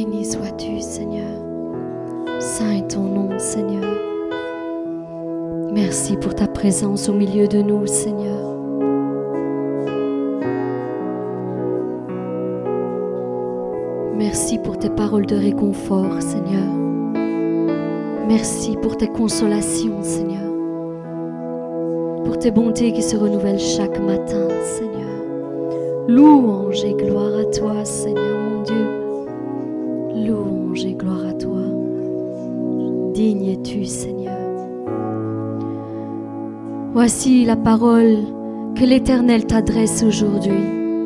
Béni sois-tu, Seigneur. Saint est ton nom, Seigneur. Merci pour ta présence au milieu de nous, Seigneur. Merci pour tes paroles de réconfort, Seigneur. Merci pour tes consolations, Seigneur. Pour tes bontés qui se renouvellent chaque matin, Seigneur. Louange et gloire à toi, Seigneur mon Dieu. Louange et gloire à toi. Digne es-tu, Seigneur. Voici la parole que l'Éternel t'adresse aujourd'hui.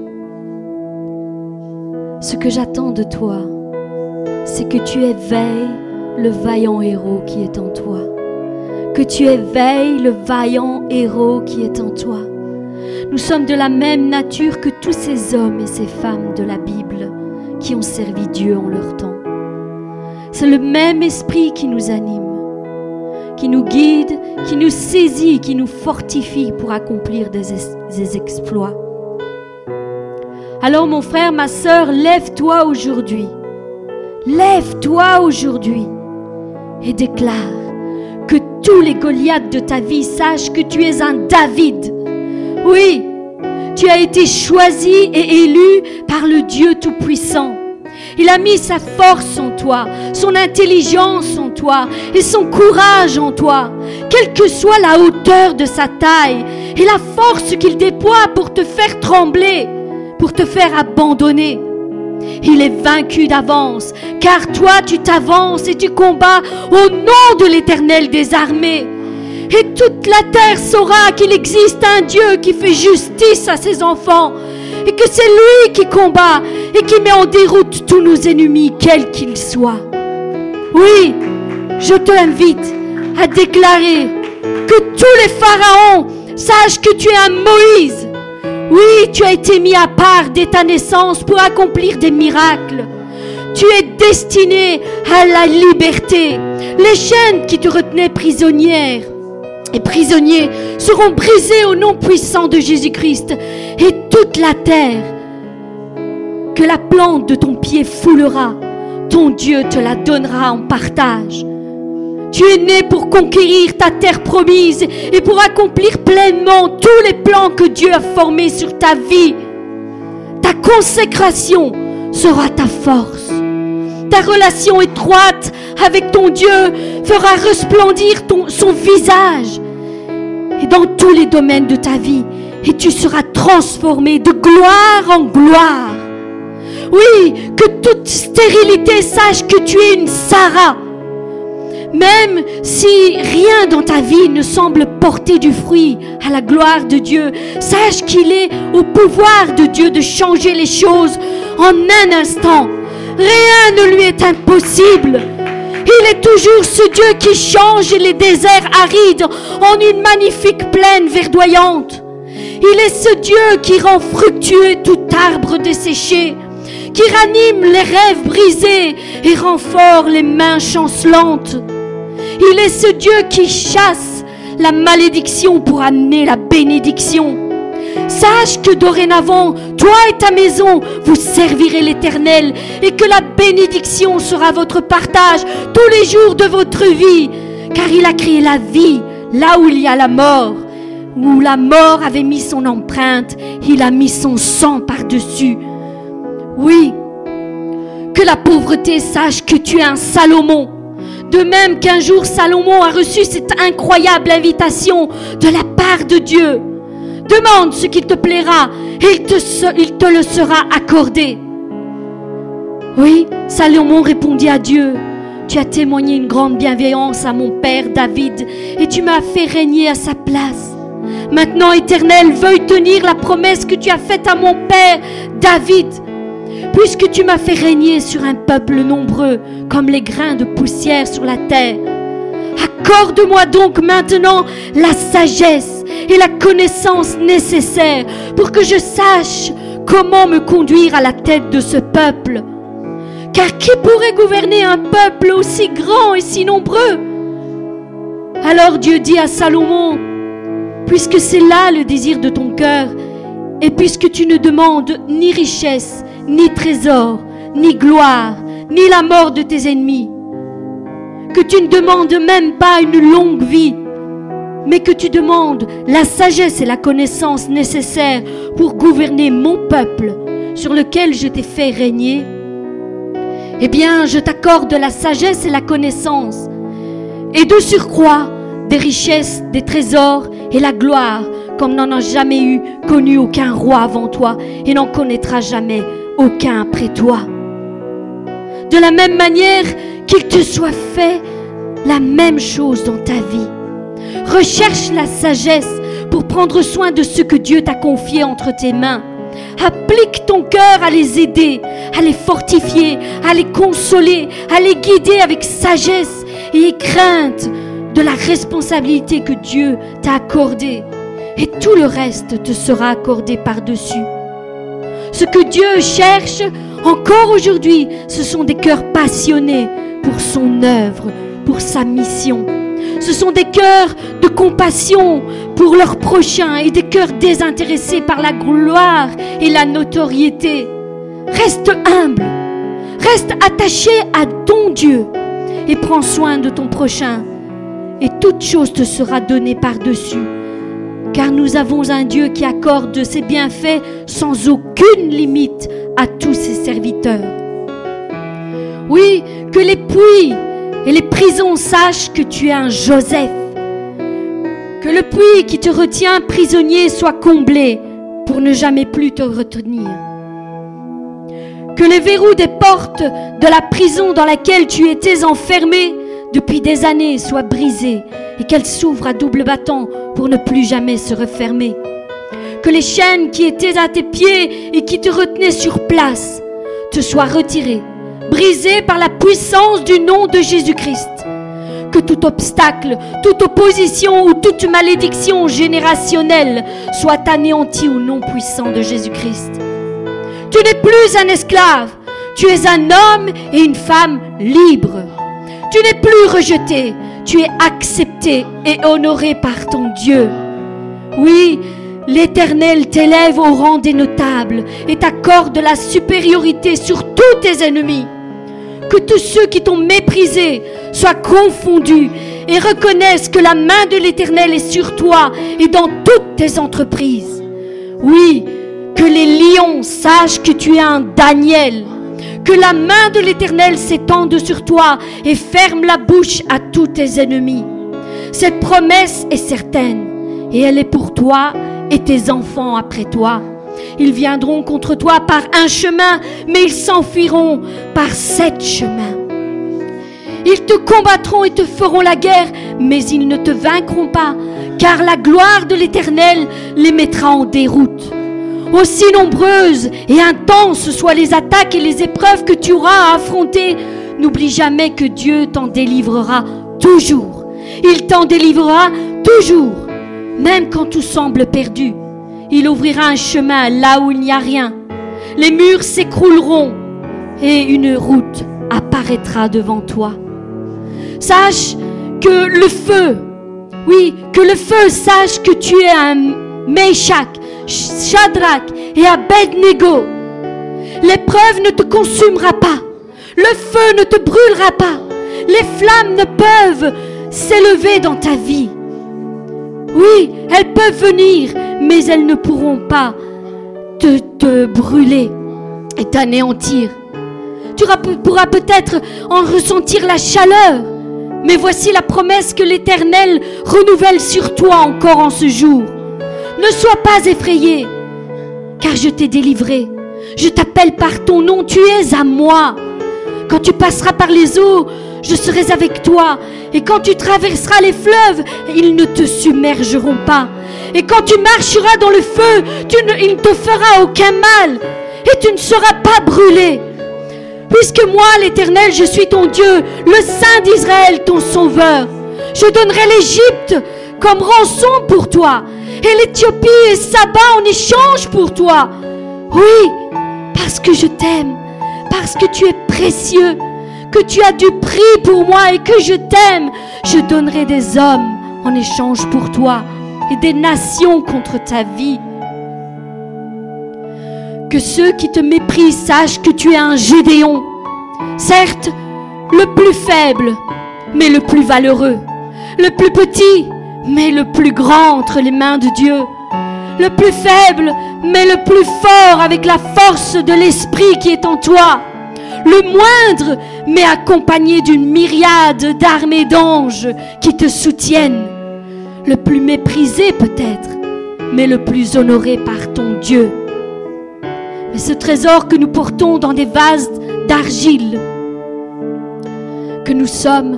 Ce que j'attends de toi, c'est que tu éveilles le vaillant héros qui est en toi. Que tu éveilles le vaillant héros qui est en toi. Nous sommes de la même nature que tous ces hommes et ces femmes de la Bible qui ont servi Dieu en leur temps. C'est le même esprit qui nous anime, qui nous guide, qui nous saisit, qui nous fortifie pour accomplir des exploits. Alors mon frère, ma sœur, lève-toi aujourd'hui. Lève-toi aujourd'hui et déclare que tous les Goliaths de ta vie sachent que tu es un David. Oui, tu as été choisi et élu par le Dieu Tout-Puissant. Il a mis sa force en toi, son intelligence en toi et son courage en toi. Quelle que soit la hauteur de sa taille et la force qu'il déploie pour te faire trembler, pour te faire abandonner. Il est vaincu d'avance, car toi tu t'avances et tu combats au nom de l'Éternel des armées. Et toute la terre saura qu'il existe un Dieu qui fait justice à ses enfants et que c'est lui qui combat et qui met en déroute tous nos ennemis, quels qu'ils soient. Oui, je t'invite à déclarer que tous les pharaons sachent que tu es un Moïse. Oui, tu as été mis à part dès ta naissance pour accomplir des miracles. Tu es destiné à la liberté. Les chaînes qui te retenaient prisonnière et prisonniers seront brisés au nom puissant de Jésus-Christ. Et toute la terre que la plante de ton pied foulera, ton Dieu te la donnera en partage. Tu es né pour conquérir ta terre promise et pour accomplir pleinement tous les plans que Dieu a formés sur ta vie. Ta consécration sera ta force. Ta relation étroite avec ton Dieu fera resplendir son visage et dans tous les domaines de ta vie. Et tu seras transformé de gloire en gloire. Oui, que toute stérilité sache que tu es une Sarah. Même si rien dans ta vie ne semble porter du fruit à la gloire de Dieu, sache qu'il est au pouvoir de Dieu de changer les choses en un instant. Rien ne lui est impossible. Il est toujours ce Dieu qui change les déserts arides en une magnifique plaine verdoyante. Il est ce Dieu qui rend fructueux tout arbre desséché, qui ranime les rêves brisés et rend fort les mains chancelantes. Il est ce Dieu qui chasse la malédiction pour amener la bénédiction. Sache que dorénavant, toi et ta maison, vous servirez l'Éternel et que la bénédiction sera votre partage tous les jours de votre vie. Car il a créé la vie là où il y a la mort. Où la mort avait mis son empreinte, il a mis son sang par-dessus. Oui, que la pauvreté sache que tu es un Salomon. De même qu'un jour Salomon a reçu cette incroyable invitation de la part de Dieu. Demande ce qu'il te plaira et il te le sera accordé. Oui, Salomon répondit à Dieu. Tu as témoigné une grande bienveillance à mon père David et tu m'as fait régner à sa place. Maintenant, Éternel, veuille tenir la promesse que tu as faite à mon père David. Puisque tu m'as fait régner sur un peuple nombreux, comme les grains de poussière sur la terre. Accorde-moi donc maintenant la sagesse et la connaissance nécessaires pour que je sache comment me conduire à la tête de ce peuple. Car qui pourrait gouverner un peuple aussi grand et si nombreux? Alors Dieu dit à Salomon, puisque c'est là le désir de ton cœur, et puisque tu ne demandes ni richesse, ni trésor, ni gloire, ni la mort de tes ennemis. Que tu ne demandes même pas une longue vie, mais que tu demandes la sagesse et la connaissance nécessaires pour gouverner mon peuple sur lequel je t'ai fait régner. Eh bien, je t'accorde la sagesse et la connaissance, et de surcroît, des richesses, des trésors et la gloire, comme n'en a jamais eu connu aucun roi avant toi, et n'en connaîtra jamais aucun après toi. De la même manière qu'il te soit fait la même chose dans ta vie. Recherche la sagesse pour prendre soin de ce que Dieu t'a confié entre tes mains. Applique ton cœur à les aider, à les fortifier, à les consoler, à les guider avec sagesse et crainte de la responsabilité que Dieu t'a accordée. Et tout le reste te sera accordé par-dessus. Ce que Dieu cherche encore aujourd'hui, ce sont des cœurs passionnés pour son œuvre, pour sa mission. Ce sont des cœurs de compassion pour leurs prochains et des cœurs désintéressés par la gloire et la notoriété. Reste humble, reste attaché à ton Dieu et prends soin de ton prochain. Et toute chose te sera donnée par-dessus. Car nous avons un Dieu qui accorde ses bienfaits sans aucune limite à tous ses serviteurs. Oui, que les puits et les prisons sachent que tu es un Joseph. Que le puits qui te retient prisonnier soit comblé pour ne jamais plus te retenir. Que les verrous des portes de la prison dans laquelle tu étais enfermé depuis des années soient brisés et qu'elles s'ouvrent à double battant pour ne plus jamais se refermer. Que les chaînes qui étaient à tes pieds et qui te retenaient sur place te soient retirées, brisées par la puissance du nom de Jésus-Christ. Que tout obstacle, toute opposition ou toute malédiction générationnelle soit anéantie au nom puissant de Jésus-Christ. Tu n'es plus un esclave, tu es un homme et une femme libres. Tu n'es plus rejeté, tu es accepté et honoré par ton Dieu. Oui, l'Éternel t'élève au rang des notables et t'accorde la supériorité sur tous tes ennemis. Que tous ceux qui t'ont méprisé soient confondus et reconnaissent que la main de l'Éternel est sur toi et dans toutes tes entreprises. Oui, que les lions sachent que tu es un Daniel. Que la main de l'Éternel s'étende sur toi et ferme la bouche à tous tes ennemis. Cette promesse est certaine et elle est pour toi et tes enfants après toi. Ils viendront contre toi par un chemin, mais ils s'enfuiront par 7 chemins. Ils te combattront et te feront la guerre, mais ils ne te vaincront pas, car la gloire de l'Éternel les mettra en déroute. Aussi nombreuses et intenses soient les attaques et les épreuves que tu auras à affronter, n'oublie jamais que Dieu t'en délivrera toujours. Il t'en délivrera toujours, même quand tout semble perdu. Il ouvrira un chemin là où il n'y a rien. Les murs s'écrouleront et une route apparaîtra devant toi. Sache que le feu, oui, que le feu sache que tu es un Meshach, Shadrach et Abednego. L'épreuve ne te consumera pas. Le feu ne te brûlera pas. Les flammes ne peuvent s'élever dans ta vie. Oui, elles peuvent venir, mais elles ne pourront pas te brûler et t'anéantir. Tu pourras peut-être en ressentir la chaleur, mais voici la promesse que l'Éternel renouvelle sur toi encore en ce jour. Ne sois pas effrayé, car je t'ai délivré. Je t'appelle par ton nom, tu es à moi. Quand tu passeras par les eaux, je serai avec toi. Et quand tu traverseras les fleuves, ils ne te submergeront pas. Et quand tu marcheras dans le feu, il ne te fera aucun mal. Et tu ne seras pas brûlé. Puisque moi, l'Éternel, je suis ton Dieu, le Saint d'Israël, ton Sauveur. Je donnerai l'Égypte comme rançon pour toi. Et l'Éthiopie et Saba en échange pour toi. Oui, parce que je t'aime, parce que tu es précieux, que tu as du prix pour moi et que je t'aime, je donnerai des hommes en échange pour toi et des nations contre ta vie. Que ceux qui te méprisent sachent que tu es un Gédéon Certes, le plus faible, mais le plus valeureux. Le plus petit, mais le plus grand entre les mains de Dieu. Le plus faible, mais le plus fort avec la force de l'Esprit qui est en toi. Le moindre, mais accompagné d'une myriade d'armées d'anges qui te soutiennent. Le plus méprisé peut-être, mais le plus honoré par ton Dieu. Mais ce trésor que nous portons dans des vases d'argile, que nous sommes,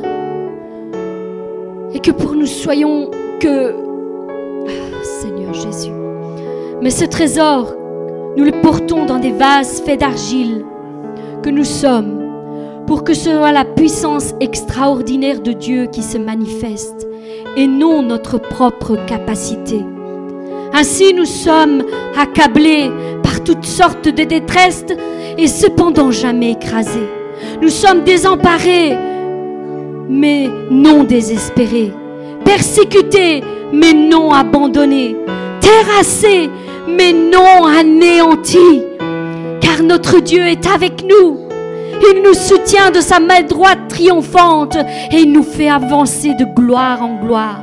et que pour nous soyons que... Seigneur Jésus. Mais ce trésor, nous le portons dans des vases faits d'argile, que nous sommes, pour que ce soit la puissance extraordinaire de Dieu qui se manifeste, et non notre propre capacité. Ainsi nous sommes accablés par toutes sortes de détresses et cependant jamais écrasés. Nous sommes désemparés, mais non désespérés. Persécutés, mais non abandonnés. Terrassés, mais non anéantis. Car notre Dieu est avec nous. Il nous soutient de sa main droite triomphante et il nous fait avancer de gloire en gloire.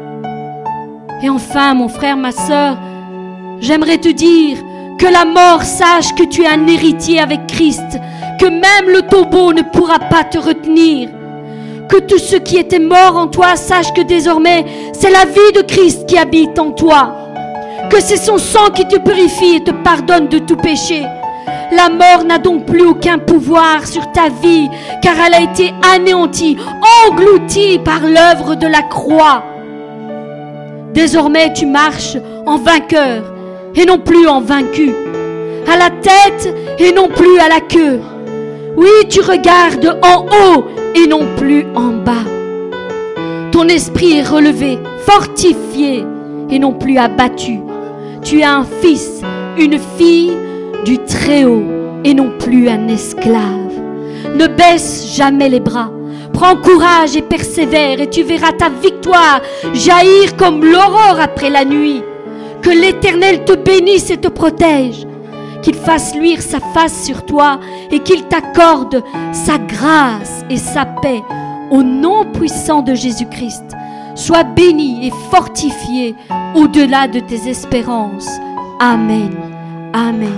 Et enfin, mon frère, ma sœur, j'aimerais te dire que la mort sache que tu es un héritier avec Christ, que même le tombeau ne pourra pas te retenir. Que tout ce qui était mort en toi sache que désormais, c'est la vie de Christ qui habite en toi. Que c'est son sang qui te purifie et te pardonne de tout péché. La mort n'a donc plus aucun pouvoir sur ta vie, car elle a été anéantie, engloutie par l'œuvre de la croix. Désormais, tu marches en vainqueur et non plus en vaincu, à la tête et non plus à la queue. Oui, tu regardes en haut et non plus en bas. Ton esprit est relevé, fortifié et non plus abattu. Tu es un fils, une fille du Très-Haut et non plus un esclave. Ne baisse jamais les bras. Prends courage et persévère et tu verras ta victoire jaillir comme l'aurore après la nuit. Que l'Éternel te bénisse et te protège. Qu'il fasse luire sa face sur toi et qu'il t'accorde sa grâce et sa paix au nom puissant de Jésus-Christ. Sois béni et fortifié au-delà de tes espérances. Amen. Amen.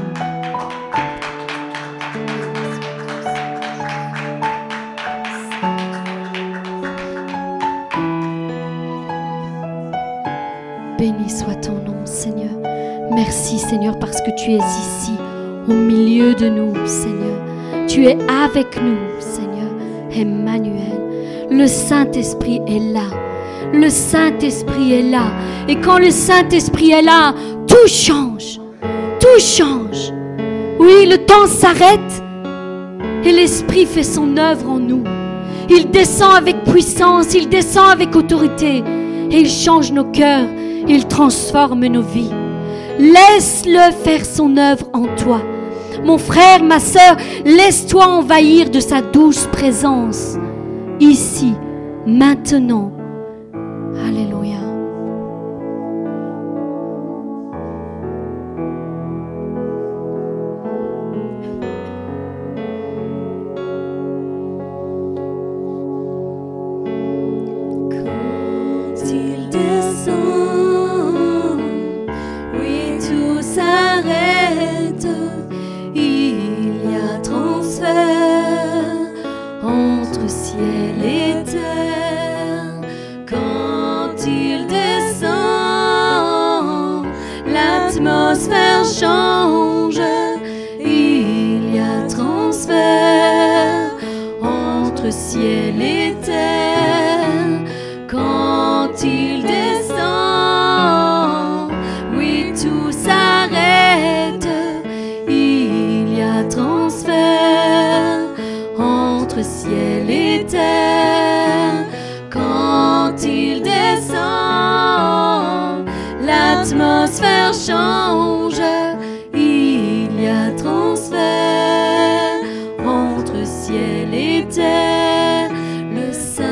Béni soit ton nom, Seigneur. Merci, Seigneur, parce que tu es ici, au milieu de nous, Seigneur. Tu es avec nous, Seigneur. Emmanuel. Le Saint-Esprit est là. Le Saint-Esprit est là. Et quand le Saint-Esprit est là, tout change. Tout change. Oui, le temps s'arrête et l'Esprit fait son œuvre en nous. Il descend avec puissance, il descend avec autorité et il change nos cœurs, il transforme nos vies. Laisse-le faire son œuvre en toi. Mon frère, ma sœur, laisse-toi envahir de sa douce présence, ici, maintenant. Alléluia. Quand il descend, oui, tout s'arrête. Il y a transfert entre ciel et terre. Quand il descend, l'atmosphère change. Il y a transfert entre ciel et terre. Quand il descend, oui, tout s'arrête. Il y a transfert entre ciel et terre. Quand il descend, l'atmosphère change. Il y a transfert entre ciel et terre. Le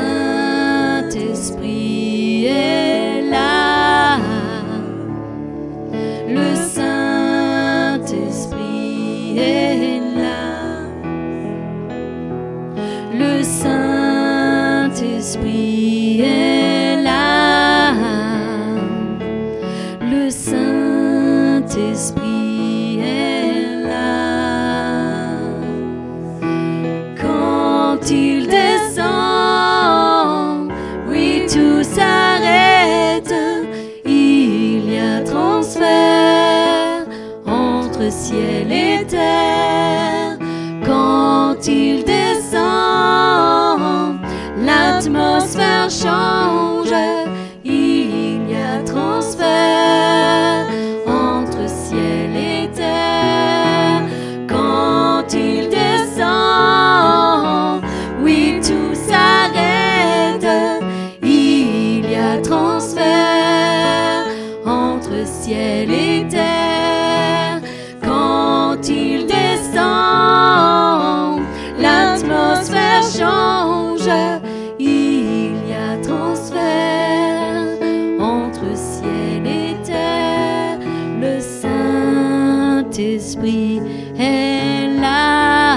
Saint-Esprit est là. Le Saint-Esprit est là. Saint-Esprit est là. Le Saint-Esprit est là. Quand il descend, oui, tout s'arrête. Il y a transfert entre ciel et terre. Quand il descend, l'atmosphère change. Il y a transfert entre ciel et terre. Quand il descend, oui, tout s'arrête. Il y a transfert entre ciel et terre. Quand il descend, l'atmosphère change. Il y a transfert entre ciel et terre. Le Saint-Esprit est là.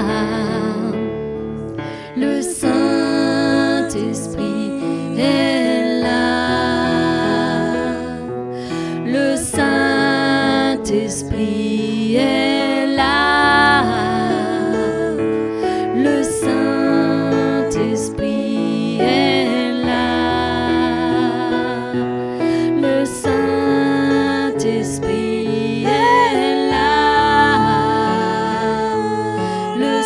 Le Saint-Esprit est là. Le Saint-Esprit est là. Le Saint-Esprit est là. Le Saint-Esprit est là. Le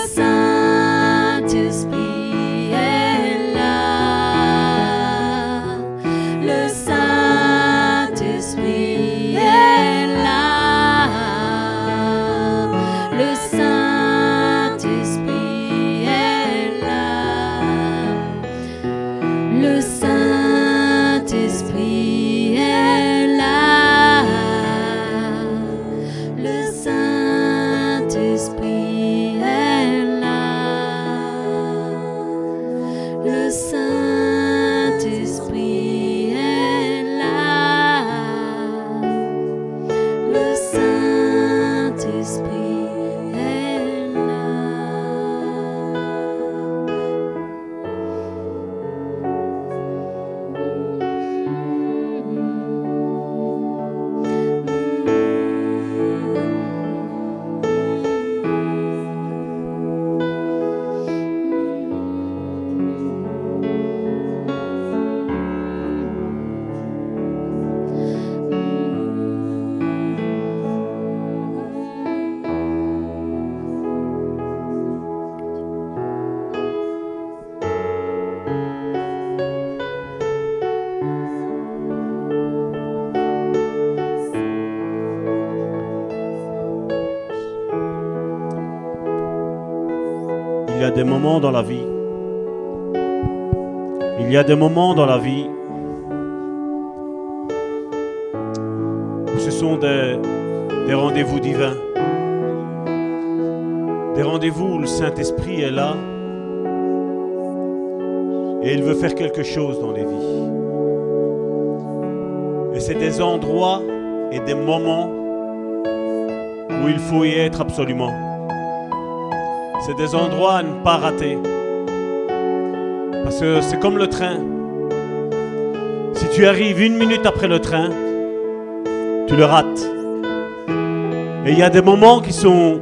Saint-Esprit est là. Le Saint-Esprit est là. Le Saint-Esprit est là. Le Saint-Esprit est là. Le Saint-Esprit est là. Le Saint-Esprit est là. Le Saint-Esprit est là. Il y a des moments dans la vie. Il y a des moments dans la vie où ce sont des rendez-vous divins. Des rendez-vous où le Saint-Esprit est là et il veut faire quelque chose dans les vies. Et c'est des endroits et des moments où il faut y être absolument. C'est des endroits à ne pas rater. Parce que c'est comme le train. Si tu arrives 1 minute après le train, tu le rates. Et il y a des moments qui sont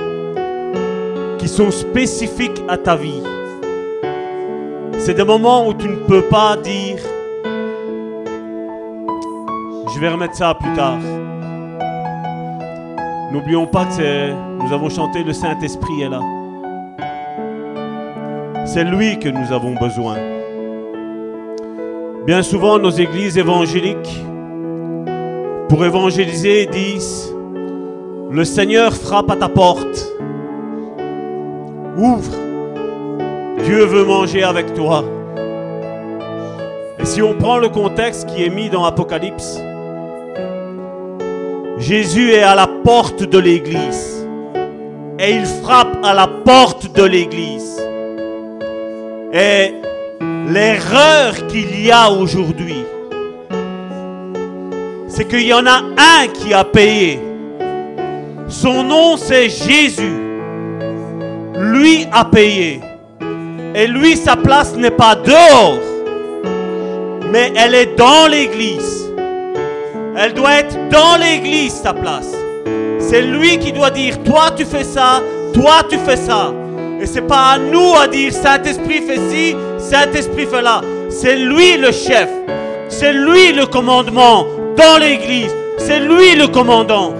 spécifiques à ta vie. C'est des moments où tu ne peux pas dire « Je vais remettre ça plus tard ». N'oublions pas que nous avons chanté « Le Saint-Esprit est là ». C'est lui que nous avons besoin. Bien souvent, nos églises évangéliques, pour évangéliser, disent « Le Seigneur frappe à ta porte. Ouvre. Dieu veut manger avec toi. » Et si on prend le contexte qui est mis dans Apocalypse, Jésus est à la porte de l'église et il frappe à la porte de l'église. Et l'erreur qu'il y a aujourd'hui, c'est qu'il y en a un qui a payé. Son nom, c'est Jésus. Lui a payé. Et lui, sa place n'est pas dehors, mais elle est dans l'église. Elle doit être dans l'église, sa place. C'est lui qui doit dire, toi tu fais ça, toi tu fais ça. Et c'est pas à nous à dire, Saint-Esprit fait ci, Saint-Esprit fait là. C'est lui le chef. C'est lui le commandement dans l'église. C'est lui le commandant.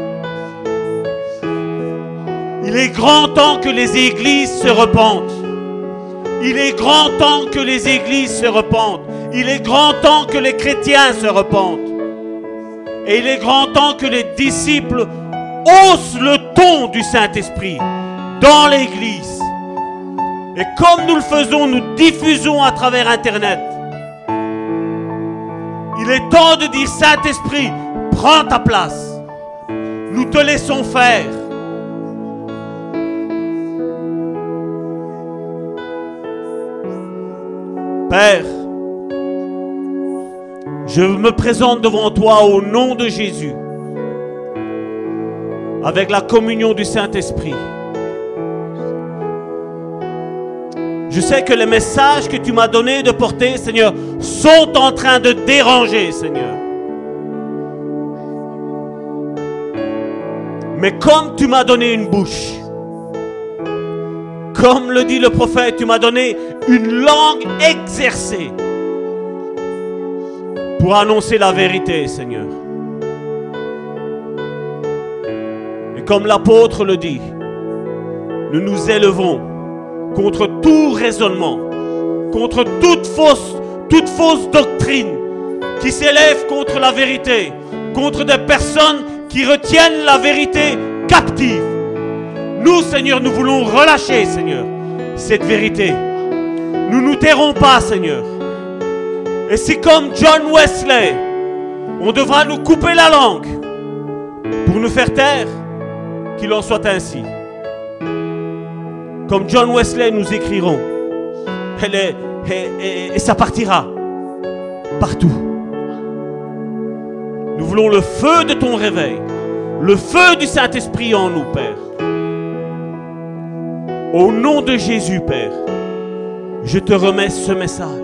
Il est grand temps que les églises se repentent. Il est grand temps que les églises se repentent. Il est grand temps que les chrétiens se repentent. Et il est grand temps que les disciples haussent le ton du Saint-Esprit dans l'église. Et comme nous le faisons, nous diffusons à travers Internet. Il est temps de dire, Saint-Esprit, prends ta place. Nous te laissons faire. Père, je me présente devant toi au nom de Jésus, avec la communion du Saint-Esprit. Je sais que les messages que tu m'as donnés de porter, Seigneur, sont en train de déranger, Seigneur. Mais comme tu m'as donné une bouche, comme le dit le prophète, tu m'as donné une langue exercée pour annoncer la vérité, Seigneur. Et comme l'apôtre le dit, nous nous élevons contre tout raisonnement, contre toute fausse doctrine qui s'élève contre la vérité, contre des personnes qui retiennent la vérité captive. Nous, Seigneur, nous voulons relâcher, Seigneur, cette vérité. Nous ne nous tairons pas, Seigneur. Et si comme John Wesley, on devra nous couper la langue pour nous faire taire, qu'il en soit ainsi. Comme John Wesley, nous écrirons. Et ça partira partout. Nous voulons le feu de ton réveil, le feu du Saint-Esprit en nous, Père. Au nom de Jésus, Père, je te remets ce message.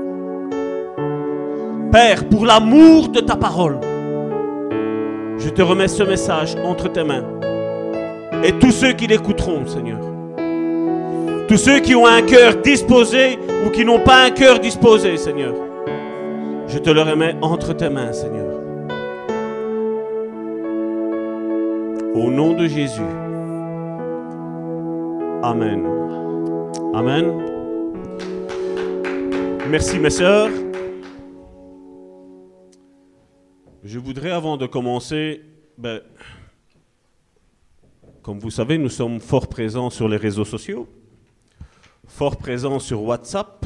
Père, pour l'amour de ta parole, je te remets ce message entre tes mains. Et tous ceux qui l'écouteront, Seigneur. Tous ceux qui ont un cœur disposé ou qui n'ont pas un cœur disposé, Seigneur. Je te le remets entre tes mains, Seigneur. Au nom de Jésus. Amen. Amen. Merci mes sœurs. Je voudrais avant de commencer, comme vous savez, nous sommes fort présents sur les réseaux sociaux, fort présents sur WhatsApp.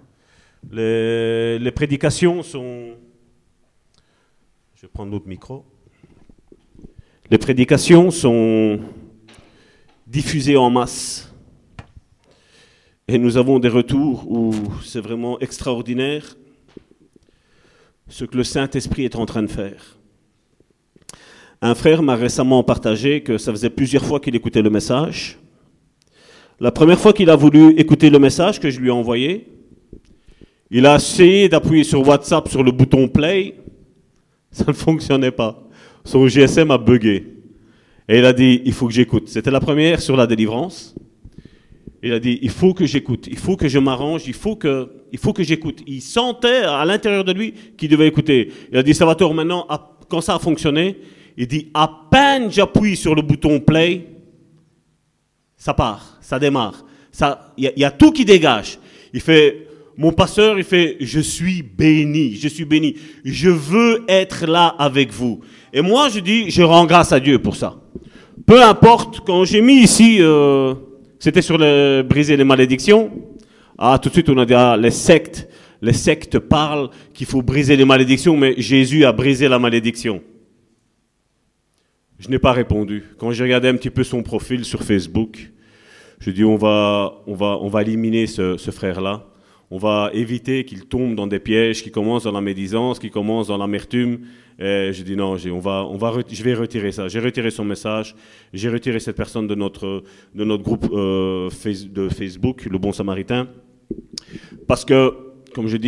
Les prédications sont... Je vais prendre l'autre micro. Les prédications sont diffusées en masse. Et nous avons des retours où c'est vraiment extraordinaire ce que le Saint-Esprit est en train de faire. Un frère m'a récemment partagé que ça faisait plusieurs fois qu'il écoutait le message. La première fois qu'il a voulu écouter le message que je lui ai envoyé, il a essayé d'appuyer sur WhatsApp sur le bouton play. Ça ne fonctionnait pas. Son GSM a bugué. Et il a dit, il faut que j'écoute. C'était la première sur la délivrance. Il a dit, il faut que j'écoute, il faut que je m'arrange, il faut que j'écoute. Il sentait à l'intérieur de lui qu'il devait écouter. Il a dit, Salvatore, maintenant, quand ça a fonctionné, il dit, à peine j'appuie sur le bouton play, ça part, ça démarre. Il y a tout qui dégage. Il fait, mon pasteur, il fait, je suis béni, je veux être là avec vous. Et moi, je dis, je rends grâce à Dieu pour ça. Peu importe, quand j'ai mis ici... C'était sur briser les malédictions. Ah, tout de suite, on a dit, les sectes parlent qu'il faut briser les malédictions, mais Jésus a brisé la malédiction. Je n'ai pas répondu. Quand j'ai regardé un petit peu son profil sur Facebook, je dis, on va éliminer ce frère-là. On va éviter qu'il tombe dans des pièges, qu'il commence dans la médisance, qu'il commence dans l'amertume. Et je dis non, je vais retirer ça. J'ai retiré son message, j'ai retiré cette personne de notre groupe de Facebook, le Bon Samaritain. Parce que, comme je dis,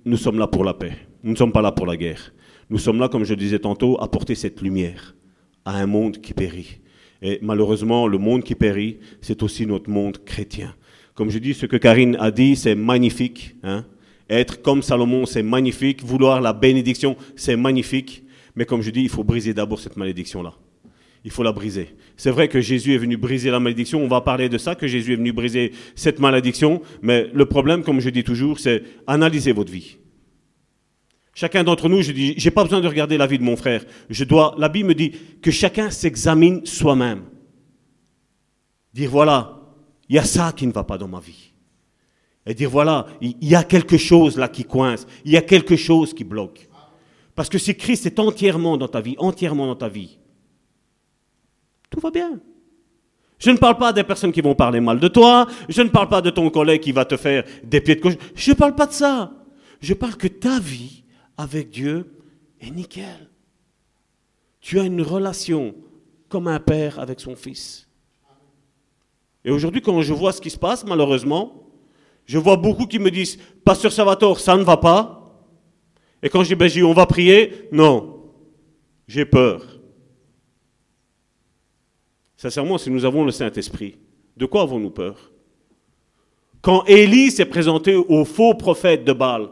nous sommes là pour la paix. Nous ne sommes pas là pour la guerre. Nous sommes là, comme je le disais tantôt, à porter cette lumière à un monde qui périt. Et malheureusement, le monde qui périt, c'est aussi notre monde chrétien. Comme je dis, ce que Karine a dit, c'est magnifique. Hein? Être comme Salomon, c'est magnifique. Vouloir la bénédiction, c'est magnifique. Mais comme je dis, il faut briser d'abord cette malédiction-là. Il faut la briser. C'est vrai que Jésus est venu briser la malédiction. On va parler de ça, que Jésus est venu briser cette malédiction. Mais le problème, comme je dis toujours, c'est analyser votre vie. Chacun d'entre nous, je dis, j'ai pas besoin de regarder la vie de mon frère. La Bible me dit que chacun s'examine soi-même. Dire voilà, il y a ça qui ne va pas dans ma vie. Et dire voilà, il y a quelque chose là qui coince. Il y a quelque chose qui bloque. Parce que si Christ est entièrement dans ta vie, tout va bien. Je ne parle pas des personnes qui vont parler mal de toi. Je ne parle pas de ton collègue qui va te faire des pieds de cochon. Je ne parle pas de ça. Je parle que ta vie avec Dieu est nickel. Tu as une relation comme un père avec son fils. Et aujourd'hui, quand je vois ce qui se passe, malheureusement, je vois beaucoup qui me disent « Pasteur Salvatore, ça ne va pas. » Et quand je dis « on va prier », non, j'ai peur. Sincèrement, si nous avons le Saint-Esprit, de quoi avons-nous peur? Quand Élie s'est présenté au faux prophète de Baal,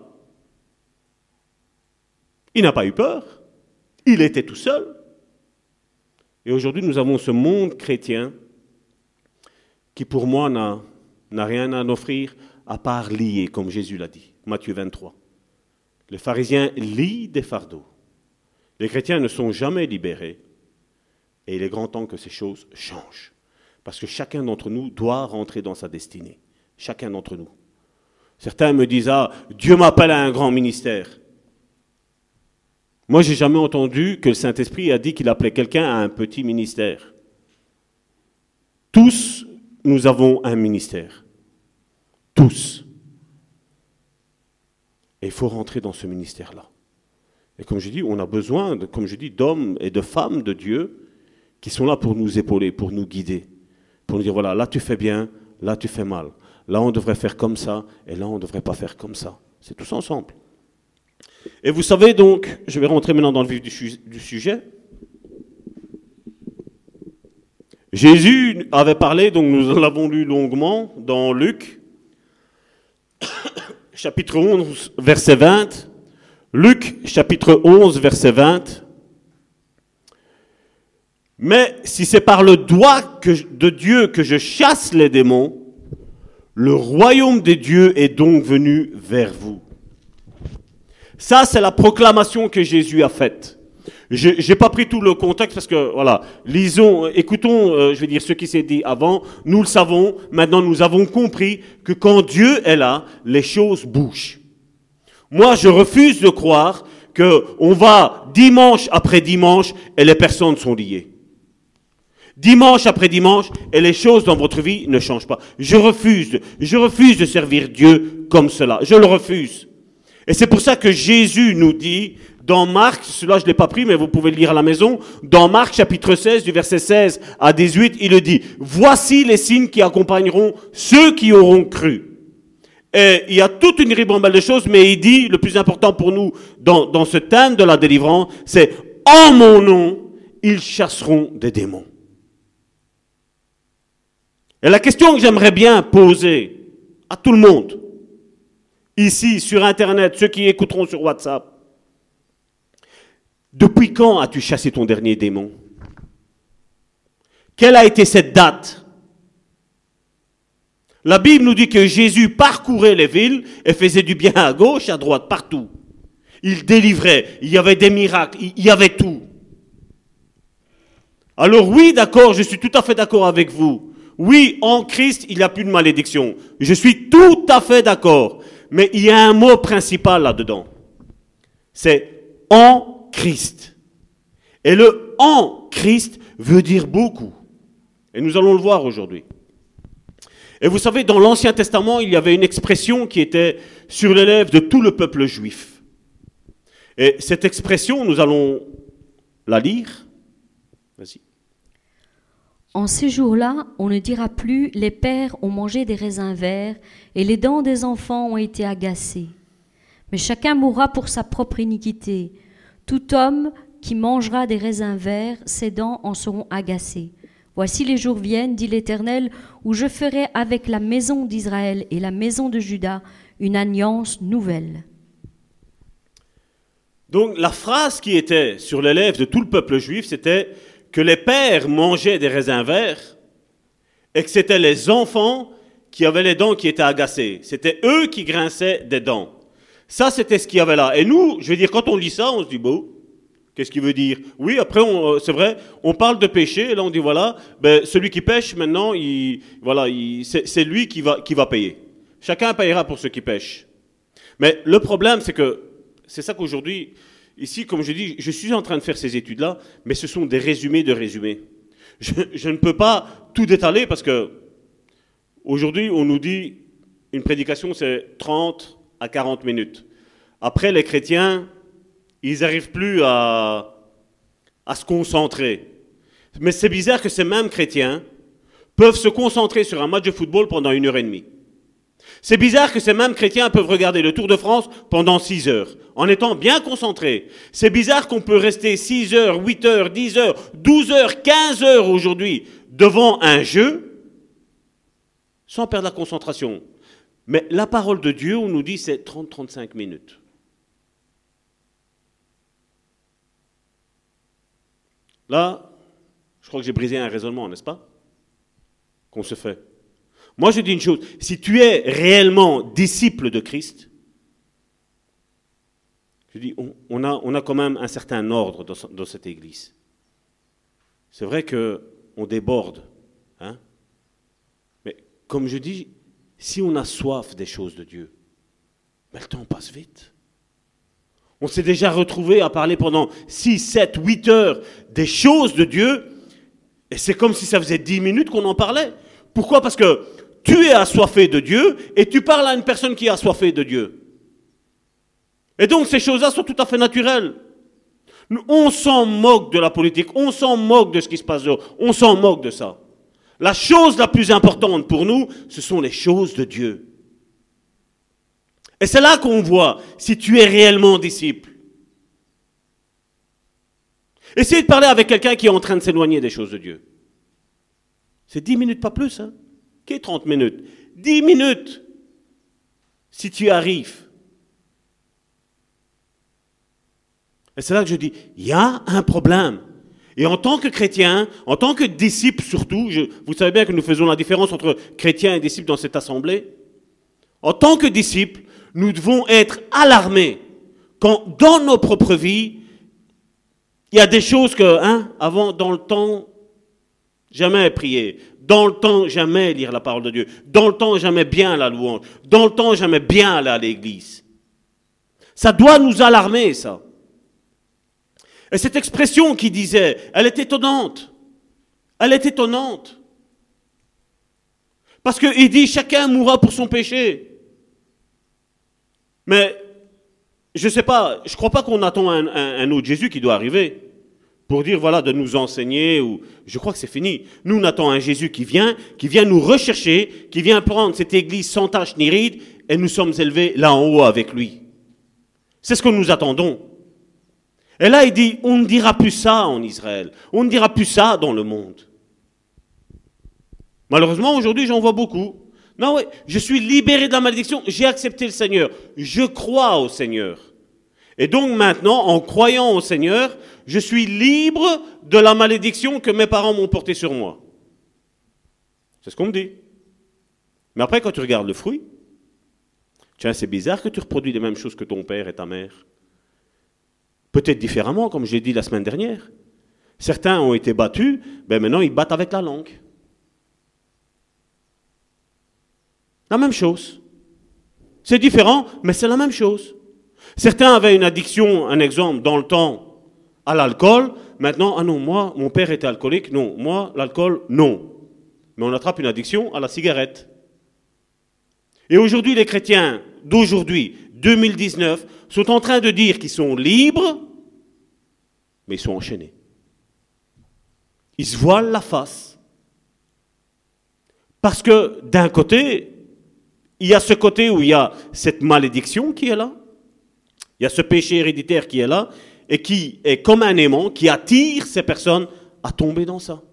il n'a pas eu peur. Il était tout seul. Et aujourd'hui, nous avons ce monde chrétien qui, pour moi, n'a rien à offrir à part lier, comme Jésus l'a dit. Matthieu 23. Les pharisiens lient des fardeaux. Les chrétiens ne sont jamais libérés. Et il est grand temps que ces choses changent. Parce que chacun d'entre nous doit rentrer dans sa destinée. Chacun d'entre nous. Certains me disent « Ah, Dieu m'appelle à un grand ministère. » Moi, je n'ai jamais entendu que le Saint-Esprit a dit qu'il appelait quelqu'un à un petit ministère. Tous, nous avons un ministère. Tous. Et il faut rentrer dans ce ministère-là. Et comme je dis, on a besoin, d'hommes et de femmes de Dieu qui sont là pour nous épauler, pour nous guider, pour nous dire, voilà, là tu fais bien, là tu fais mal. Là on devrait faire comme ça, et là on ne devrait pas faire comme ça. C'est tous ensemble. Et vous savez donc, je vais rentrer maintenant dans le vif du sujet. Jésus avait parlé, donc nous l'avons lu longuement, dans Luc, chapitre 11, verset 20. Luc, chapitre 11, verset 20. Mais si c'est par le doigt de Dieu que je chasse les démons, le royaume des dieux est donc venu vers vous. Ça, c'est la proclamation que Jésus a faite. Je n'ai pas pris tout le contexte parce que, voilà, écoutons, ce qui s'est dit avant. Nous le savons, maintenant nous avons compris que quand Dieu est là, les choses bougent. Moi, je refuse de croire qu'on va dimanche après dimanche et les personnes sont liées. Dimanche après dimanche, et les choses dans votre vie ne changent pas. Je refuse de servir Dieu comme cela. Je le refuse. Et c'est pour ça que Jésus nous dit, dans Marc, cela je ne l'ai pas pris, mais vous pouvez le lire à la maison, dans Marc chapitre 16, du verset 16 à 18, il le dit, « Voici les signes qui accompagneront ceux qui auront cru. » Et il y a toute une ribambelle de choses, mais il dit, le plus important pour nous dans ce thème de la délivrance, c'est « En mon nom, ils chasseront des démons. » Et la question que j'aimerais bien poser à tout le monde, ici, sur Internet, ceux qui écouteront sur WhatsApp, depuis quand as-tu chassé ton dernier démon? Quelle a été cette date? La Bible nous dit que Jésus parcourait les villes et faisait du bien à gauche, à droite, partout. Il délivrait, il y avait des miracles, il y avait tout. Alors oui, d'accord, je suis tout à fait d'accord avec vous. Oui, en Christ, il n'y a plus de malédiction. Je suis tout à fait d'accord. Mais il y a un mot principal là-dedans. C'est en Christ. Et le en Christ veut dire beaucoup. Et nous allons le voir aujourd'hui. Et vous savez, dans l'Ancien Testament, il y avait une expression qui était sur les lèvres de tout le peuple juif. Et cette expression, nous allons la lire. Vas-y. En ces jours-là, on ne dira plus « Les pères ont mangé des raisins verts et les dents des enfants ont été agacées ». Mais chacun mourra pour sa propre iniquité. Tout homme qui mangera des raisins verts, ses dents en seront agacées. Voici les jours viennent, dit l'Éternel, où je ferai avec la maison d'Israël et la maison de Juda une alliance nouvelle. Donc la phrase qui était sur les lèvres de tout le peuple juif, c'était que les pères mangeaient des raisins verts et que c'était les enfants qui avaient les dents qui étaient agacées. C'était eux qui grinçaient des dents. Ça, c'était ce qu'il y avait là. Et nous, je veux dire, quand on lit ça, on se dit, bon, qu'est-ce qu'il veut dire? Oui, après, c'est vrai, on parle de péché, et là on dit, voilà, ben, celui qui pêche, maintenant, c'est lui qui va payer. Chacun payera pour ceux qui pêchent. Mais le problème, c'est que, c'est ça qu'aujourd'hui, ici, comme je dis, je suis en train de faire ces études-là, mais ce sont des résumés de résumés. Je ne peux pas tout détailler parce que, aujourd'hui, on nous dit, une prédication, c'est 30 à 40 minutes. Après, les chrétiens, ils n'arrivent plus à se concentrer. Mais c'est bizarre que ces mêmes chrétiens peuvent se concentrer sur un match de football pendant 1h30. C'est bizarre que ces mêmes chrétiens peuvent regarder le Tour de France pendant 6 heures, en étant bien concentrés. C'est bizarre qu'on peut rester 6 heures, 8 heures, 10 heures, 12 heures, 15 heures aujourd'hui devant un jeu sans perdre la concentration. Mais la parole de Dieu, on nous dit, c'est 30-35 minutes. Là, je crois que j'ai brisé un raisonnement, n'est-ce pas? Qu'on se fait. Moi, je dis une chose. Si tu es réellement disciple de Christ, je dis, on a quand même un certain ordre dans cette église. C'est vrai qu'on déborde. Hein? Mais comme je dis, si on a soif des choses de Dieu, mais le temps passe vite. On s'est déjà retrouvé à parler pendant 6, 7, 8 heures des choses de Dieu, et c'est comme si ça faisait 10 minutes qu'on en parlait. Pourquoi? Parce que tu es assoiffé de Dieu, et tu parles à une personne qui est assoiffée de Dieu. Et donc ces choses-là sont tout à fait naturelles. On s'en moque de la politique, on s'en moque de ce qui se passe dehors, on s'en moque de ça. La chose la plus importante pour nous, ce sont les choses de Dieu. Et c'est là qu'on voit si tu es réellement disciple. Essayez de parler avec quelqu'un qui est en train de s'éloigner des choses de Dieu. C'est 10 minutes, pas plus. Hein? Qu'est 30 minutes? 10 minutes, si tu y arrives. Et c'est là que je dis, il y a un problème. Et en tant que chrétien, en tant que disciple surtout, vous savez bien que nous faisons la différence entre chrétiens et disciples dans cette assemblée. En tant que disciples, nous devons être alarmés quand dans nos propres vies, il y a des choses que, avant, dans le temps, jamais prier. Dans le temps, jamais lire la parole de Dieu. Dans le temps, jamais bien la louange. Dans le temps, jamais bien aller à l'église. Ça doit nous alarmer, ça. Et cette expression qui disait, elle est étonnante. Elle est étonnante. Parce qu'il dit, chacun mourra pour son péché. Mais, je ne sais pas, je ne crois pas qu'on attend un autre Jésus qui doit arriver pour dire, voilà, de nous enseigner, ou je crois que c'est fini. Nous, on attend un Jésus qui vient nous rechercher, qui vient prendre cette église sans tache ni ride, et nous sommes élevés là en haut avec lui. C'est ce que nous attendons. Et là, il dit, on ne dira plus ça en Israël. On ne dira plus ça dans le monde. Malheureusement, aujourd'hui, j'en vois beaucoup. Non, oui, je suis libéré de la malédiction. J'ai accepté le Seigneur. Je crois au Seigneur. Et donc maintenant, en croyant au Seigneur, je suis libre de la malédiction que mes parents m'ont portée sur moi. C'est ce qu'on me dit. Mais après, quand tu regardes le fruit, tiens, c'est bizarre que tu reproduis les mêmes choses que ton père et ta mère. Peut-être différemment, comme je l'ai dit la semaine dernière. Certains ont été battus, ben maintenant ils battent avec la langue. La même chose. C'est différent, mais c'est la même chose. Certains avaient une addiction, un exemple, dans le temps, à l'alcool. Maintenant, ah non, moi, mon père était alcoolique. Non, moi, l'alcool, non. Mais on attrape une addiction à la cigarette. Et aujourd'hui, les chrétiens d'aujourd'hui, 2019, sont en train de dire qu'ils sont libres, mais ils sont enchaînés. Ils se voilent la face. Parce que d'un côté, il y a ce côté où il y a cette malédiction qui est là, Il y a ce péché héréditaire qui est là et qui est comme un aimant qui attire ces personnes à tomber dans ça.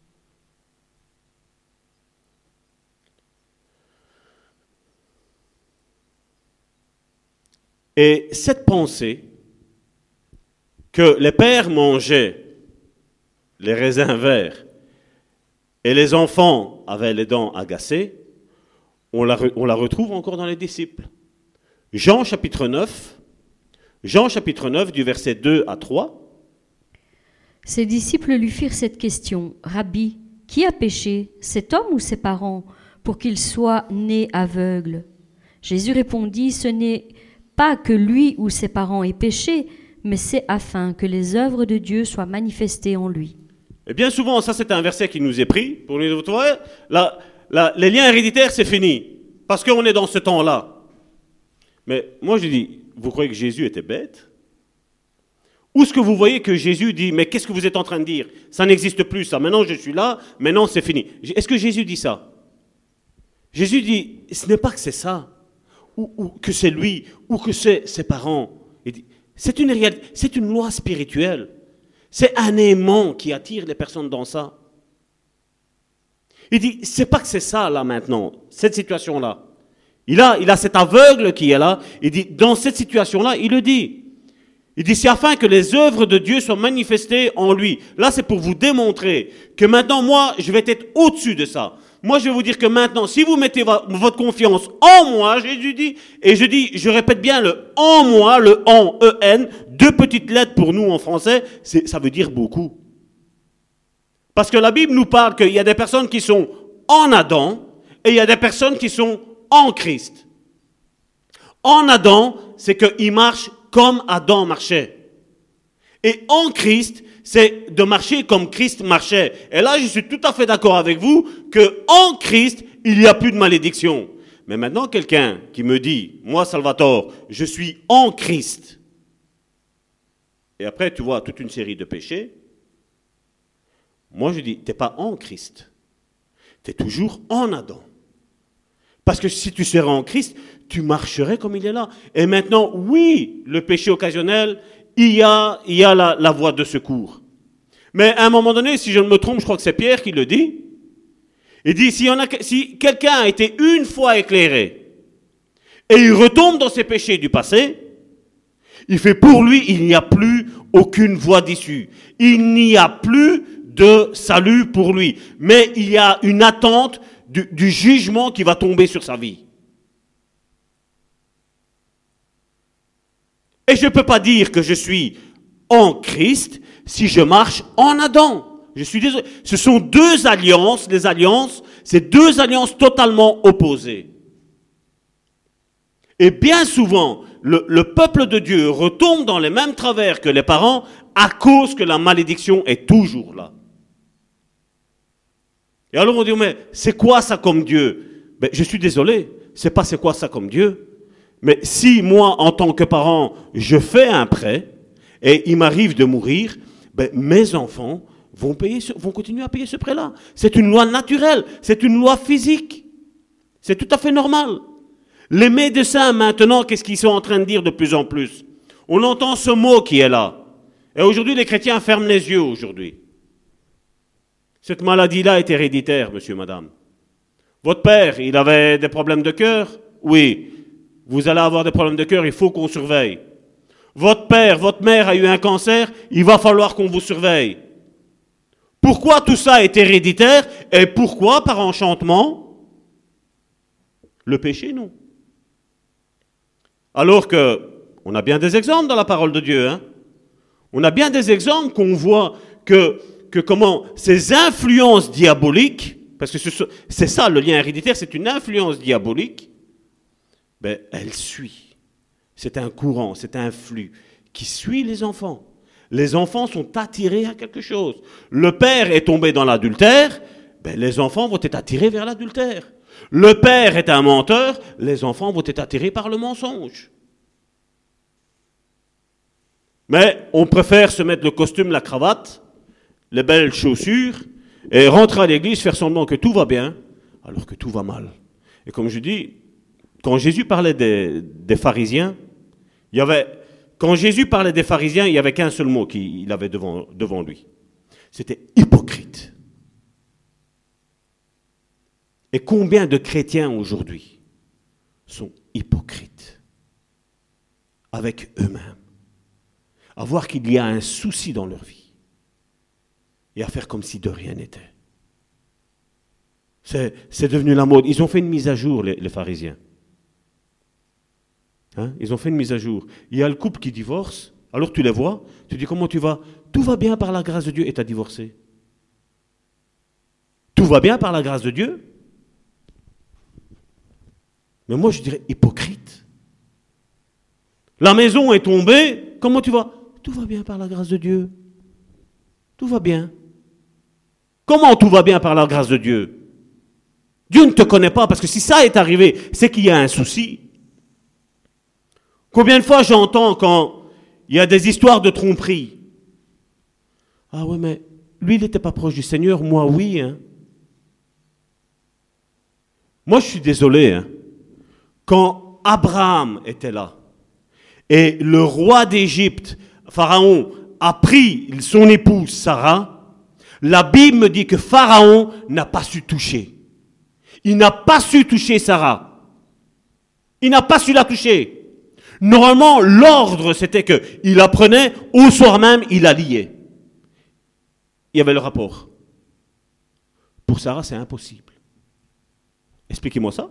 Et cette pensée que les pères mangeaient les raisins verts et les enfants avaient les dents agacées, on la retrouve encore dans les disciples. Jean chapitre 9 du verset 2 à 3. Ses disciples lui firent cette question. « Rabbi, qui a péché, cet homme ou ses parents, pour qu'il soit né aveugle ?» Jésus répondit, « Ce n'est pas que lui ou ses parents aient péché, mais c'est afin que les œuvres de Dieu soient manifestées en lui. » Et bien souvent, ça c'est un verset qui nous est pris, pour nous dire, les liens héréditaires c'est fini, parce qu'on est dans ce temps-là. Mais moi je dis, vous croyez que Jésus était bête ? Ou est-ce que vous voyez que Jésus dit, mais qu'est-ce que vous êtes en train de dire ? Ça n'existe plus ça, maintenant je suis là, maintenant c'est fini. Est-ce que Jésus dit ça ? Jésus dit, ce n'est pas que c'est ça, ou que c'est lui, ou que c'est ses parents. Il dit, c'est une réalité, c'est une loi spirituelle. C'est un aimant qui attire les personnes dans ça. Il dit, c'est pas que c'est ça là maintenant, cette situation-là. Il a cet aveugle qui est là. Il dit, dans cette situation-là, il le dit. Il dit, c'est afin que les œuvres de Dieu soient manifestées en lui. Là, c'est pour vous démontrer que maintenant, moi, je vais être au-dessus de ça. Moi, je vais vous dire que maintenant, si vous mettez votre confiance en moi, Jésus dit, et je répète bien le en moi, le en, E-N, 2 petites lettres pour nous en français, ça veut dire beaucoup. Parce que la Bible nous parle qu'il y a des personnes qui sont en Adam, et il y a des personnes qui sont en Christ. En Adam, c'est qu'il marche comme Adam marchait. Et en Christ, c'est de marcher comme Christ marchait. Et là, je suis tout à fait d'accord avec vous que en Christ, il n'y a plus de malédiction. Mais maintenant, quelqu'un qui me dit, moi, Salvatore, je suis en Christ. Et après, tu vois toute une série de péchés. Moi, je dis, tu n'es pas en Christ. Tu es toujours en Adam. Parce que si tu serais en Christ, tu marcherais comme il est là. Et maintenant, oui, le péché occasionnel, il y a la voie de secours. Mais à un moment donné, si je ne me trompe, je crois que c'est Pierre qui le dit. Il dit, si quelqu'un a été une fois éclairé, et il retombe dans ses péchés du passé, il fait pour lui, il n'y a plus aucune voie d'issue. Il n'y a plus de salut pour lui. Mais il y a une attente du jugement qui va tomber sur sa vie. Et je ne peux pas dire que je suis en Christ si je marche en Adam. Je suis désolé. Ce sont 2 alliances, les alliances, c'est 2 alliances totalement opposées. Et bien souvent, le peuple de Dieu retombe dans les mêmes travers que les parents à cause que la malédiction est toujours là. Et alors on dit, mais c'est quoi ça comme Dieu ? Ben, je suis désolé, c'est pas c'est quoi ça comme Dieu. Mais si moi, en tant que parent, je fais un prêt et il m'arrive de mourir, ben, mes enfants vont continuer à payer ce prêt-là. C'est une loi naturelle, c'est une loi physique. C'est tout à fait normal. Les médecins, maintenant, qu'est-ce qu'ils sont en train de dire de plus en plus ? On entend ce mot qui est là. Et aujourd'hui, les chrétiens ferment les yeux aujourd'hui. Cette maladie-là est héréditaire, monsieur, madame. Votre père, il avait des problèmes de cœur ? Oui. Vous allez avoir des problèmes de cœur, il faut qu'on surveille. Votre père, votre mère a eu un cancer, il va falloir qu'on vous surveille. Pourquoi tout ça est héréditaire et pourquoi, par enchantement, le péché, non? Alors que, on a bien des exemples dans la parole de Dieu, hein? On a bien des exemples qu'on voit que comment ces influences diaboliques, parce que c'est ça le lien héréditaire, c'est une influence diabolique, ben, elle suit. C'est un courant, c'est un flux qui suit les enfants. Les enfants sont attirés à quelque chose. Le père est tombé dans l'adultère, ben, les enfants vont être attirés vers l'adultère. Le père est un menteur, les enfants vont être attirés par le mensonge. Mais on préfère se mettre le costume, la cravate, les belles chaussures, et rentrer à l'église, faire semblant que tout va bien, alors que tout va mal. Et comme je dis, quand Jésus parlait des pharisiens, il y avait quand Jésus parlait des pharisiens, il n'y avait qu'un seul mot qu'il avait devant lui. C'était hypocrite. Et combien de chrétiens aujourd'hui sont hypocrites avec eux-mêmes, à voir qu'il y a un souci dans leur vie et à faire comme si de rien n'était. C'est devenu la mode. Ils ont fait une mise à jour, les pharisiens. Hein? Ils ont fait une mise à jour. Il y a le couple qui divorce, alors tu les vois, tu dis comment tu vas? Tout va bien par la grâce de Dieu et tu as divorcé. Tout va bien par la grâce de Dieu. Mais moi je dirais hypocrite. La maison est tombée, comment tu vas? Tout va bien par la grâce de Dieu. Tout va bien. Comment tout va bien par la grâce de Dieu? Dieu ne te connaît pas, parce que si ça est arrivé, c'est qu'il y a un souci. Combien de fois j'entends quand il y a des histoires de tromperie? Ah ouais, mais lui, il n'était pas proche du Seigneur, moi, oui. Hein. Moi, je suis désolé. Hein. Quand Abraham était là, et le roi d'Égypte, Pharaon, a pris son épouse Sarah, la Bible me dit que Pharaon n'a pas su toucher. Il n'a pas su toucher Sarah. Il n'a pas su la toucher. Normalement, l'ordre, c'était qu'il la prenait, au soir même, il la liait. Il y avait le rapport. Pour Sarah, c'est impossible. Expliquez-moi ça.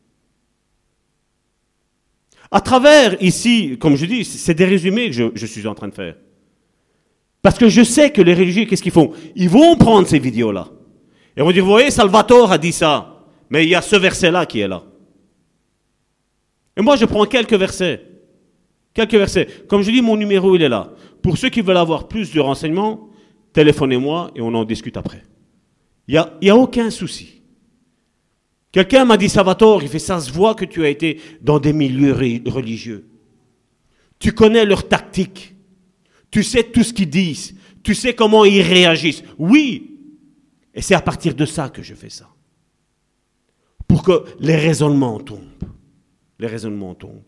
À travers, ici, comme je dis, c'est des résumés que je suis en train de faire. Parce que je sais que les religieux, qu'est-ce qu'ils font? Ils vont prendre ces vidéos-là. Et ils vont dire, vous voyez, Salvatore a dit ça. Mais il y a ce verset-là qui est là. Et moi, je prends quelques versets. Quelques versets. Comme je dis, mon numéro, il est là. Pour ceux qui veulent avoir plus de renseignements, téléphonez-moi et on en discute après. Il n'y a aucun souci. Quelqu'un m'a dit, Salvatore, il fait ça se voit que tu as été dans des milieux religieux. Tu connais leurs tactiques. Tu sais tout ce qu'ils disent. Tu sais comment ils réagissent. Oui. Et c'est à partir de ça que je fais ça. Pour que les raisonnements tombent. Les raisonnements tombent.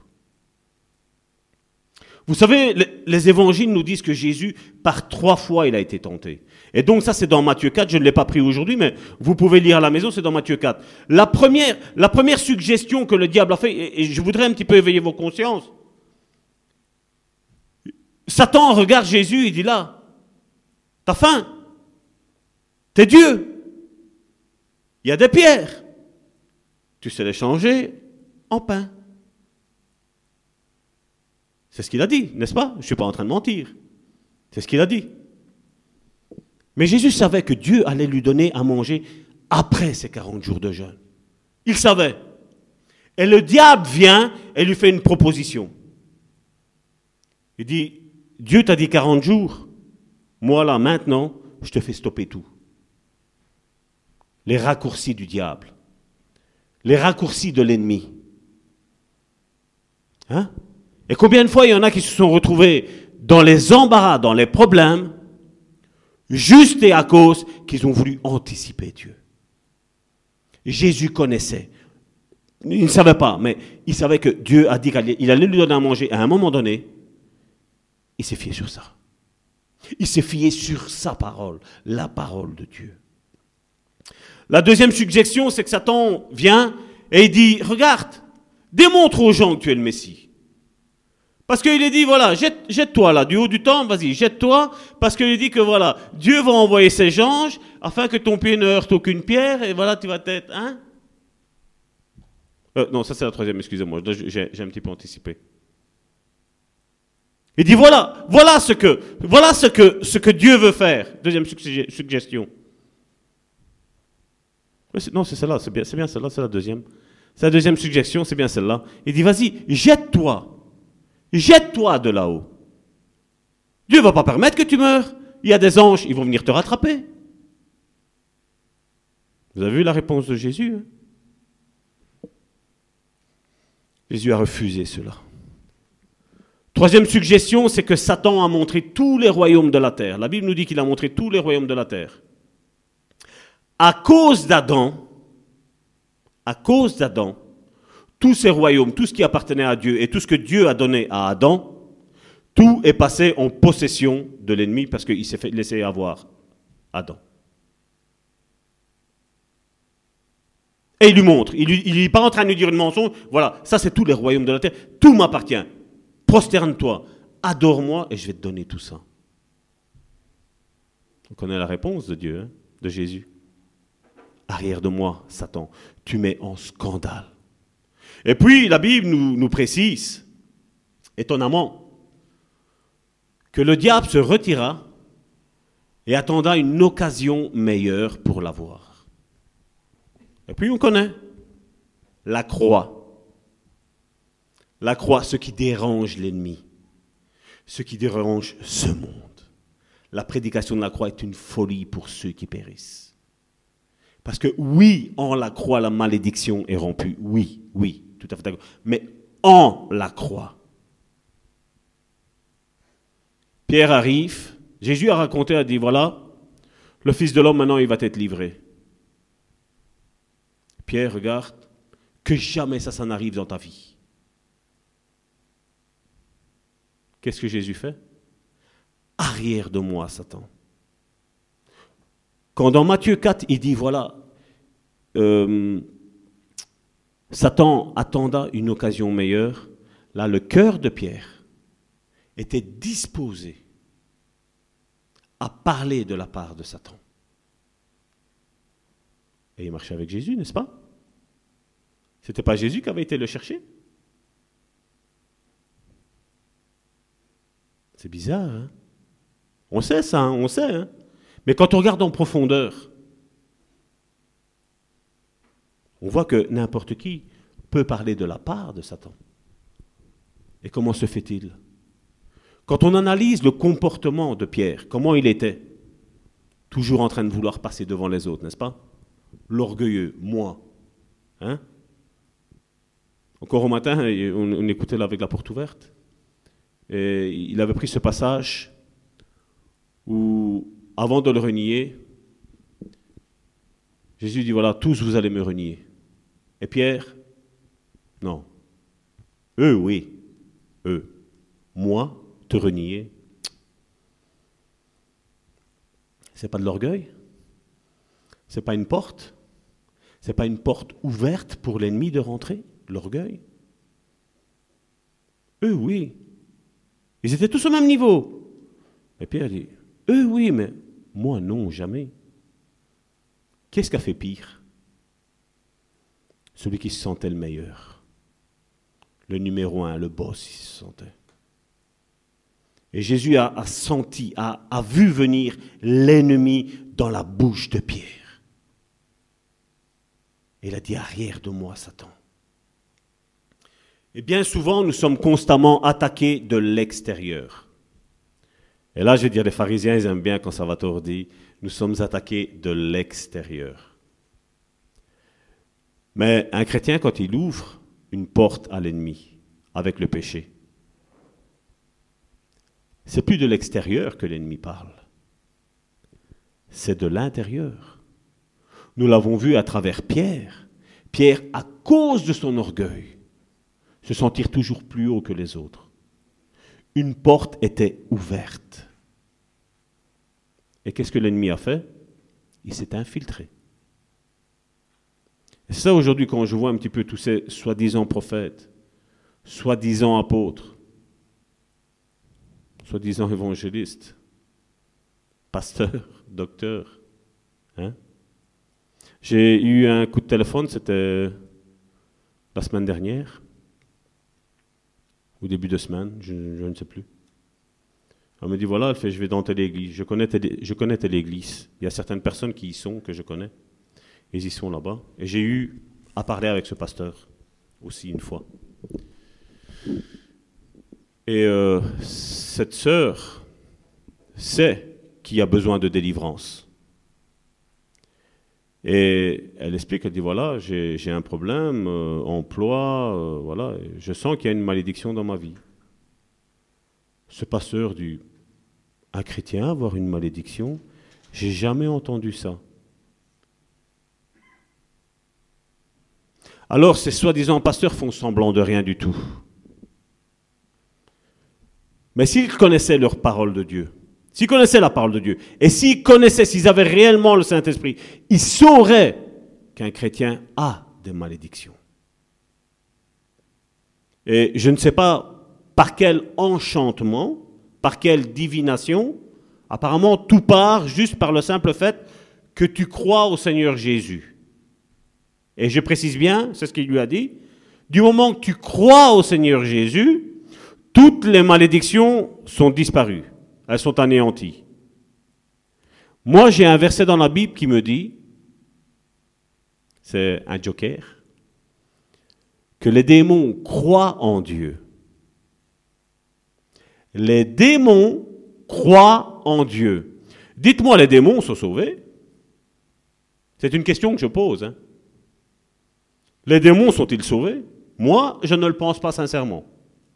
Vous savez, les évangiles nous disent que Jésus, par 3 fois, il a été tenté. Et donc ça, c'est dans Matthieu 4. Je ne l'ai pas pris aujourd'hui, mais vous pouvez lire à la maison, c'est dans Matthieu 4. La première suggestion que le diable a fait, et je voudrais un petit peu éveiller vos consciences. Satan regarde Jésus, il dit là, t'as faim, t'es Dieu, il y a des pierres. Tu sais les changer en pain. C'est ce qu'il a dit, n'est-ce pas? Je ne suis pas en train de mentir. C'est ce qu'il a dit. Mais Jésus savait que Dieu allait lui donner à manger après ces 40 jours de jeûne. Il savait. Et le diable vient et lui fait une proposition. Il dit, Dieu t'a dit 40 jours. Moi là, maintenant, je te fais stopper tout. Les raccourcis du diable. Les raccourcis de l'ennemi. Hein? Et combien de fois il y en a qui se sont retrouvés dans les embarras, dans les problèmes, juste et à cause qu'ils ont voulu anticiper Dieu. Jésus connaissait. Il ne savait pas, mais il savait que Dieu a dit qu'il allait lui donner à manger. À un moment donné, il s'est fié sur ça. Il s'est fié sur sa parole, la parole de Dieu. La deuxième suggestion, c'est que Satan vient et il dit, regarde, démontre aux gens que tu es le Messie. Parce qu'il est dit, voilà, jette-toi là, du haut du temple, vas-y, jette-toi, parce qu'il dit que voilà, Dieu va envoyer ses anges afin que ton pied ne heurte aucune pierre, et voilà, tu vas être, hein? Non, ça c'est la troisième, excusez-moi, j'ai un petit peu anticipé. Il dit, voilà ce que Dieu veut faire. Deuxième suggestion. Non, c'est celle-là, c'est bien celle-là, c'est la deuxième. C'est la deuxième suggestion, c'est bien celle-là. Il dit, vas-y, jette-toi de là-haut. Dieu ne va pas permettre que tu meurs. Il y a des anges, ils vont venir te rattraper. Vous avez vu la réponse de Jésus? Hein? Jésus a refusé cela. Troisième suggestion, c'est que Satan a montré tous les royaumes de la terre. La Bible nous dit qu'il a montré tous les royaumes de la terre. À cause d'Adam, tous ces royaumes, tout ce qui appartenait à Dieu et tout ce que Dieu a donné à Adam, Tout est passé en possession de l'ennemi parce qu'il s'est fait laisser avoir Adam. Et il lui montre, il n'est pas en train de lui dire une mensonge, voilà, ça c'est tous les royaumes de la terre, tout m'appartient. Prosterne-toi, adore-moi et je vais te donner tout ça. On connaît la réponse de Dieu, hein, de Jésus. Arrière de moi, Satan, tu mets en scandale. Et puis la Bible nous précise, étonnamment, que le diable se retira et attendra une occasion meilleure pour l'avoir. Et puis on connaît la croix. La croix, ce qui dérange l'ennemi, ce qui dérange ce monde. La prédication de la croix est une folie pour ceux qui périssent. Parce que oui, en la croix, la malédiction est rompue. Oui, tout à fait d'accord. Mais en la croix. Pierre arrive, Jésus a raconté, a dit, voilà, le Fils de l'homme, maintenant, il va être livré. Pierre regarde, que jamais ça n'arrive dans ta vie. Qu'est-ce que Jésus fait? Arrière de moi, Satan. Quand dans Matthieu 4, il dit, voilà, Satan attenda une occasion meilleure, là, le cœur de Pierre était disposé à parler de la part de Satan. Et il marchait avec Jésus, n'est-ce pas? C'était pas Jésus qui avait été le chercher? C'est bizarre, hein? On sait ça, hein? On sait, hein? Mais quand on regarde en profondeur, on voit que n'importe qui peut parler de la part de Satan. Et comment se fait-il? Quand on analyse le comportement de Pierre, comment il était? Toujours en train de vouloir passer devant les autres, n'est-ce pas? L'orgueilleux, moi. Hein? Encore au matin, on écoutait là avec la porte ouverte. Et il avait pris ce passage où, avant de le renier, Jésus dit, voilà, tous vous allez me renier. Et Pierre, non. Eux, oui. Eux. Moi, te renier, c'est pas de l'orgueil. C'est pas une porte. C'est pas une porte ouverte pour l'ennemi de rentrer, l'orgueil. Eux, oui. Ils étaient tous au même niveau. Et Pierre dit, eux, oui, mais moi, non, jamais. Qu'est-ce qu'a fait pire? Celui qui se sentait le meilleur. Le numéro 1, le boss, il se sentait. Et Jésus a senti, a vu venir l'ennemi dans la bouche de Pierre. Et il a dit, arrière de moi, Satan. Et bien souvent, nous sommes constamment attaqués de l'extérieur. Et là, je vais dire, les pharisiens, ils aiment bien quand Salvatore dit, nous sommes attaqués de l'extérieur. Mais un chrétien, quand il ouvre une porte à l'ennemi, avec le péché, c'est plus de l'extérieur que l'ennemi parle. C'est de l'intérieur. Nous l'avons vu à travers Pierre. Pierre, à cause de son orgueil, se sentir toujours plus haut que les autres. Une porte était ouverte. Et qu'est-ce que l'ennemi a fait? Il s'est infiltré. Et c'est ça aujourd'hui quand je vois un petit peu tous ces soi-disant prophètes, soi-disant apôtres, soi-disant évangélistes, pasteurs, docteurs. Hein? J'ai eu un coup de téléphone, c'était la semaine dernière, au début de semaine, je ne sais plus. Elle me dit, voilà, elle fait, je vais dans telle église. Je connais telle église. Il y a certaines personnes qui y sont, que je connais. Ils y sont là-bas. Et j'ai eu à parler avec ce pasteur aussi une fois. Et cette sœur sait qu'il y a besoin de délivrance. Et elle explique, elle dit, voilà, j'ai un problème, emploi, voilà, je sens qu'il y a une malédiction dans ma vie. Ce pasteur dit, un chrétien avoir une malédiction, j'ai jamais entendu ça. Alors ces soi-disant pasteurs font semblant de rien du tout. Mais s'ils connaissaient leur parole de Dieu, s'ils connaissaient la parole de Dieu, et s'ils connaissaient, s'ils avaient réellement le Saint-Esprit, ils sauraient qu'un chrétien a des malédictions. Et je ne sais pas par quel enchantement, par quelle divination, apparemment tout part juste par le simple fait que tu crois au Seigneur Jésus. Et je précise bien, c'est ce qu'il lui a dit, du moment que tu crois au Seigneur Jésus, toutes les malédictions sont disparues, elles sont anéanties. Moi, j'ai un verset dans la Bible qui me dit, c'est un joker, que les démons croient en Dieu. Les démons croient en Dieu. Dites-moi, les démons sont sauvés? C'est une question que je pose. Hein. Les démons sont-ils sauvés? Moi, je ne le pense pas sincèrement.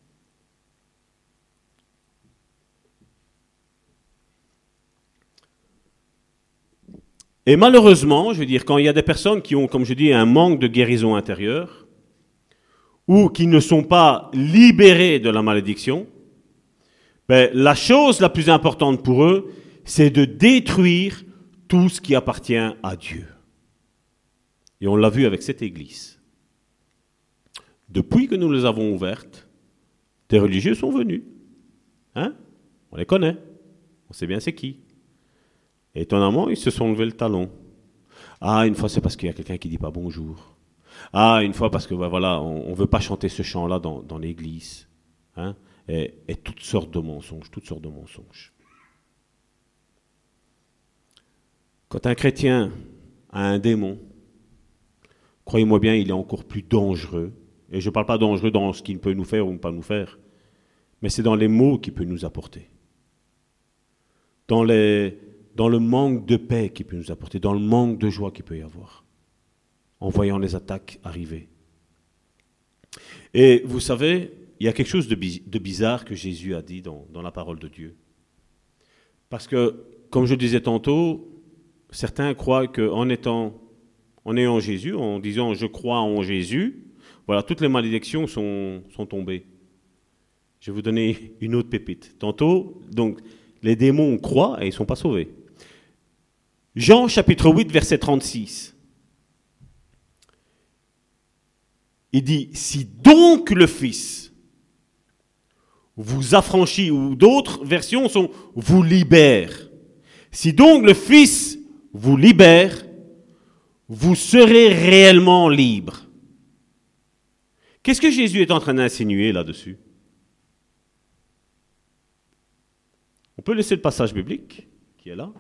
Et malheureusement, je veux dire, quand il y a des personnes qui ont, comme je dis, un manque de guérison intérieure, ou qui ne sont pas libérées de la malédiction, ben, la chose la plus importante pour eux, c'est de détruire tout ce qui appartient à Dieu. Et on l'a vu avec cette église. Depuis que nous les avons ouvertes, des religieux sont venus. Hein? On les connaît. On sait bien c'est qui. Et étonnamment, ils se sont levés le talon. Ah, une fois c'est parce qu'il y a quelqu'un qui ne dit pas bonjour. Ah, une fois parce que ben, voilà, on ne veut pas chanter ce chant-là dans l'église. Hein? Et toutes sortes de mensonges, toutes sortes de mensonges. Quand un chrétien a un démon, croyez-moi bien, il est encore plus dangereux. Et je ne parle pas dangereux dans ce qu'il peut nous faire ou ne pas nous faire, mais c'est dans les maux qu'il peut nous apporter. Dans le manque de paix qu'il peut nous apporter, dans le manque de joie qu'il peut y avoir, en voyant les attaques arriver. Et vous savez, il y a quelque chose de bizarre que Jésus a dit dans la parole de Dieu. Parce que, comme je disais tantôt, certains croient qu'en ayant Jésus, en disant « je crois en Jésus », voilà, toutes les malédictions sont tombées. Je vais vous donner une autre pépite. Tantôt, donc, les démons croient et ils ne sont pas sauvés. Jean chapitre 8, verset 36. Il dit « Si donc le Fils vous affranchit » ou d'autres versions sont « vous libère ». Si donc le Fils vous libère, vous serez réellement libre. Qu'est-ce que Jésus est en train d'insinuer là-dessus? On peut laisser le passage biblique qui est là.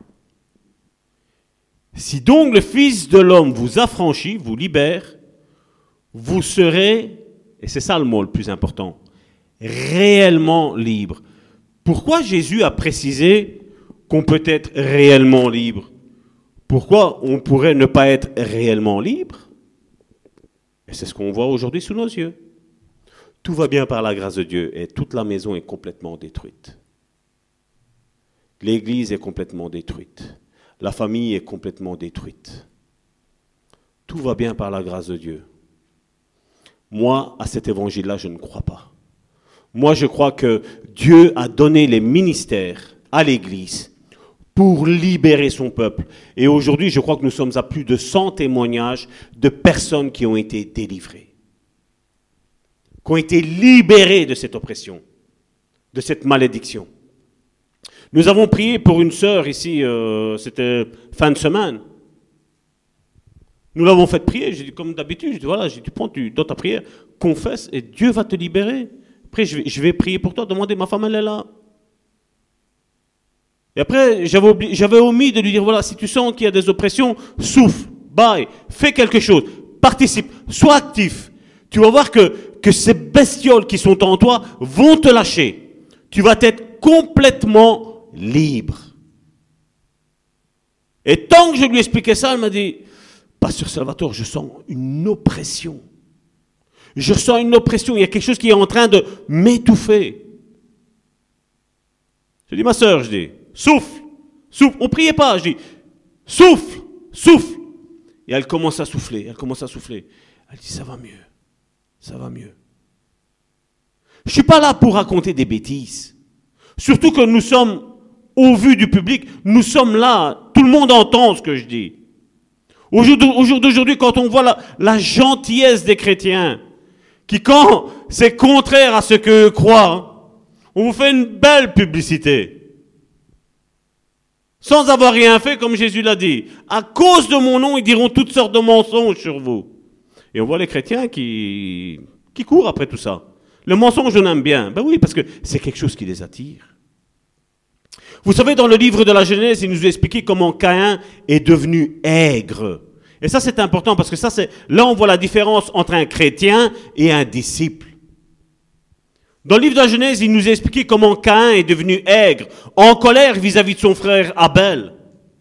Si donc le Fils de l'homme vous affranchit, vous libère, vous serez, et c'est ça le mot le plus important, réellement libre. Pourquoi Jésus a précisé qu'on peut être réellement libre? Pourquoi on pourrait ne pas être réellement libre? Et c'est ce qu'on voit aujourd'hui sous nos yeux. Tout va bien par la grâce de Dieu et toute la maison est complètement détruite. L'église est complètement détruite. La famille est complètement détruite. Tout va bien par la grâce de Dieu. Moi, à cet évangile-là, je ne crois pas. Moi, je crois que Dieu a donné les ministères à l'église pour libérer son peuple. Et aujourd'hui, je crois que nous sommes à plus de 100 témoignages de personnes qui ont été délivrées, qui ont été libérées de cette oppression, de cette malédiction. Nous avons prié pour une sœur ici, c'était fin de semaine. Nous l'avons fait prier, j'ai dit comme d'habitude, j'ai dit voilà, tu prends dans ta prière, confesse et Dieu va te libérer. Après, je vais prier pour toi, demandez, ma femme elle est là. Et après, j'avais omis de lui dire, voilà, si tu sens qu'il y a des oppressions, souffle, baille, fais quelque chose, participe, sois actif. Tu vas voir que ces bestioles qui sont en toi vont te lâcher. Tu vas être complètement libre. Et tant que je lui expliquais ça, elle m'a dit, Pasteur Salvatore, je sens une oppression. Je sens une oppression, il y a quelque chose qui est en train de m'étouffer. Je dis, ma sœur, je dis, souffle, souffle. On ne priait pas, je dis, souffle, souffle. Et elle commence à souffler, Elle dit, ça va mieux, ça va mieux. Je ne suis pas là pour raconter des bêtises. Surtout que nous sommes au vu du public, nous sommes là, tout le monde entend ce que je dis. Au jour d'aujourd'hui, quand on voit la gentillesse des chrétiens, qui quand c'est contraire à ce qu'eux croient, on vous fait une belle publicité. Sans avoir rien fait, comme Jésus l'a dit. À cause de mon nom, ils diront toutes sortes de mensonges sur vous. Et on voit les chrétiens qui courent après tout ça. Le mensonge, on aime bien. Ben oui, parce que c'est quelque chose qui les attire. Vous savez, dans le livre de la Genèse, il nous a expliqué comment Caïn est devenu aigre. Et ça, c'est important parce que là, on voit la différence entre un chrétien et un disciple. Dans le livre de la Genèse, il nous a expliqué comment Caïn est devenu aigre, en colère vis-à-vis de son frère Abel.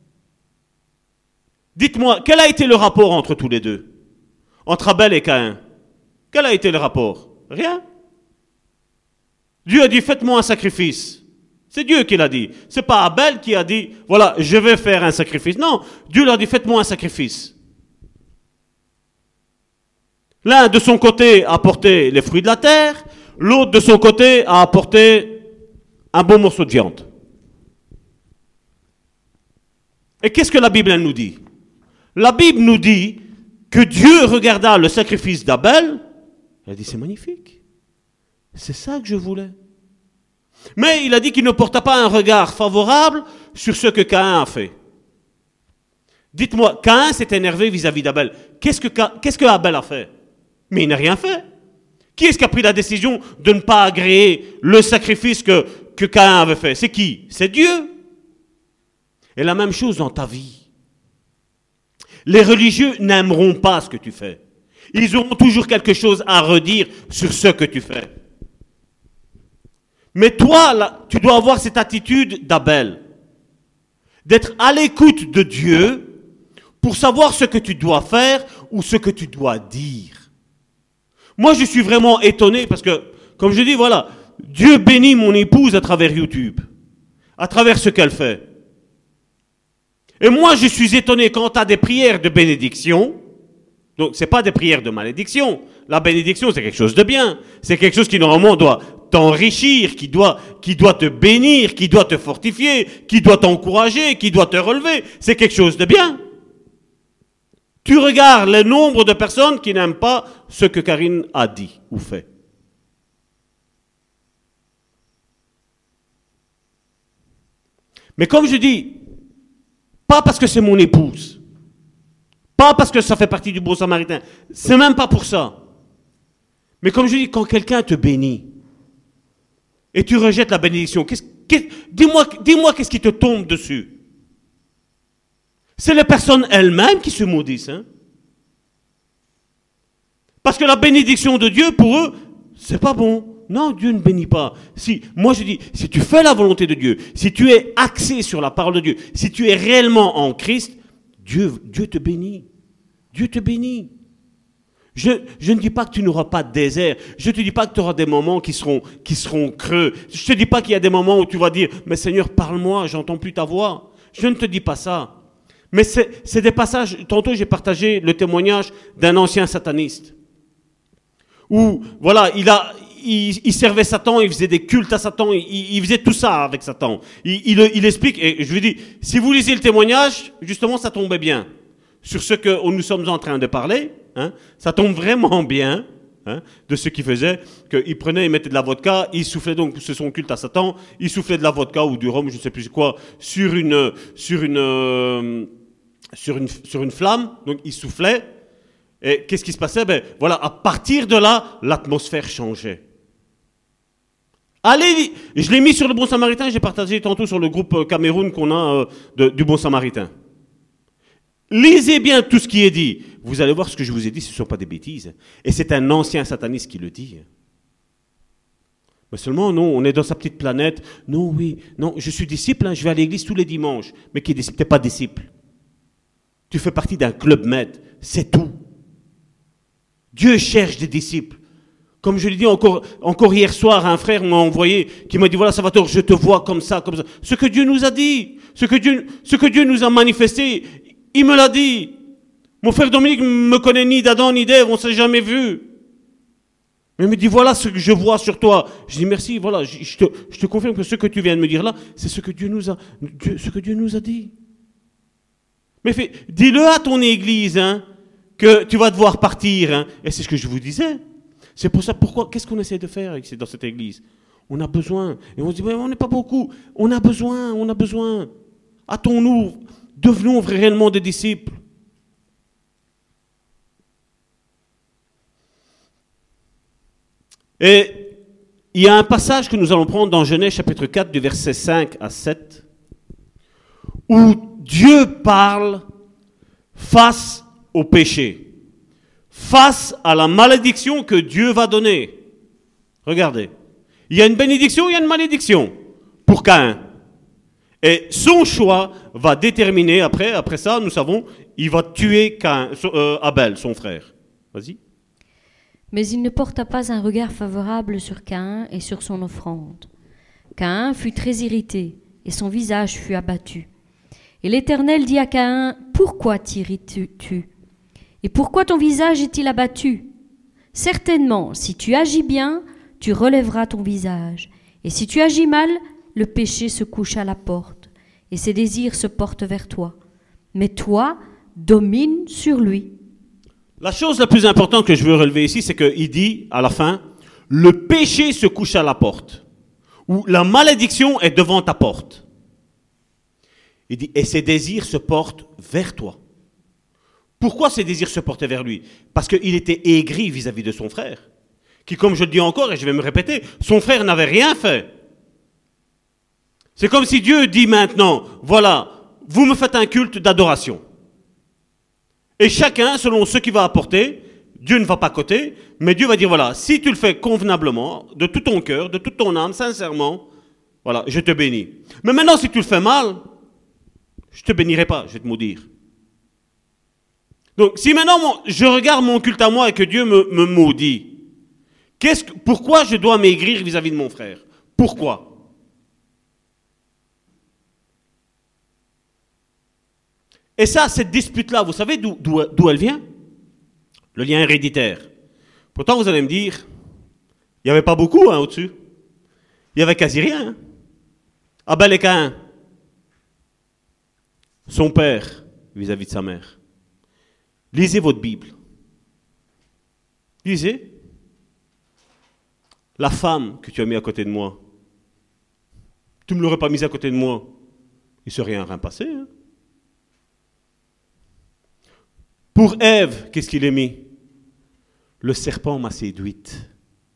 Dites-moi, quel a été le rapport entre tous les deux? Entre Abel et Caïn? Quel a été le rapport? Rien. Dieu a dit, faites-moi un sacrifice. C'est Dieu qui l'a dit. C'est pas Abel qui a dit, voilà, je vais faire un sacrifice. Non, Dieu leur a dit, faites-moi un sacrifice. L'un de son côté a apporté les fruits de la terre, l'autre de son côté a apporté un bon morceau de viande. Et qu'est-ce que la Bible elle nous dit? La Bible nous dit que Dieu regarda le sacrifice d'Abel, il a dit, c'est magnifique. C'est ça que je voulais. Mais il a dit qu'il ne porta pas un regard favorable sur ce que Caïn a fait. Dites-moi, Caïn s'est énervé vis-à-vis d'Abel. Qu'est-ce que Abel a fait? Mais il n'a rien fait. Qui est-ce qui a pris la décision de ne pas agréer le sacrifice que Caïn avait fait? C'est qui? C'est Dieu. Et la même chose dans ta vie. Les religieux n'aimeront pas ce que tu fais. Ils auront toujours quelque chose à redire sur ce que tu fais. Mais toi, là, tu dois avoir cette attitude d'Abel, d'être à l'écoute de Dieu pour savoir ce que tu dois faire ou ce que tu dois dire. Moi, je suis vraiment étonné parce que, comme je dis, voilà, Dieu bénit mon épouse à travers YouTube, à travers ce qu'elle fait. Et moi, je suis étonné quand tu as des prières de bénédiction. Donc, ce n'est pas des prières de malédiction. La bénédiction, c'est quelque chose de bien. C'est quelque chose qui, normalement, doit t'enrichir, qui doit te bénir, qui doit te fortifier, qui doit t'encourager, qui doit te relever. C'est quelque chose de bien. Tu regardes le nombre de personnes qui n'aiment pas ce que Karine a dit ou fait. Mais comme je dis, pas parce que c'est mon épouse, pas parce que ça fait partie du bon samaritain, c'est même pas pour ça. Mais comme je dis, quand quelqu'un te bénit et tu rejettes la bénédiction, dis-moi qu'est-ce qui te tombe dessus? C'est les personnes elles-mêmes qui se maudissent. Hein? Parce que la bénédiction de Dieu, pour eux, c'est pas bon. Non, Dieu ne bénit pas. Moi je dis, si tu fais la volonté de Dieu, si tu es axé sur la parole de Dieu, si tu es réellement en Christ, Dieu te bénit. Dieu te bénit. Je ne dis pas que tu n'auras pas de désert. Je ne te dis pas que tu auras des moments qui seront creux. Je ne te dis pas qu'il y a des moments où tu vas dire, mais Seigneur, parle-moi, j'entends plus ta voix. Je ne te dis pas ça. Mais c'est des passages, tantôt j'ai partagé le témoignage d'un ancien sataniste. Où, voilà, il servait Satan, il faisait des cultes à Satan, il faisait tout ça avec Satan. Il explique, et je lui dis, si vous lisez le témoignage, justement ça tombait bien. Sur ce que nous sommes en train de parler, hein, ça tombe vraiment bien, hein, de ce qu'il faisait, qu'il prenait, il mettait de la vodka, il soufflait donc, c'est son culte à Satan, il soufflait de la vodka ou du rhum, je ne sais plus quoi, sur une flamme, donc il soufflait, et qu'est-ce qui se passait? Ben voilà, à partir de là, l'atmosphère changeait. Allez, je l'ai mis sur le Bon Samaritain, j'ai partagé tantôt sur le groupe Cameroun qu'on a du Bon Samaritain. Lisez bien tout ce qui est dit. Vous allez voir ce que je vous ai dit, ce ne sont pas des bêtises. Et c'est un ancien sataniste qui le dit. Mais seulement, non, on est dans sa petite planète. Non, oui, non, je suis disciple, hein, je vais à l'église tous les dimanches. Mais qui est disciple? Tu n'es pas disciple. Tu fais partie d'un club med, c'est tout. Dieu cherche des disciples. Comme je l'ai dit encore hier soir, un frère m'a envoyé, qui m'a dit, voilà Salvatore, je te vois comme ça, comme ça. Ce que Dieu nous a dit, ce que Dieu nous a manifesté, il me l'a dit. Mon frère Dominique me connaît ni d'Adam ni d'Ève, on ne s'est jamais vu. Mais il me dit, voilà ce que je vois sur toi. Je dis, merci, voilà, je te confirme que ce que tu viens de me dire là, c'est ce que Dieu nous a dit. Mais dis-le à ton église, hein, que tu vas devoir partir. Hein. Et c'est ce que je vous disais. C'est pour ça, qu'est-ce qu'on essaie de faire dans cette église? On a besoin. Et on se dit, mais on n'est pas beaucoup. On a besoin. Hâtons-nous, devenons réellement des disciples. Et il y a un passage que nous allons prendre dans Genèse chapitre 4 du verset 5 à 7 où Dieu parle face au péché, face à la malédiction que Dieu va donner. Regardez, il y a une bénédiction, il y a une malédiction pour Caïn. Et son choix va déterminer, après ça, nous savons, il va tuer Abel, son frère. Vas-y. Mais il ne porta pas un regard favorable sur Caïn et sur son offrande. Caïn fut très irrité, et son visage fut abattu. Et l'Éternel dit à Caïn, « Pourquoi t'irrites-tu? Et pourquoi ton visage est-il abattu? Certainement, si tu agis bien, tu relèveras ton visage. Et si tu agis mal, le péché se couche à la porte, et ses désirs se portent vers toi. Mais toi, domine sur lui. » La chose la plus importante que je veux relever ici, c'est qu'il dit, à la fin, « Le péché se couche à la porte. » Ou « La malédiction est devant ta porte. » Il dit, « Et ses désirs se portent vers toi. » Pourquoi ses désirs se portaient vers lui? Parce qu'il était aigri vis-à-vis de son frère. Qui, comme je le dis encore, et je vais me répéter, son frère n'avait rien fait. C'est comme si Dieu dit maintenant, voilà, vous me faites un culte d'adoration. Et chacun, selon ce qu'il va apporter, Dieu ne va pas coter, mais Dieu va dire, voilà, si tu le fais convenablement, de tout ton cœur, de toute ton âme, sincèrement, voilà, je te bénis. Mais maintenant, si tu le fais mal, je ne te bénirai pas, je vais te maudire. Donc, si maintenant je regarde mon culte à moi et que Dieu me maudit, pourquoi je dois maigrir vis-à-vis de mon frère? Pourquoi? Et ça, cette dispute-là, vous savez d'où elle vient? Le lien héréditaire. Pourtant, vous allez me dire, il n'y avait pas beaucoup au-dessus. Il n'y avait quasi rien. Abel et Caïn. Son père vis-à-vis de sa mère. Lisez votre Bible. Lisez. La femme que tu as mis à côté de moi, tu ne me l'aurais pas mise à côté de moi, il ne serait rien passé. Hein? Pour Ève, qu'est-ce qu'il a mis? Le serpent m'a séduite.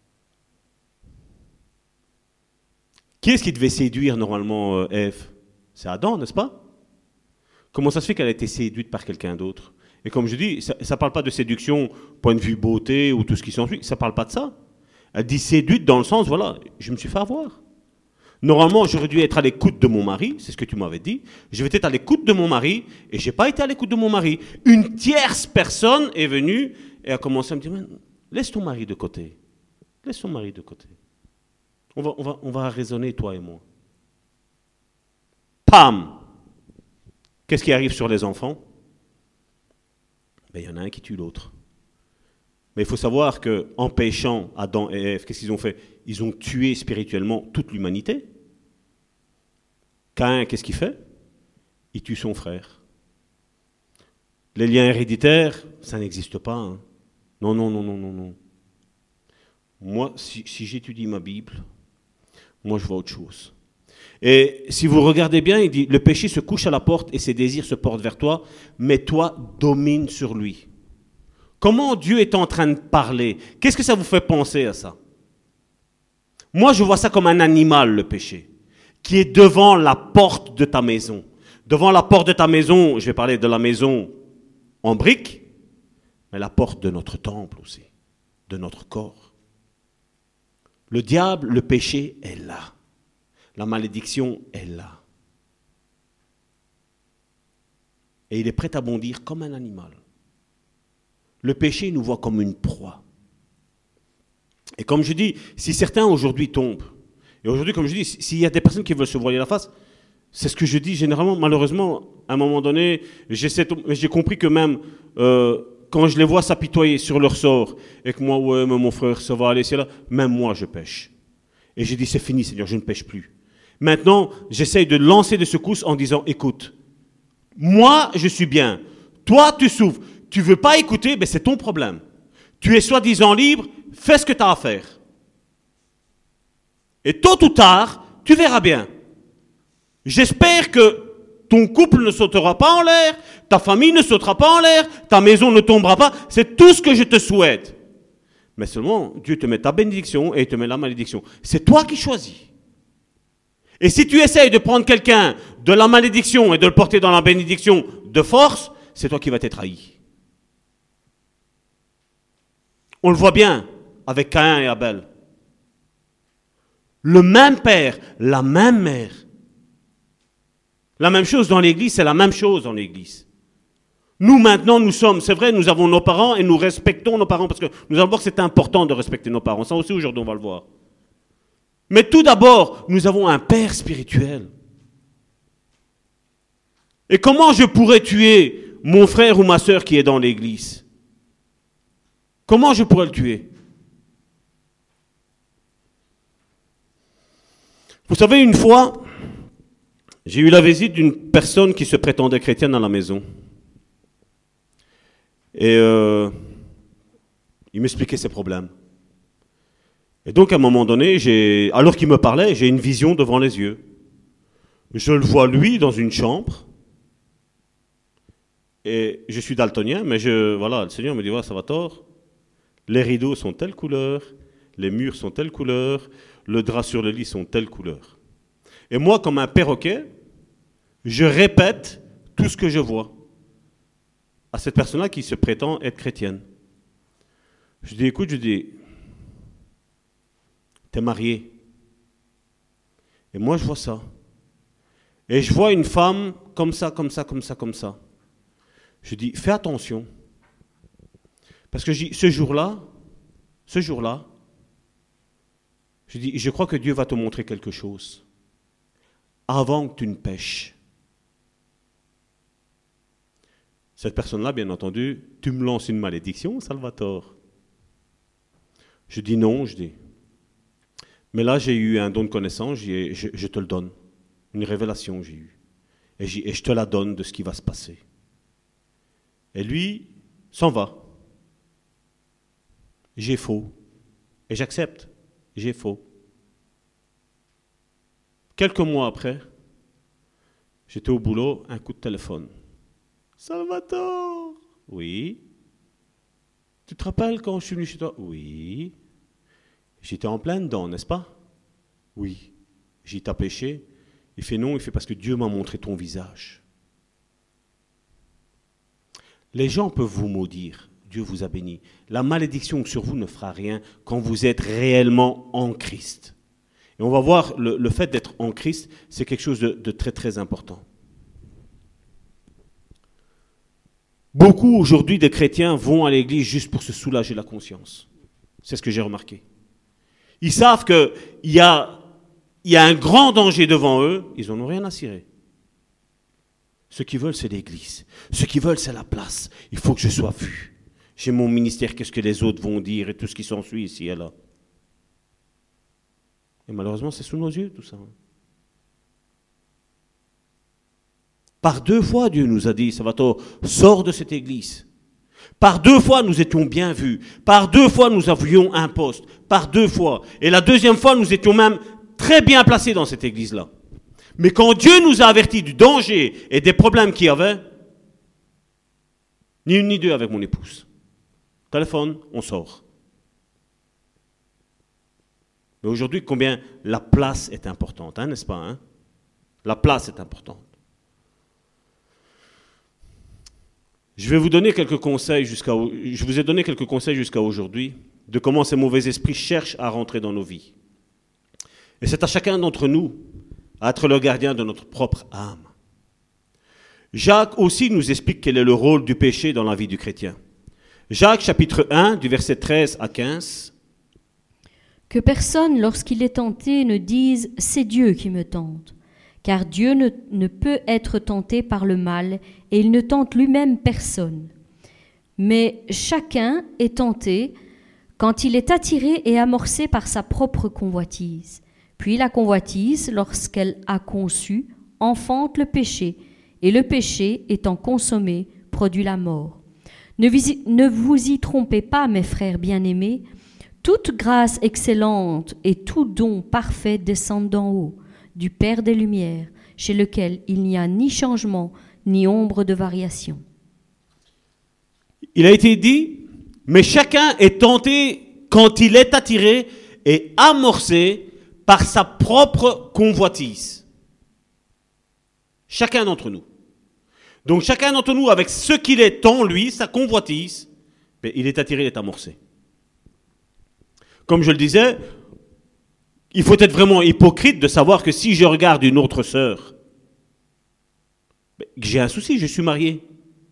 Qui est-ce qui devait séduire normalement Ève? C'est Adam, n'est-ce pas? Comment ça se fait qu'elle a été séduite par quelqu'un d'autre? Et comme je dis, ça ne parle pas de séduction, point de vue beauté ou tout ce qui s'ensuit, ça ne parle pas de ça. Elle dit séduite dans le sens, voilà, je me suis fait avoir. Normalement, j'aurais dû être à l'écoute de mon mari, c'est ce que tu m'avais dit. Je vais être à l'écoute de mon mari, et je n'ai pas été à l'écoute de mon mari. Une tierce personne est venue et a commencé à me dire, laisse ton mari de côté. Laisse ton mari de côté. On va raisonner, toi et moi. Pam! Qu'est-ce qui arrive sur les enfants? Ben, y en a un qui tue l'autre. Mais il faut savoir qu'en péchant, Adam et Ève, qu'est-ce qu'ils ont fait? Ils ont tué spirituellement toute l'humanité. Caïn, qu'est-ce qu'il fait? Il tue son frère. Les liens héréditaires, ça n'existe pas. Hein. Non. Moi, si j'étudie ma Bible, moi je vois autre chose. Et si vous regardez bien, il dit, le péché se couche à la porte et ses désirs se portent vers toi, mais toi, domine sur lui. Comment Dieu est en train de parler? Qu'est-ce que ça vous fait penser à ça? Moi, je vois ça comme un animal, le péché, qui est devant la porte de ta maison. Devant la porte de ta maison, je vais parler de la maison en briques, mais la porte de notre temple aussi, de notre corps. Le diable, le péché est là. La malédiction est là. Et il est prêt à bondir comme un animal. Le péché nous voit comme une proie. Et comme je dis, si certains aujourd'hui tombent, et aujourd'hui, comme je dis, s'il y a des personnes qui veulent se voiler la face, c'est ce que je dis généralement, malheureusement, à un moment donné, j'ai compris que même quand je les vois s'apitoyer sur leur sort, et que moi, ouais, mais mon frère, ça va aller, c'est là, même moi, je pêche. Et j'ai dit, c'est fini, Seigneur, je ne pêche plus. Maintenant, j'essaye de lancer des secousses en disant, écoute, moi, je suis bien. Toi, tu souffres. Tu ne veux pas écouter, ben c'est ton problème. Tu es soi-disant libre, fais ce que tu as à faire. Et tôt ou tard, tu verras bien. J'espère que ton couple ne sautera pas en l'air, ta famille ne sautera pas en l'air, ta maison ne tombera pas. C'est tout ce que je te souhaite. Mais seulement, Dieu te met ta bénédiction et il te met la malédiction. C'est toi qui choisis. Et si tu essayes de prendre quelqu'un de la malédiction et de le porter dans la bénédiction de force, c'est toi qui vas être trahi. On le voit bien avec Caïn et Abel. Le même père, la même mère. La même chose dans l'église, c'est la même chose dans l'église. Nous maintenant, nous sommes, c'est vrai, nous avons nos parents et nous respectons nos parents parce que nous allons voir que c'est important de respecter nos parents. Ça aussi aujourd'hui on va le voir. Mais tout d'abord, nous avons un père spirituel. Et comment je pourrais tuer mon frère ou ma sœur qui est dans l'église? Comment je pourrais le tuer? Vous savez, une fois, j'ai eu la visite d'une personne qui se prétendait chrétienne à la maison. Et il m'expliquait ses problèmes. Et donc, à un moment donné, alors qu'il me parlait, j'ai une vision devant les yeux. Je le vois, lui, dans une chambre. Et je suis daltonien, mais voilà, le Seigneur me dit, voilà, Salvatore, les rideaux sont telle couleur, les murs sont telle couleur, le drap sur le lit sont telle couleur. Et moi, comme un perroquet, je répète tout ce que je vois à cette personne-là qui se prétend être chrétienne. Je dis, écoute, t'es marié. Et moi, je vois ça. Et je vois une femme comme ça, comme ça, comme ça, comme ça. Je dis, fais attention. Parce que ce jour-là, je dis, je crois que Dieu va te montrer quelque chose. Avant que tu ne pêches. Cette personne-là, bien entendu, tu me lances une malédiction, Salvatore. Je dis non, mais là, j'ai eu un don de connaissance, je te le donne. Une révélation j'ai eue. Et je te la donne de ce qui va se passer. Et lui, s'en va. J'ai faux. Et j'accepte. J'ai faux. Quelques mois après, j'étais au boulot, un coup de téléphone. Salvatore! Oui. Tu te rappelles quand je suis venu chez toi? Oui. J'étais en plein dedans, n'est-ce pas? Oui. J'y t'ai péché. Il fait non, il fait parce que Dieu m'a montré ton visage. Les gens peuvent vous maudire. Dieu vous a béni. La malédiction sur vous ne fera rien quand vous êtes réellement en Christ. Et on va voir, le fait d'être en Christ, c'est quelque chose de très très important. Beaucoup aujourd'hui de chrétiens vont à l'église juste pour se soulager la conscience. C'est ce que j'ai remarqué. Ils savent qu'il y a un grand danger devant eux, ils n'en ont rien à cirer. Ce qu'ils veulent, c'est l'église. Ce qu'ils veulent, c'est la place. Il faut que je sois vu. J'ai mon ministère, qu'est-ce que les autres vont dire et tout ce qui s'ensuit ici et là. Et malheureusement, c'est sous nos yeux tout ça. Par 2 fois, Dieu nous a dit, Salvatore, sors de cette église. Par 2 fois, nous étions bien vus. Par 2 fois, nous avions un poste. Par 2 fois. Et la 2e fois, nous étions même très bien placés dans cette église-là. Mais quand Dieu nous a avertis du danger et des problèmes qu'il y avait, ni une ni deux avec mon épouse. Téléphone, on sort. Mais aujourd'hui, combien la place est importante, hein, n'est-ce pas, hein? La place est importante. Je vous ai donné quelques conseils jusqu'à aujourd'hui de comment ces mauvais esprits cherchent à rentrer dans nos vies. Et c'est à chacun d'entre nous à être le gardien de notre propre âme. Jacques aussi nous explique quel est le rôle du péché dans la vie du chrétien. Jacques chapitre 1, du verset 13 à 15. Que personne, lorsqu'il est tenté, ne dise « c'est Dieu qui me tente ». Car Dieu ne peut être tenté par le mal, et il ne tente lui-même personne. Mais chacun est tenté quand il est attiré et amorcé par sa propre convoitise. Puis la convoitise, lorsqu'elle a conçu, enfante le péché, et le péché, étant consommé, produit la mort. Ne vous y trompez pas, mes frères bien-aimés, toute grâce excellente et tout don parfait descendent d'en haut, du Père des Lumières, chez lequel il n'y a ni changement, ni ombre de variation. Il a été dit, mais chacun est tenté quand il est attiré et amorcé par sa propre convoitise. Chacun d'entre nous. Donc chacun d'entre nous, avec ce qu'il est en lui, sa convoitise, il est attiré, il est amorcé. Comme je le disais, il faut être vraiment hypocrite de savoir que si je regarde une autre sœur, j'ai un souci, je suis marié.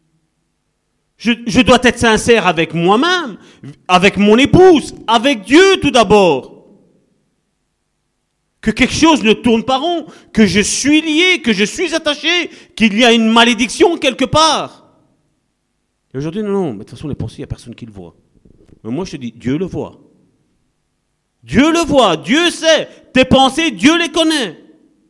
Je dois être sincère avec moi-même, avec mon épouse, avec Dieu tout d'abord. Que quelque chose ne tourne pas rond, que je suis lié, que je suis attaché, qu'il y a une malédiction quelque part. Et aujourd'hui, non, mais de toute façon, les pensées, il n'y a personne qui le voit. Mais moi, je te dis, Dieu le voit. Dieu le voit, Dieu sait. Tes pensées, Dieu les connaît.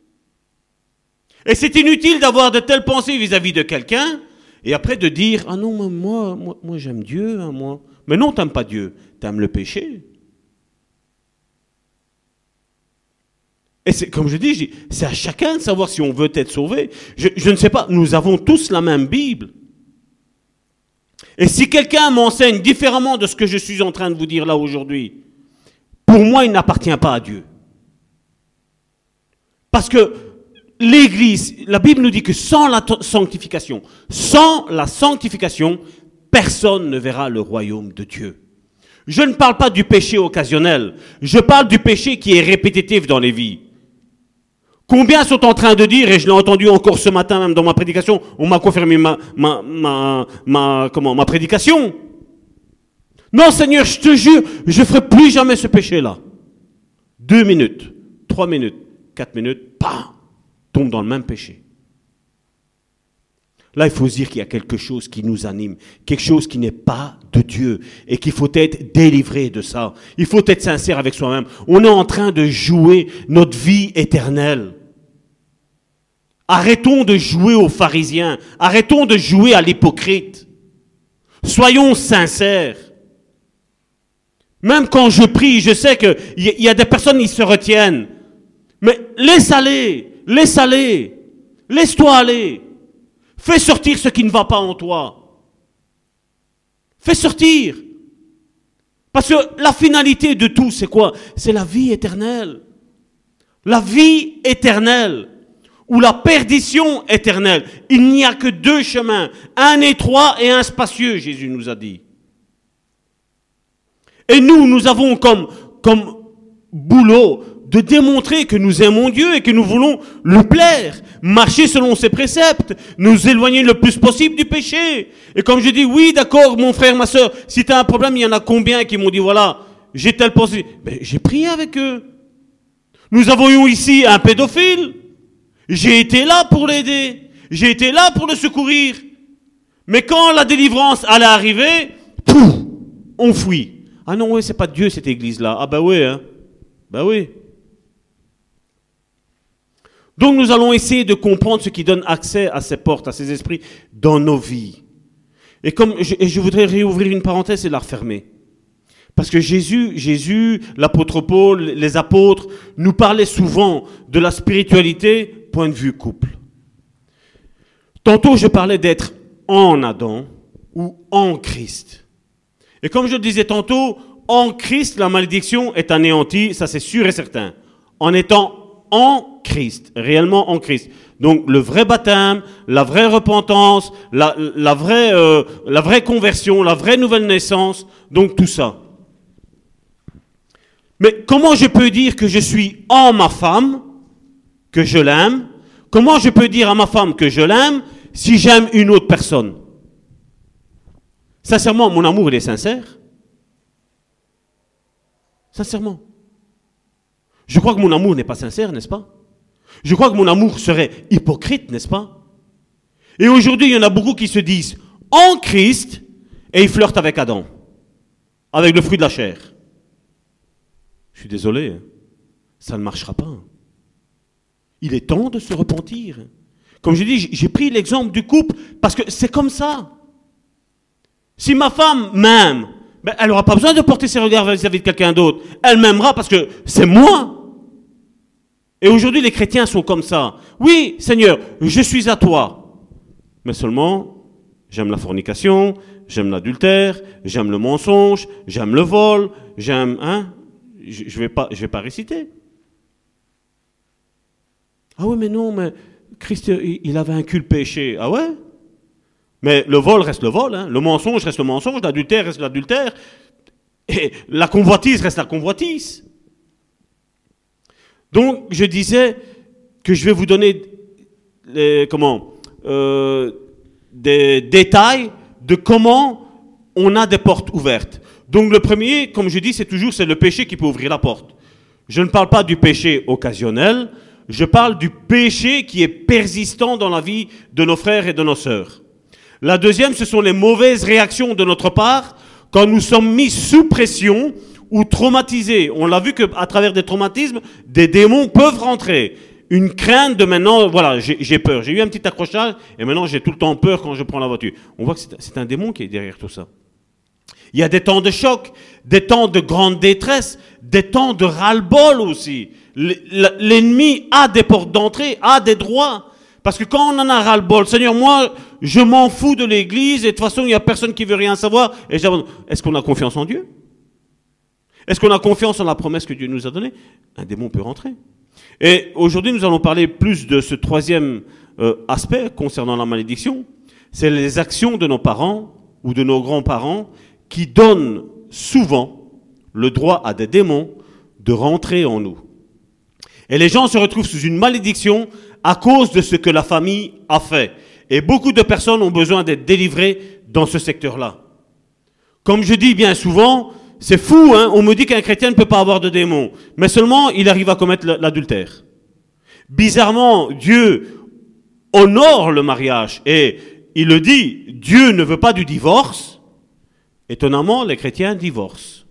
Et c'est inutile d'avoir de telles pensées vis-à-vis de quelqu'un, et après de dire, ah non, moi j'aime Dieu, hein, moi. Mais non, tu n'aimes pas Dieu, tu aimes le péché. Et c'est, comme je dis, c'est à chacun de savoir si on veut être sauvé. Je ne sais pas, nous avons tous la même Bible. Et si quelqu'un m'enseigne différemment de ce que je suis en train de vous dire là aujourd'hui, pour moi, il n'appartient pas à Dieu. Parce que l'Église, la Bible nous dit que sans la sanctification, personne ne verra le royaume de Dieu. Je ne parle pas du péché occasionnel, je parle du péché qui est répétitif dans les vies. Combien sont en train de dire, et je l'ai entendu encore ce matin même dans ma prédication, on m'a confirmé ma prédication. Non Seigneur, je te jure, je ne ferai plus jamais ce péché-là. 2 minutes, 3 minutes, 4 minutes, bam, tombe dans le même péché. Là, il faut se dire qu'il y a quelque chose qui nous anime, quelque chose qui n'est pas de Dieu et qu'il faut être délivré de ça. Il faut être sincère avec soi-même. On est en train de jouer notre vie éternelle. Arrêtons de jouer aux pharisiens. Arrêtons de jouer à l'hypocrite. Soyons sincères. Même quand je prie, je sais qu'il y a des personnes qui se retiennent. Mais laisse aller. Laisse-toi aller. Fais sortir ce qui ne va pas en toi. Fais sortir. Parce que la finalité de tout, c'est quoi? C'est la vie éternelle. La vie éternelle. Ou la perdition éternelle. Il n'y a que 2 chemins. Un étroit et un spacieux, Jésus nous a dit. Et nous avons comme boulot de démontrer que nous aimons Dieu et que nous voulons lui plaire, marcher selon ses préceptes, nous éloigner le plus possible du péché. Et comme je dis, oui, d'accord, mon frère, ma soeur, si tu as un problème, il y en a combien qui m'ont dit, voilà, j'ai telle pensée. Ben, j'ai prié avec eux. Nous avons eu ici un pédophile. J'ai été là pour l'aider. J'ai été là pour le secourir. Mais quand la délivrance allait arriver, pouf, on fuit. Ah non, ouais, c'est pas Dieu cette église-là. Ah ben oui, hein. Ben oui. Donc nous allons essayer de comprendre ce qui donne accès à ces portes, à ces esprits dans nos vies. Et je voudrais réouvrir une parenthèse et la refermer. Parce que Jésus, l'apôtre Paul, les apôtres, nous parlaient souvent de la spiritualité, point de vue couple. Tantôt je parlais d'être en Adam ou en Christ. Et comme je le disais tantôt, en Christ, la malédiction est anéantie, ça c'est sûr et certain. En étant en Christ, réellement en Christ. Donc le vrai baptême, la vraie repentance, la vraie conversion, la vraie nouvelle naissance, donc tout ça. Mais comment je peux dire que je suis en ma femme, que je l'aime? Comment je peux dire à ma femme que je l'aime si j'aime une autre personne? Sincèrement, mon amour, il est sincère. Sincèrement. Je crois que mon amour n'est pas sincère, n'est-ce pas? Je crois que mon amour serait hypocrite, n'est-ce pas? Et aujourd'hui, il y en a beaucoup qui se disent en Christ Et il flirte avec Adam, avec le fruit de la chair. Je suis désolé, ça ne marchera pas. Il est temps de se repentir. Comme je dis, j'ai pris l'exemple du couple parce que c'est comme ça. Si ma femme m'aime, ben, elle n'aura pas besoin de porter ses regards vis-à-vis de quelqu'un d'autre. Elle m'aimera parce que c'est moi. Et aujourd'hui, les chrétiens sont comme ça. Oui, Seigneur, je suis à toi. Mais seulement, j'aime la fornication, j'aime l'adultère, j'aime le mensonge, j'aime le vol, j'aime... Hein, je vais pas réciter. Ah oui, mais non, mais Christ, il a vaincu le péché. Ah ouais? Mais le vol reste le vol, hein. Le mensonge reste le mensonge, l'adultère reste l'adultère, et la convoitise reste la convoitise. Donc, je disais que je vais vous donner des détails de comment on a des portes ouvertes. Donc, le premier, comme je dis, c'est le péché qui peut ouvrir la porte. Je ne parle pas du péché occasionnel, je parle du péché qui est persistant dans la vie de nos frères et de nos sœurs. La deuxième, ce sont les mauvaises réactions de notre part quand nous sommes mis sous pression ou traumatisés. On l'a vu qu'à travers des traumatismes, des démons peuvent rentrer. Une crainte de maintenant, voilà, j'ai peur. J'ai eu un petit accrochage et maintenant j'ai tout le temps peur quand je prends la voiture. On voit que c'est un démon qui est derrière tout ça. Il y a des temps de choc, des temps de grande détresse, des temps de ras-le-bol aussi. L'ennemi a des portes d'entrée, a des droits. Parce que quand on en a ras-le-bol, Seigneur, moi, je m'en fous de l'église et de toute façon, il n'y a personne qui veut rien savoir. Et est-ce qu'on a confiance en Dieu? Est-ce qu'on a confiance en la promesse que Dieu nous a donnée? Un démon peut rentrer. Et aujourd'hui, nous allons parler plus de ce troisième aspect concernant la malédiction. C'est les actions de nos parents ou de nos grands-parents qui donnent souvent le droit à des démons de rentrer en nous. Et les gens se retrouvent sous une malédiction à cause de ce que la famille a fait. Et beaucoup de personnes ont besoin d'être délivrées dans ce secteur-là. Comme je dis bien souvent, c'est fou, hein, on me dit qu'un chrétien ne peut pas avoir de démons, mais seulement il arrive à commettre l'adultère. Bizarrement, Dieu honore le mariage et il le dit, Dieu ne veut pas du divorce. Étonnamment, les chrétiens divorcent.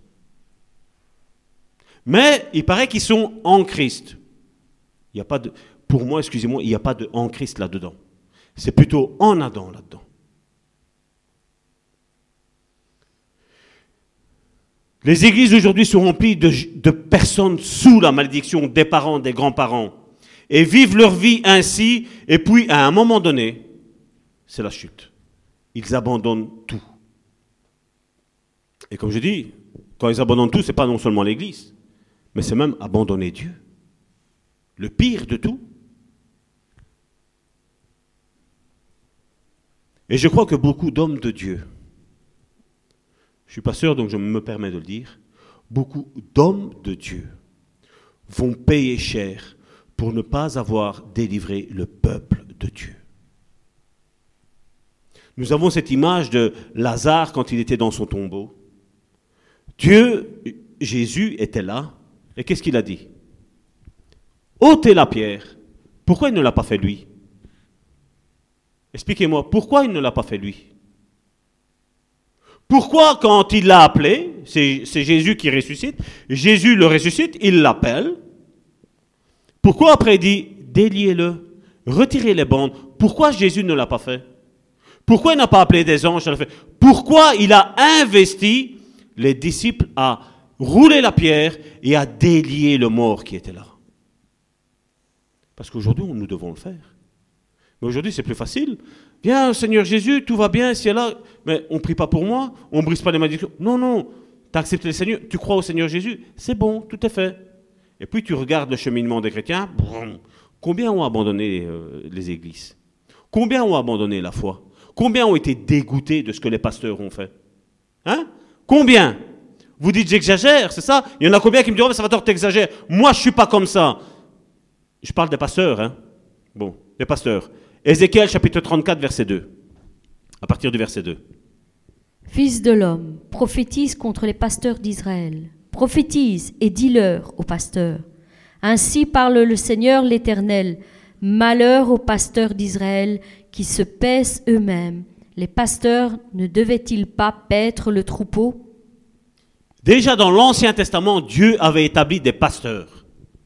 Mais il paraît qu'ils sont en Christ. Il n'y a pas de, pour moi, excusez-moi, il n'y a pas de en Christ là-dedans. C'est plutôt en Adam là-dedans. Les églises aujourd'hui sont remplies de personnes sous la malédiction des parents, des grands-parents, et vivent leur vie ainsi, et puis à un moment donné, c'est la chute. Ils abandonnent tout. Et comme je dis, quand ils abandonnent tout, ce n'est pas non seulement l'église, mais c'est même abandonner Dieu. Le pire de tout. Et je crois que beaucoup d'hommes de Dieu, je ne suis pas sûr, donc je me permets de le dire, beaucoup d'hommes de Dieu vont payer cher pour ne pas avoir délivré le peuple de Dieu. Nous avons cette image de Lazare quand il était dans son tombeau. Dieu, Jésus était là, et qu'est-ce qu'il a dit? Ôtez la pierre. Pourquoi il ne l'a pas fait lui? Expliquez-moi, pourquoi il ne l'a pas fait lui? Pourquoi quand il l'a appelé, c'est Jésus qui ressuscite, Jésus le ressuscite, il l'appelle. Pourquoi après il dit, déliez-le, retirez les bandes? Pourquoi Jésus ne l'a pas fait? Pourquoi il n'a pas appelé des anges? Pourquoi il a investi les disciples à rouler la pierre et à délier le mort qui était là? Parce qu'aujourd'hui, nous devons le faire. Mais aujourd'hui, c'est plus facile. Viens, Seigneur Jésus, tout va bien, si là. Mais on ne prie pas pour moi, on ne brise pas les malédictions. Non, non, tu as accepté le Seigneur, tu crois au Seigneur Jésus, c'est bon, tout est fait. Et puis tu regardes le cheminement des chrétiens, combien ont abandonné les églises? Combien ont abandonné la foi? Combien ont été dégoûtés de ce que les pasteurs ont fait? Hein? Combien? Vous dites j'exagère, c'est ça? Il y en a combien qui me disent, oh, ça va tort, t'exagères. Moi, je ne suis pas comme ça. Je parle des pasteurs, hein? Bon, les pasteurs. Ézéchiel chapitre 34, verset 2. À partir du verset 2. Fils de l'homme, prophétise contre les pasteurs d'Israël. Prophétise et dis-leur aux pasteurs. Ainsi parle le Seigneur l'Éternel. Malheur aux pasteurs d'Israël qui se paissent eux-mêmes les pasteurs ne devaient-ils pas paître le troupeau? Déjà dans l'Ancien Testament, Dieu avait établi des pasteurs,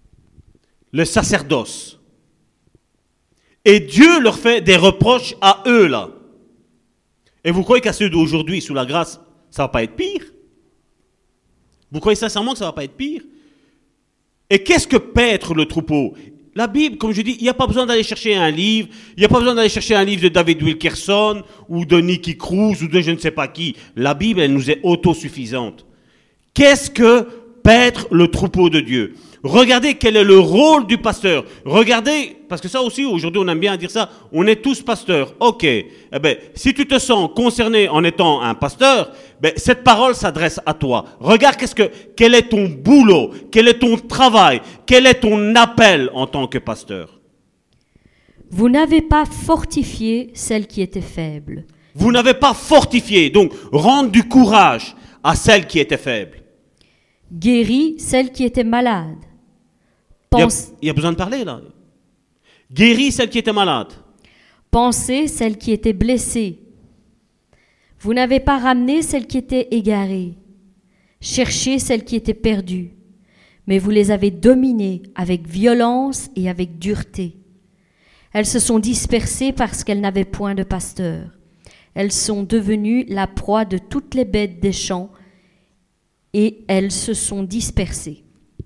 le sacerdoce. Et Dieu leur fait des reproches à eux là. Et vous croyez qu'à ceux d'aujourd'hui, sous la grâce, ça ne va pas être pire? Vous croyez sincèrement que ça ne va pas être pire? Et qu'est-ce que paître le troupeau? La Bible, comme je dis, il n'y a pas besoin d'aller chercher un livre, il n'y a pas besoin d'aller chercher un livre de David Wilkerson ou de Nicky Cruz ou de je ne sais pas qui. La Bible, elle nous est autosuffisante. Qu'est-ce que paître le troupeau de Dieu? Regardez quel est le rôle du pasteur. Regardez, parce que ça aussi, aujourd'hui, on aime bien dire ça, on est tous pasteurs. Ok, eh ben, si tu te sens concerné en étant un pasteur, ben, cette parole s'adresse à toi. Regarde quel est ton boulot, quel est ton travail, quel est ton appel en tant que pasteur. Vous n'avez pas fortifié celle qui était faible. Vous n'avez pas fortifié, donc rendre du courage à celle qui était faible. Guéri celle qui était malade. Il y a besoin de parler là. Guéris celle qui était malade. Pensez celle qui était blessée. Vous n'avez pas ramené celle qui était égarée. Cherchez celle qui était perdue. Mais vous les avez dominées avec violence et avec dureté. Elles se sont dispersées parce qu'elles n'avaient point de pasteur. Elles sont devenues la proie de toutes les bêtes des champs et elles se sont dispersées.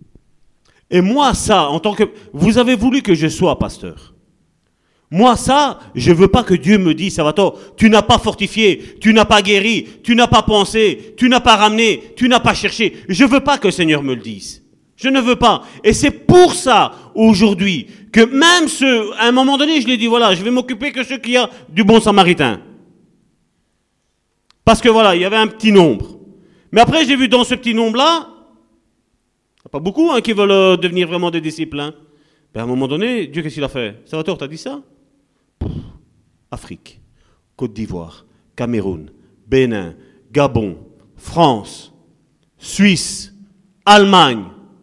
Et moi, ça, en tant que... Vous avez voulu que je sois pasteur. Moi, ça, je veux pas que Dieu me dise, Salvatore, tu n'as pas fortifié, tu n'as pas guéri, tu n'as pas pensé, tu n'as pas ramené, tu n'as pas cherché. Je veux pas que le Seigneur me le dise. Je ne veux pas. Et c'est pour ça, aujourd'hui, que même ceux, à un moment donné, je l'ai dit, voilà, je vais m'occuper que ceux qui a du bon samaritain. Parce que voilà, il y avait un petit nombre. Mais après, j'ai vu dans ce petit nombre-là, pas beaucoup qui veulent devenir vraiment des disciples. Hein. Ben à un moment donné, Dieu, qu'est-ce qu'il a fait? Salvatore, t'as dit ça? Afrique, Côte d'Ivoire, Cameroun, Bénin, Gabon, France, Suisse, Allemagne.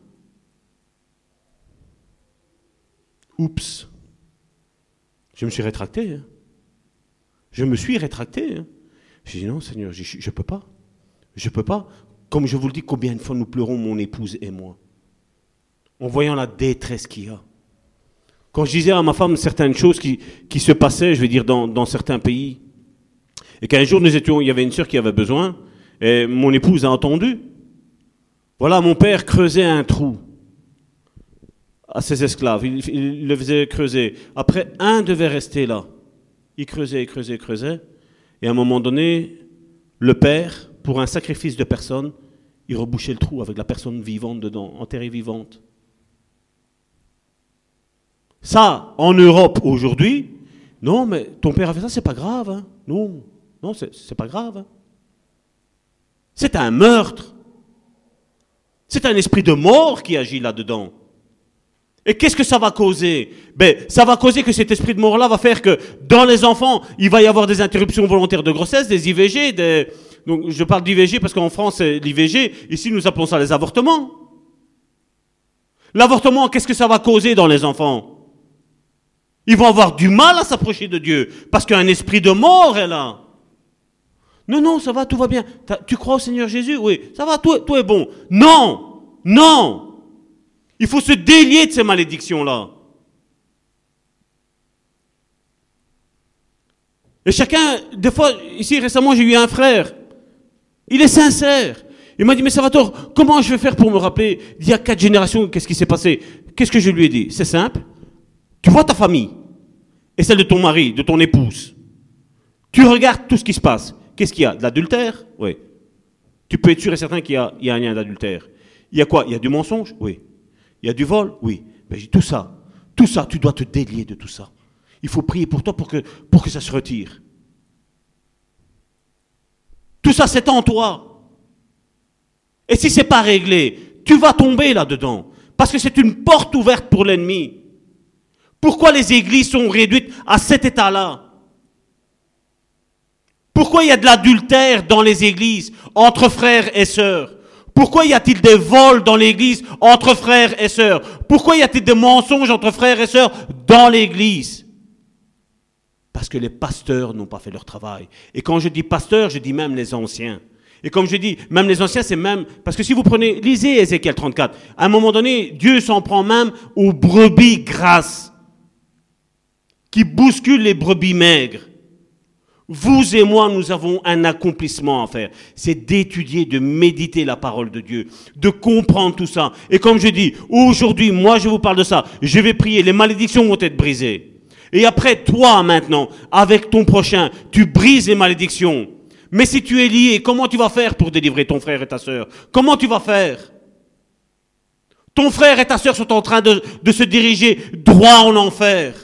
Oups. Je me suis rétracté. Hein. Je me suis rétracté. Hein. J'ai dit non, Seigneur, je peux pas. Je peux pas. Comme je vous le dis, combien de fois nous pleurons, mon épouse et moi, en voyant la détresse qu'il y a. Quand je disais à ma femme certaines choses qui se passaient, je vais dire, dans certains pays, et qu'un jour il y avait une sœur qui avait besoin, et mon épouse a entendu. Voilà, mon père creusait un trou à ses esclaves, il le faisait creuser. Après, un devait rester là. Il creusait, et à un moment donné, le père, pour un sacrifice de personne, il rebouchait le trou avec la personne vivante dedans, enterrée vivante. Ça, en Europe aujourd'hui, non, mais ton père a fait ça, c'est pas grave. Hein. Non, c'est pas grave. Hein. C'est un meurtre. C'est un esprit de mort qui agit là-dedans. Et qu'est-ce que ça va causer? Ben, ça va causer que cet esprit de mort-là va faire que dans les enfants, il va y avoir des interruptions volontaires de grossesse, des IVG, donc je parle d'IVG parce qu'en France, c'est l'IVG. Ici, nous appelons ça les avortements. L'avortement, qu'est-ce que ça va causer dans les enfants? Ils vont avoir du mal à s'approcher de Dieu parce qu'un esprit de mort est là. Non, ça va, tout va bien. Tu crois au Seigneur Jésus? Oui, ça va, tout est bon. Non. Il faut se délier de ces malédictions-là. Et chacun, des fois, ici récemment, j'ai eu un frère. Il est sincère. Il m'a dit, mais Salvatore, comment je vais faire pour me rappeler d'il y a 4 générations, qu'est-ce qui s'est passé? Qu'est-ce que je lui ai dit? C'est simple. Tu vois ta famille et celle de ton mari, de ton épouse. Tu regardes tout ce qui se passe. Qu'est-ce qu'il y a? De l'adultère? Oui. Tu peux être sûr et certain qu'il y a un lien d'adultère. Il y a quoi? Il y a du mensonge? Oui. Il y a du vol? Oui. Mais tout ça, tu dois te délier de tout ça. Il faut prier pour toi pour que ça se retire. Tout ça, c'est en toi. Et si c'est pas réglé, tu vas tomber là-dedans. Parce que c'est une porte ouverte pour l'ennemi. Pourquoi les églises sont réduites à cet état-là? Pourquoi il y a de l'adultère dans les églises entre frères et sœurs? Pourquoi y a-t-il des vols dans l'église entre frères et sœurs? Pourquoi y a-t-il des mensonges entre frères et sœurs dans l'église? Parce que les pasteurs n'ont pas fait leur travail. Et quand je dis pasteurs, je dis même les anciens. Et comme je dis, même les anciens, c'est même... Parce que si vous prenez, lisez Ézéchiel 34, à un moment donné, Dieu s'en prend même aux brebis grasses, qui bousculent les brebis maigres. Vous et moi, nous avons un accomplissement à faire. C'est d'étudier, de méditer la parole de Dieu, de comprendre tout ça. Et comme je dis, aujourd'hui, moi, je vous parle de ça. Je vais prier, les malédictions vont être brisées. Et après, toi, maintenant, avec ton prochain, tu brises les malédictions. Mais si tu es lié, comment tu vas faire pour délivrer ton frère et ta sœur? Comment tu vas faire? Ton frère et ta sœur sont en train de se diriger droit en enfer.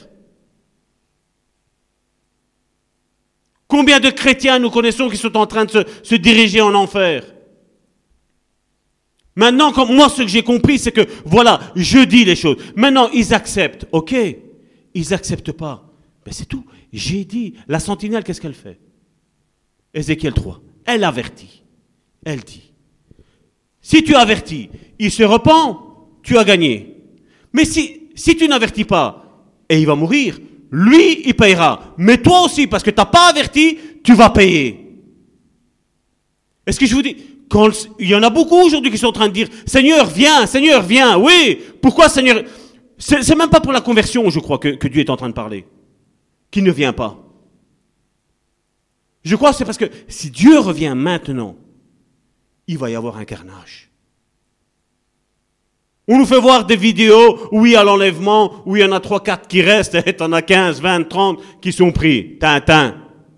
Combien de chrétiens nous connaissons qui sont en train de se diriger en enfer? Maintenant, comme moi, ce que j'ai compris, c'est que, voilà, je dis les choses. Maintenant, ils acceptent. Ok, ils n'acceptent pas. Mais c'est tout. J'ai dit, la sentinelle, qu'est-ce qu'elle fait? Ézéchiel 3. Elle avertit. Elle dit. Si tu avertis, il se repent, tu as gagné. Mais si tu n'avertis pas, et il va mourir, lui, il payera. Mais toi aussi, parce que tu n'as pas averti, tu vas payer. Est-ce que je vous dis, il y en a beaucoup aujourd'hui qui sont en train de dire, Seigneur, viens, oui. Pourquoi, Seigneur? C'est même pas pour la conversion, je crois, que Dieu est en train de parler. Qui ne vient pas. Je crois que c'est parce que si Dieu revient maintenant, il va y avoir un carnage. On nous fait voir des vidéos, oui, à l'enlèvement, où il y en a 3-4 qui restent, et t'en as 15, 20, 30 qui sont pris. Tintin.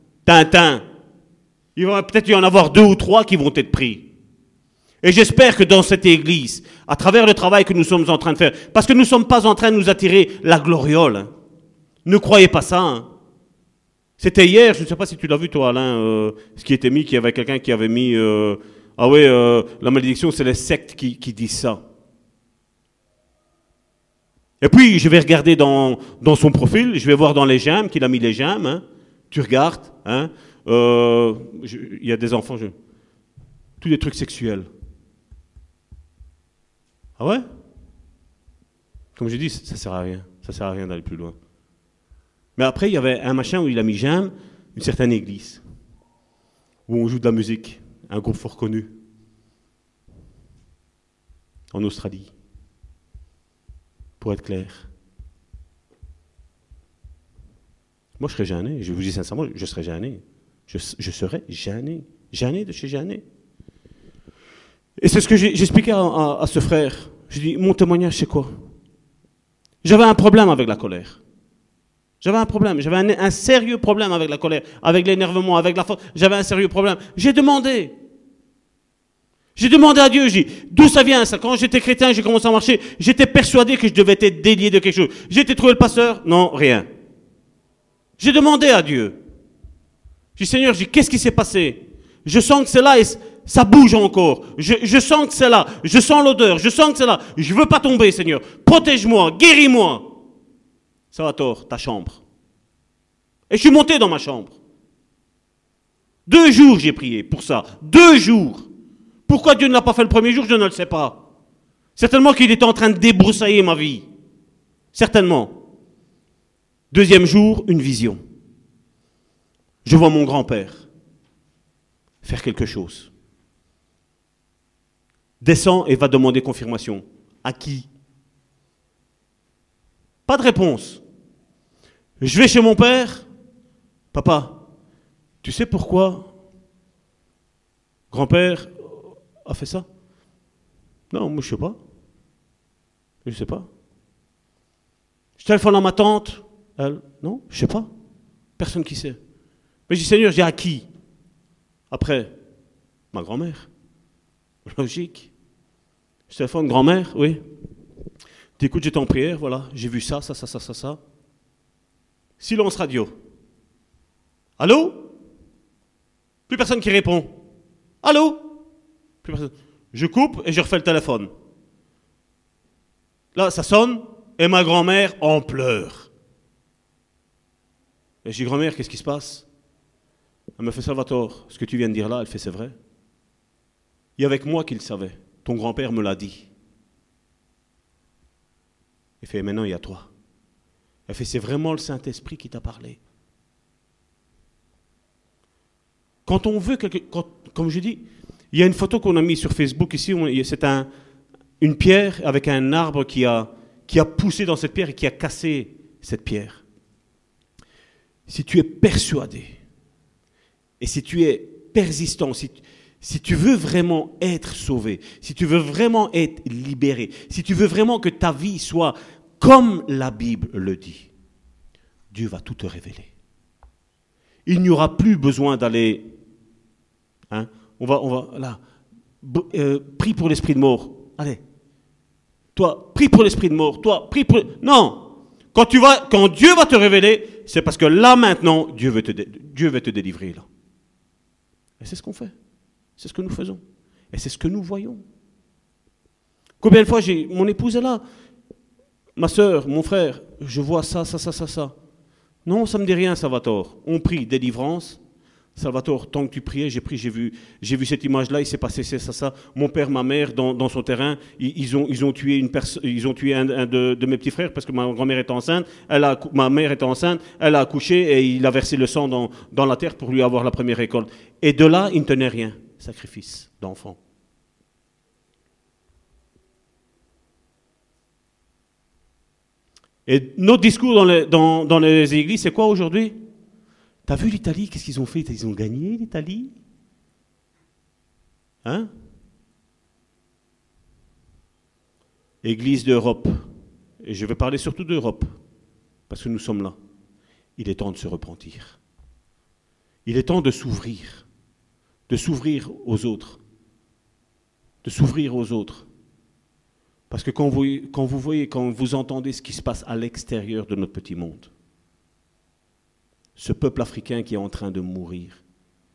Il va peut-être y en avoir 2 ou 3 qui vont être pris. Et j'espère que dans cette église, à travers le travail que nous sommes en train de faire, parce que nous ne sommes pas en train de nous attirer la gloriole. Hein. Ne croyez pas ça. Hein. C'était hier, je ne sais pas si tu l'as vu toi Alain, ce qui était mis, qu'il y avait quelqu'un qui avait mis, la malédiction, c'est les sectes qui disent ça. Et puis, je vais regarder dans son profil, je vais voir dans les gemmes, qu'il a mis les gemmes. Hein. Tu regardes. Hein. Il y a des enfants, tous les trucs sexuels. Ah ouais? Comme je dis, ça sert à rien. Ça sert à rien d'aller plus loin. Mais après, il y avait un machin où il a mis gemmes, une certaine église, où on joue de la musique, un groupe fort connu, en Australie. Pour être clair. Moi, je serais gêné. Je vous dis sincèrement, je serais gêné. Je serais gêné. Gêné de chez gêné. Et c'est ce que j'expliquais à ce frère. Je dis, mon témoignage, c'est quoi? J'avais un problème avec la colère. J'avais un problème. J'avais un sérieux problème avec la colère, avec l'énervement, avec la force. J'avais un sérieux problème. J'ai demandé à Dieu, j'ai dit, d'où ça vient ça? Quand j'étais chrétien, j'ai commencé à marcher, j'étais persuadé que je devais être délié de quelque chose. J'ai été trouver le pasteur? Non, rien. J'ai demandé à Dieu. J'ai dit, Seigneur, qu'est-ce qui s'est passé? Je sens que c'est là et ça bouge encore. Je sens que c'est là. Je sens l'odeur. Je sens que c'est là. Je ne veux pas tomber, Seigneur. Protège-moi, guéris-moi. Salvatore, ta chambre. Et je suis monté dans ma chambre. 2 jours, j'ai prié pour ça. 2 jours. Pourquoi Dieu ne l'a pas fait le premier jour, je ne le sais pas. Certainement qu'il était en train de débroussailler ma vie. Certainement. 2e jour, une vision. Je vois mon grand-père faire quelque chose. Descend et va demander confirmation. À qui? Pas de réponse. Je vais chez mon père. Papa, tu sais pourquoi grand-père a fait ça? Non, moi je sais pas. Je sais pas. Je téléphone à ma tante. Elle, non, je sais pas. Personne qui sait. Mais je dis, Seigneur, j'ai à qui? Après, ma grand-mère. Logique. Je téléphone, grand-mère, oui. Tu écoutes, j'étais en prière, voilà, j'ai vu ça. Silence radio. Allô? Plus personne qui répond. Allô? Plus personne. Je coupe et je refais le téléphone. Là, ça sonne et ma grand-mère en pleure. Et je dis, grand-mère, qu'est-ce qui se passe? Elle me fait, Salvatore, ce que tu viens de dire là, elle fait, c'est vrai. Il y a avec moi qu'il savait. Ton grand-père me l'a dit. Il fait, maintenant il y a toi. Elle fait, c'est vraiment le Saint-Esprit qui t'a parlé. Quand on veut, comme je dis, il y a une photo qu'on a mise sur Facebook ici, c'est une pierre avec un arbre qui a poussé dans cette pierre et qui a cassé cette pierre. Si tu es persuadé, et si tu es persistant, si tu veux vraiment être sauvé, si tu veux vraiment être libéré, si tu veux vraiment que ta vie soit comme la Bible le dit, Dieu va tout te révéler. Il n'y aura plus besoin d'aller... Hein, on va là. Prie pour l'esprit de mort. Allez. Toi, prie pour l'esprit de mort. Toi, prie pour... Non. Quand Dieu va te révéler, c'est parce que là, maintenant, Dieu veut te délivrer. Là. Et c'est ce qu'on fait. C'est ce que nous faisons. Et c'est ce que nous voyons. Combien de fois mon épouse est là. Ma soeur, mon frère, je vois ça. Non, ça ne me dit rien, Salvatore. On prie, délivrance. Salvatore, tant que tu priais, j'ai vu cette image-là, il s'est passé ça. Mon père, ma mère, dans son terrain, ils ont tué un de mes petits frères parce que ma grand-mère était enceinte, ma mère était enceinte, elle a accouché et il a versé le sang dans la terre pour lui avoir la première récolte. Et de là, il ne tenait rien. Sacrifice d'enfant. Et notre discours dans les églises, c'est quoi aujourd'hui? T'as vu l'Italie? Qu'est-ce qu'ils ont fait? Ils ont gagné l'Italie? Hein? Église d'Europe. Et je vais parler surtout d'Europe, parce que nous sommes là. Il est temps de se repentir. Il est temps de s'ouvrir aux autres. De s'ouvrir aux autres. Parce que quand vous entendez ce qui se passe à l'extérieur de notre petit monde, ce peuple africain qui est en train de mourir,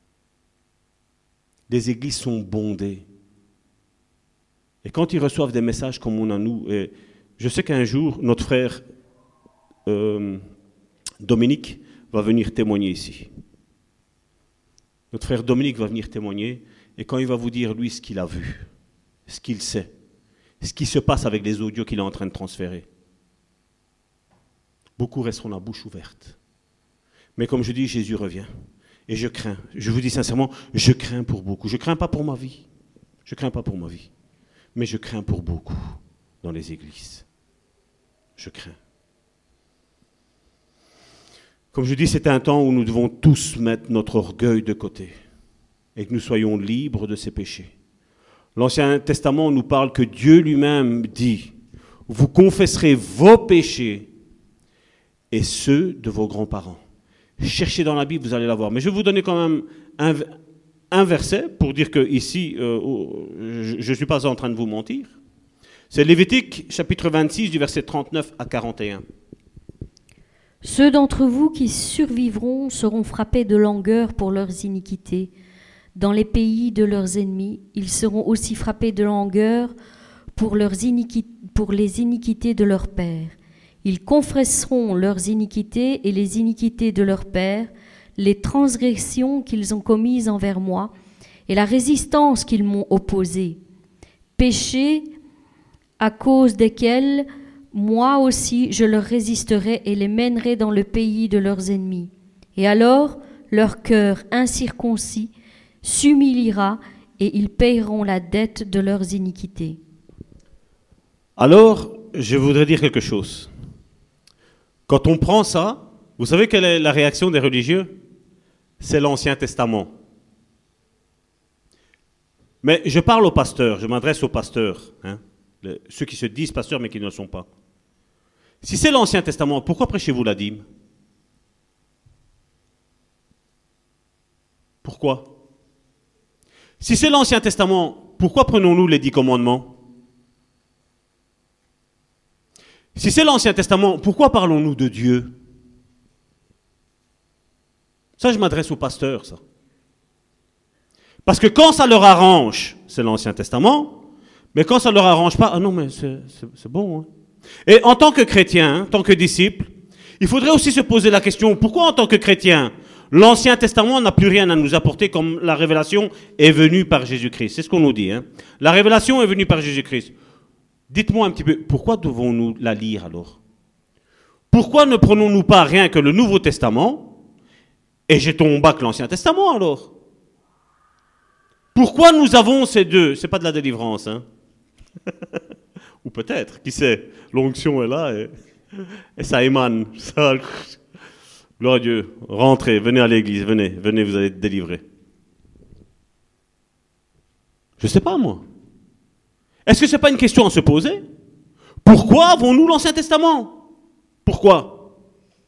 les églises sont bondées. Et quand ils reçoivent des messages comme on a nous, et je sais qu'un jour, notre frère Dominique va venir témoigner ici. Notre frère Dominique va venir témoigner, et quand il va vous dire, lui, ce qu'il a vu, ce qu'il sait, ce qui se passe avec les audios qu'il est en train de transférer, beaucoup resteront la bouche ouverte. Mais comme je dis, Jésus revient. Et je crains. Je vous dis sincèrement, je crains pour beaucoup. Je ne crains pas pour ma vie. Mais je crains pour beaucoup dans les églises. Je crains. Comme je dis, c'est un temps où nous devons tous mettre notre orgueil de côté et que nous soyons libres de ces péchés. L'Ancien Testament nous parle que Dieu lui-même dit « Vous confesserez vos péchés et ceux de vos grands-parents. » Cherchez dans la Bible, vous allez la voir. Mais je vais vous donner quand même un verset pour dire que ici, je ne suis pas en train de vous mentir. C'est Lévitique, chapitre 26, du verset 39 à 41. Ceux d'entre vous qui survivront seront frappés de langueur pour leurs iniquités. Dans les pays de leurs ennemis, ils seront aussi frappés de langueur pour les iniquités de leurs pères. Ils confesseront leurs iniquités et les iniquités de leurs pères, les transgressions qu'ils ont commises envers moi et la résistance qu'ils m'ont opposée. Péchés à cause desquels moi aussi je leur résisterai et les mènerai dans le pays de leurs ennemis. Et alors leur cœur incirconcis s'humiliera et ils payeront la dette de leurs iniquités. Alors, je voudrais dire quelque chose. Quand on prend ça, vous savez quelle est la réaction des religieux? C'est l'Ancien Testament. Mais je parle aux pasteurs, je m'adresse aux pasteurs, hein, ceux qui se disent pasteurs mais qui ne le sont pas. Si c'est l'Ancien Testament, pourquoi prêchez-vous la dîme? Pourquoi? Si c'est l'Ancien Testament, pourquoi prenons-nous les 10 commandements? Si c'est l'Ancien Testament, pourquoi parlons-nous de Dieu? Ça, je m'adresse aux pasteurs, ça. Parce que quand ça leur arrange, c'est l'Ancien Testament, mais quand ça ne leur arrange pas, ah non, mais c'est bon. Hein. Et en tant que chrétien, en tant que disciple, il faudrait aussi se poser la question, pourquoi en tant que chrétien, l'Ancien Testament n'a plus rien à nous apporter comme la révélation est venue par Jésus-Christ? C'est ce qu'on nous dit. Hein. La révélation est venue par Jésus-Christ. Dites-moi un petit peu, pourquoi devons-nous la lire alors? Pourquoi ne prenons-nous pas rien que le Nouveau Testament et jetons au bac l'Ancien Testament alors? Pourquoi nous avons ces deux? C'est pas de la délivrance, hein? Ou peut-être, qui sait? L'onction est là et ça émane. Ça... Gloire à Dieu. Rentrez, venez à l'église, venez, vous allez être délivrés. Je ne sais pas, moi. Est-ce que ce n'est pas une question à se poser? Pourquoi avons-nous l'Ancien Testament? Pourquoi?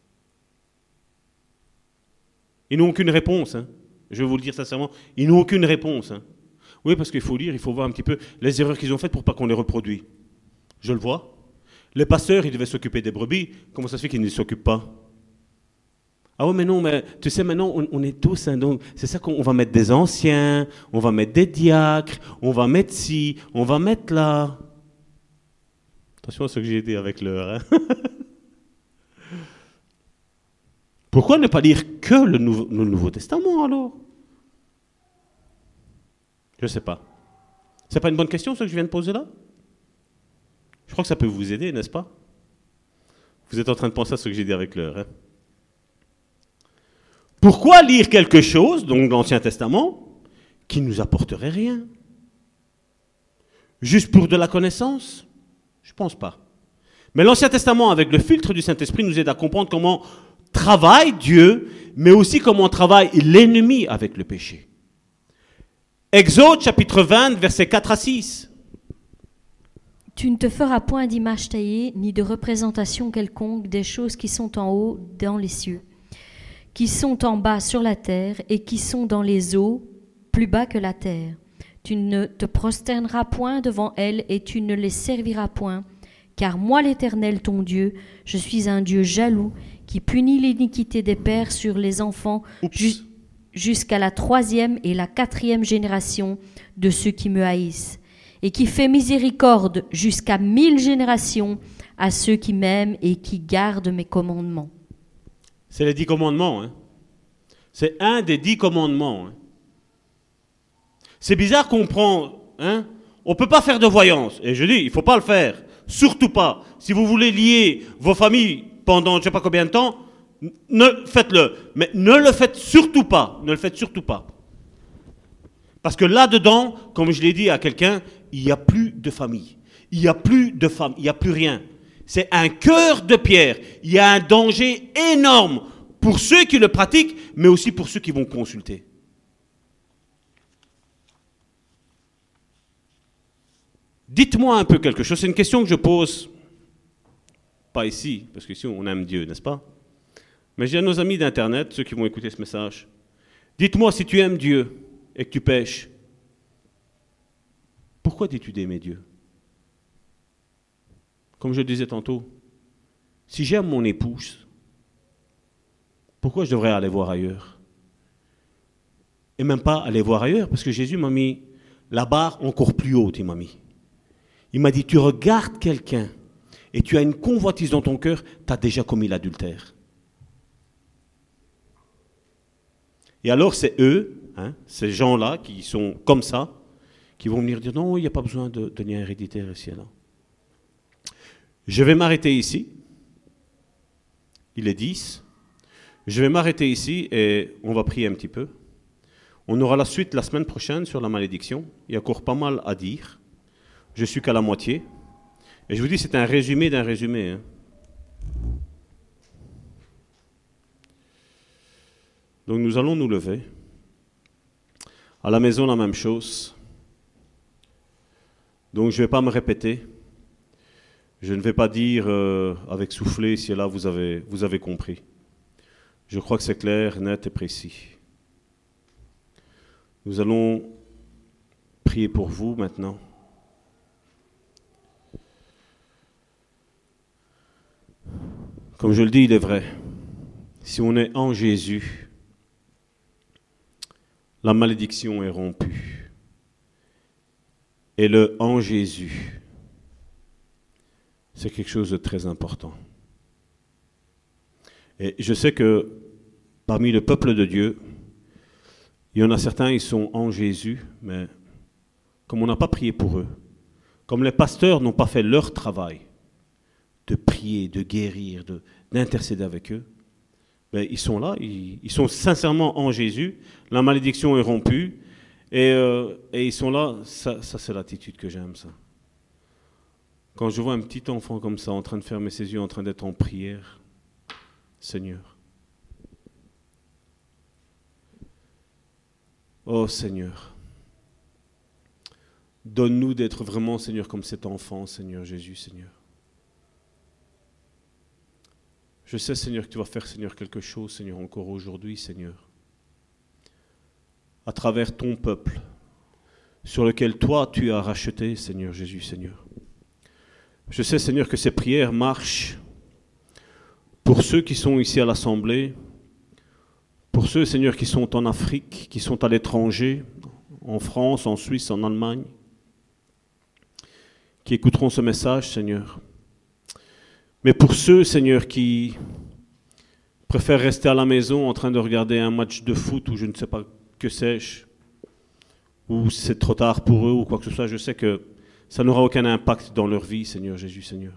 Ils n'ont aucune réponse. Hein. Je vais vous le dire sincèrement. Ils n'ont aucune réponse. Hein. Oui, parce qu'il faut lire, il faut voir un petit peu les erreurs qu'ils ont faites pour pas qu'on les reproduise. Je le vois. Les pasteurs, ils devaient s'occuper des brebis. Comment ça se fait qu'ils ne s'occupent pas? Ah oui, mais non, mais tu sais, maintenant, on est tous, hein, donc c'est ça qu'on va mettre des anciens, on va mettre des diacres, on va mettre ci, on va mettre là. Attention à ce que j'ai dit avec l'heure. Hein. Pourquoi ne pas lire que le Nouveau Testament, alors? Je ne sais pas. C'est pas une bonne question, ce que je viens de poser là? Je crois que ça peut vous aider, n'est-ce pas? Vous êtes en train de penser à ce que j'ai dit avec l'heure. Hein. Pourquoi lire quelque chose, donc l'Ancien Testament, qui ne nous apporterait rien? Juste pour de la connaissance? Je ne pense pas. Mais l'Ancien Testament, avec le filtre du Saint-Esprit, nous aide à comprendre comment travaille Dieu, mais aussi comment travaille l'ennemi avec le péché. Exode chapitre 20, versets 4 à 6. Tu ne te feras point d'image taillée, ni de représentation quelconque des choses qui sont en haut dans les cieux, qui sont en bas sur la terre et qui sont dans les eaux, plus bas que la terre. Tu ne te prosterneras point devant elles et tu ne les serviras point, car moi l'Éternel ton Dieu, je suis un Dieu jaloux qui punit l'iniquité des pères sur les enfants jusqu'à la 3e et la 4e génération de ceux qui me haïssent, et qui fait miséricorde jusqu'à 1000 générations à ceux qui m'aiment et qui gardent mes commandements. C'est les 10 commandements. Hein. C'est un des 10 commandements. Hein. C'est bizarre qu'on prend... Hein, on ne peut pas faire de voyance. Et je dis, il ne faut pas le faire. Surtout pas. Si vous voulez lier vos familles pendant je ne sais pas combien de temps, faites-le. Mais ne le faites surtout pas. Ne le faites surtout pas. Parce que là-dedans, comme je l'ai dit à quelqu'un, il n'y a plus de famille. Il n'y a plus de femmes. Il n'y a plus rien. C'est un cœur de pierre. Il y a un danger énorme pour ceux qui le pratiquent, mais aussi pour ceux qui vont consulter. Dites-moi un peu quelque chose. C'est une question que je pose, pas ici, parce qu'ici on aime Dieu, n'est-ce pas? Mais je dis à nos amis d'Internet, ceux qui vont écouter ce message, dites-moi si tu aimes Dieu et que tu pêches, pourquoi dis-tu d'aimer Dieu? Comme je le disais tantôt, si j'aime mon épouse, pourquoi je devrais aller voir ailleurs? Et même pas aller voir ailleurs, parce que Jésus m'a mis la barre encore plus haute, il m'a mis. Il m'a dit, tu regardes quelqu'un et tu as une convoitise dans ton cœur, tu as déjà commis l'adultère. Et alors c'est eux, hein, ces gens-là qui sont comme ça, qui vont venir dire, non, il n'y a pas besoin de lien héréditaire ici et là. Je vais m'arrêter ici. Il est 10. Je vais m'arrêter ici et on va prier un petit peu. On aura la suite la semaine prochaine sur la malédiction. Il y a encore pas mal à dire. Je suis qu'à la moitié. Et je vous dis, c'est un résumé d'un résumé. Hein. Donc nous allons nous lever. À la maison, la même chose. Donc je ne vais pas me répéter. Je ne vais pas dire avec soufflé si là vous avez compris. Je crois que c'est clair, net et précis. Nous allons prier pour vous maintenant. Comme je le dis, il est vrai. Si on est en Jésus, la malédiction est rompue. Et le en Jésus, c'est quelque chose de très important. Et je sais que parmi le peuple de Dieu, il y en a certains, ils sont en Jésus, mais comme on n'a pas prié pour eux, comme les pasteurs n'ont pas fait leur travail de prier, de guérir, d'intercéder avec eux, ben ils sont là, ils sont sincèrement en Jésus, la malédiction est rompue, Et ils sont là, ça c'est l'attitude que j'aime, ça. Quand je vois un petit enfant comme ça, en train de fermer ses yeux, en train d'être en prière, Seigneur. Oh Seigneur, donne-nous d'être vraiment, Seigneur, comme cet enfant, Seigneur Jésus, Seigneur. Je sais, Seigneur, que tu vas faire, Seigneur, quelque chose, Seigneur, encore aujourd'hui, Seigneur. À travers ton peuple, sur lequel toi, tu as racheté, Seigneur Jésus, Seigneur. Je sais, Seigneur, que ces prières marchent pour ceux qui sont ici à l'Assemblée, pour ceux, Seigneur, qui sont en Afrique, qui sont à l'étranger, en France, en Suisse, en Allemagne, qui écouteront ce message, Seigneur. Mais pour ceux, Seigneur, qui préfèrent rester à la maison en train de regarder un match de foot ou je ne sais pas que sais-je, ou c'est trop tard pour eux ou quoi que ce soit, je sais que ça n'aura aucun impact dans leur vie, Seigneur Jésus, Seigneur.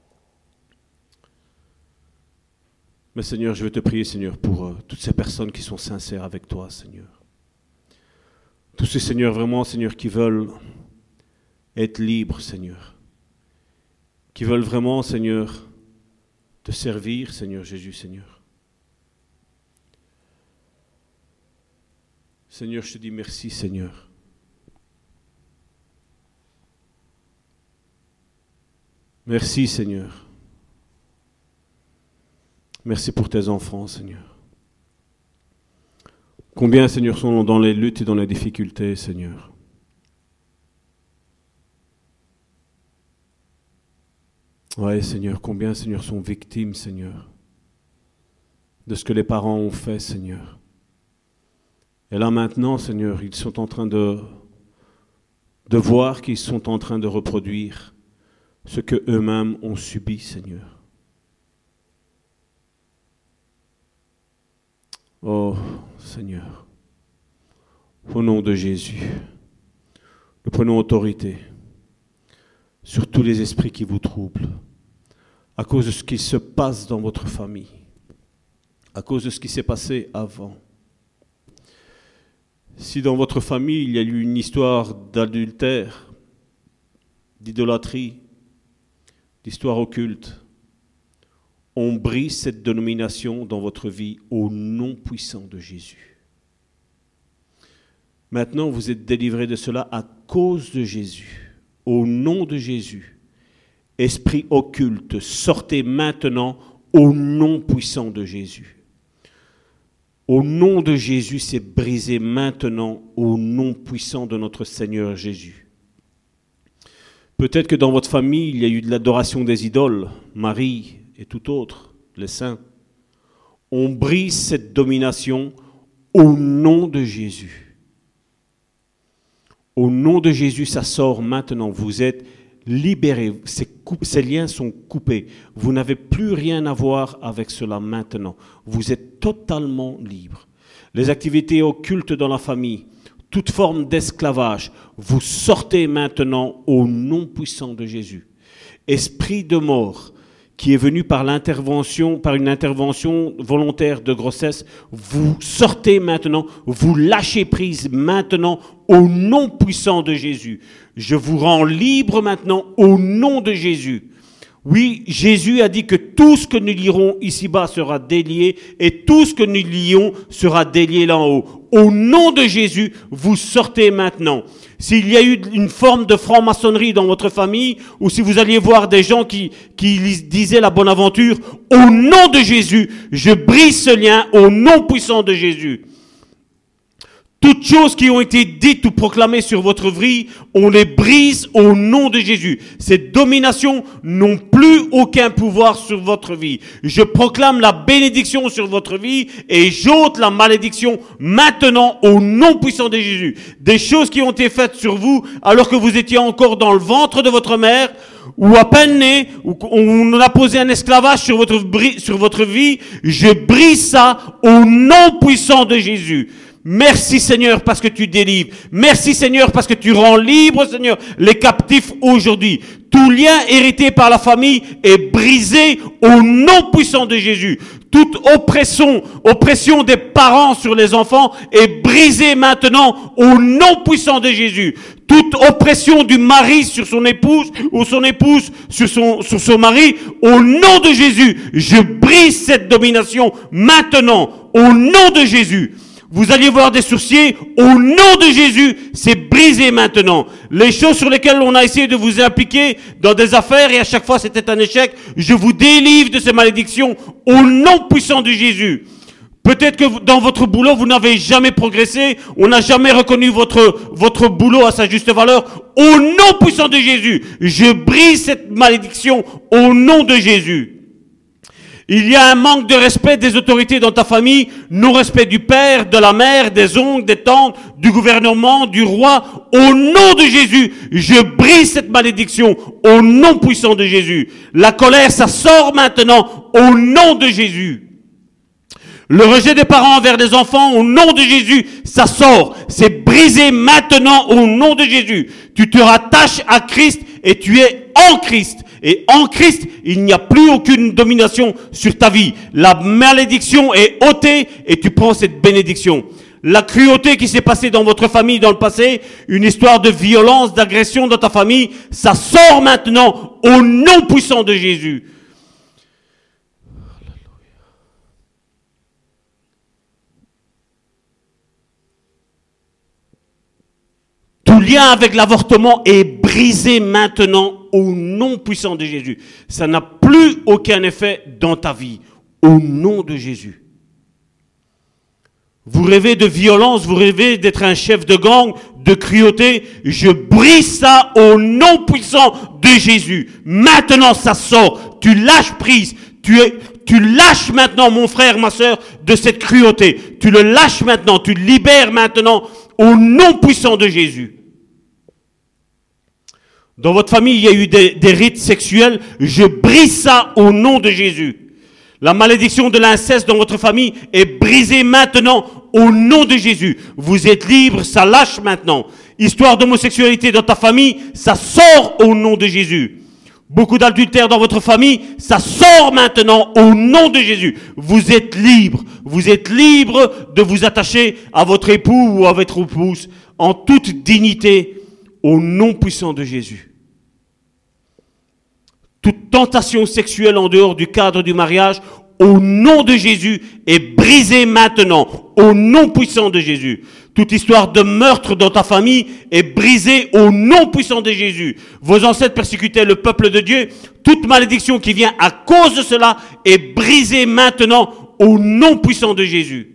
Mais Seigneur, je veux te prier, Seigneur, pour toutes ces personnes qui sont sincères avec toi, Seigneur. Tous ces, Seigneur, vraiment, Seigneur, qui veulent être libres, Seigneur. Qui veulent vraiment, Seigneur, te servir, Seigneur Jésus, Seigneur. Seigneur, je te dis merci, Seigneur. Merci, Seigneur. Merci pour tes enfants, Seigneur. Combien, Seigneur, sont dans les luttes et dans les difficultés, Seigneur. Oui, Seigneur, combien, Seigneur, sont victimes, Seigneur, de ce que les parents ont fait, Seigneur. Et là, maintenant, Seigneur, ils sont en train de voir qu'ils sont en train de reproduire ce que eux-mêmes ont subi, Seigneur. Oh, Seigneur, au nom de Jésus, nous prenons autorité sur tous les esprits qui vous troublent, à cause de ce qui se passe dans votre famille, à cause de ce qui s'est passé avant. Si dans votre famille, il y a eu une histoire d'adultère, d'idolâtrie, d'histoire occulte, on brise cette dénomination dans votre vie au nom puissant de Jésus. Maintenant, vous êtes délivrés de cela à cause de Jésus. Au nom de Jésus, esprit occulte, sortez maintenant au nom puissant de Jésus. Au nom de Jésus, c'est brisé maintenant au nom puissant de notre Seigneur Jésus. Peut-être que dans votre famille, il y a eu de l'adoration des idoles, Marie et tout autre, les saints. On brise cette domination au nom de Jésus. Au nom de Jésus, ça sort maintenant. Vous êtes libérés. Ces liens sont coupés. Vous n'avez plus rien à voir avec cela maintenant. Vous êtes totalement libres. Les activités occultes dans la famille, toute forme d'esclavage, vous sortez maintenant au nom puissant de Jésus. Esprit de mort qui est venu par une intervention volontaire de grossesse, vous sortez maintenant, vous lâchez prise maintenant au nom puissant de Jésus. Je vous rends libre maintenant au nom de Jésus. Oui, Jésus a dit que tout ce que nous lierons ici-bas sera délié et tout ce que nous lions sera délié là en haut. Au nom de Jésus, vous sortez maintenant. S'il y a eu une forme de franc-maçonnerie dans votre famille, ou si vous alliez voir des gens qui disaient la bonne aventure, au nom de Jésus, je brise ce lien au nom puissant de Jésus. Toutes choses qui ont été dites ou proclamées sur votre vie, on les brise au nom de Jésus. Ces dominations n'ont plus aucun pouvoir sur votre vie. Je proclame la bénédiction sur votre vie et j'ôte la malédiction maintenant au nom puissant de Jésus. Des choses qui ont été faites sur vous alors que vous étiez encore dans le ventre de votre mère, ou à peine né, ou on a posé un esclavage sur votre vie, je brise ça au nom puissant de Jésus. Merci Seigneur parce que tu délivres. Merci Seigneur parce que tu rends libre Seigneur les captifs aujourd'hui. Tout lien hérité par la famille est brisé au nom puissant de Jésus. Toute oppression des parents sur les enfants est brisée maintenant au nom puissant de Jésus. Toute oppression du mari sur son épouse ou son épouse sur son mari, au nom de Jésus, je brise cette domination maintenant, au nom de Jésus. Vous alliez voir des sourciers, au nom de Jésus, c'est brisé maintenant. Les choses sur lesquelles on a essayé de vous impliquer dans des affaires et à chaque fois c'était un échec, je vous délivre de ces malédictions au nom puissant de Jésus. Peut-être que dans votre boulot, vous n'avez jamais progressé, on n'a jamais reconnu votre boulot à sa juste valeur. Au nom puissant de Jésus, je brise cette malédiction au nom de Jésus. Il y a un manque de respect des autorités dans ta famille, non-respect du père, de la mère, des oncles, des tantes, du gouvernement, du roi. Au nom de Jésus, je brise cette malédiction au nom puissant de Jésus. La colère, ça sort maintenant au nom de Jésus. Le rejet des parents envers les enfants, au nom de Jésus, ça sort. C'est brisé maintenant au nom de Jésus. Tu te rattaches à Christ et tu es en Christ. Et en Christ, il n'y a plus aucune domination sur ta vie. La malédiction est ôtée et tu prends cette bénédiction. La cruauté qui s'est passée dans votre famille dans le passé, une histoire de violence, d'agression dans ta famille, ça sort maintenant au nom puissant de Jésus. Tout lien avec l'avortement est brisé maintenant au nom puissant de Jésus. Ça n'a plus aucun effet dans ta vie. Au nom de Jésus. Vous rêvez de violence, vous rêvez d'être un chef de gang, de cruauté. Je brise ça au nom puissant de Jésus. Maintenant, ça sort. Tu lâches prise. Tu lâches maintenant, mon frère, ma soeur, de cette cruauté. Tu le lâches maintenant. Tu le libères maintenant au nom puissant de Jésus. Dans votre famille, il y a eu des rites sexuels. Je brise ça au nom de Jésus. La malédiction de l'inceste dans votre famille est brisée maintenant au nom de Jésus. Vous êtes libre, ça lâche maintenant. Histoire d'homosexualité dans ta famille, ça sort au nom de Jésus. Beaucoup d'adultère dans votre famille, ça sort maintenant au nom de Jésus. Vous êtes libre. Vous êtes libre de vous attacher à votre époux ou à votre épouse en toute dignité au nom puissant de Jésus. Toute tentation sexuelle en dehors du cadre du mariage, au nom de Jésus, est brisée maintenant, au nom puissant de Jésus. Toute histoire de meurtre dans ta famille est brisée au nom puissant de Jésus. Vos ancêtres persécutaient le peuple de Dieu. Toute malédiction qui vient à cause de cela est brisée maintenant au nom puissant de Jésus.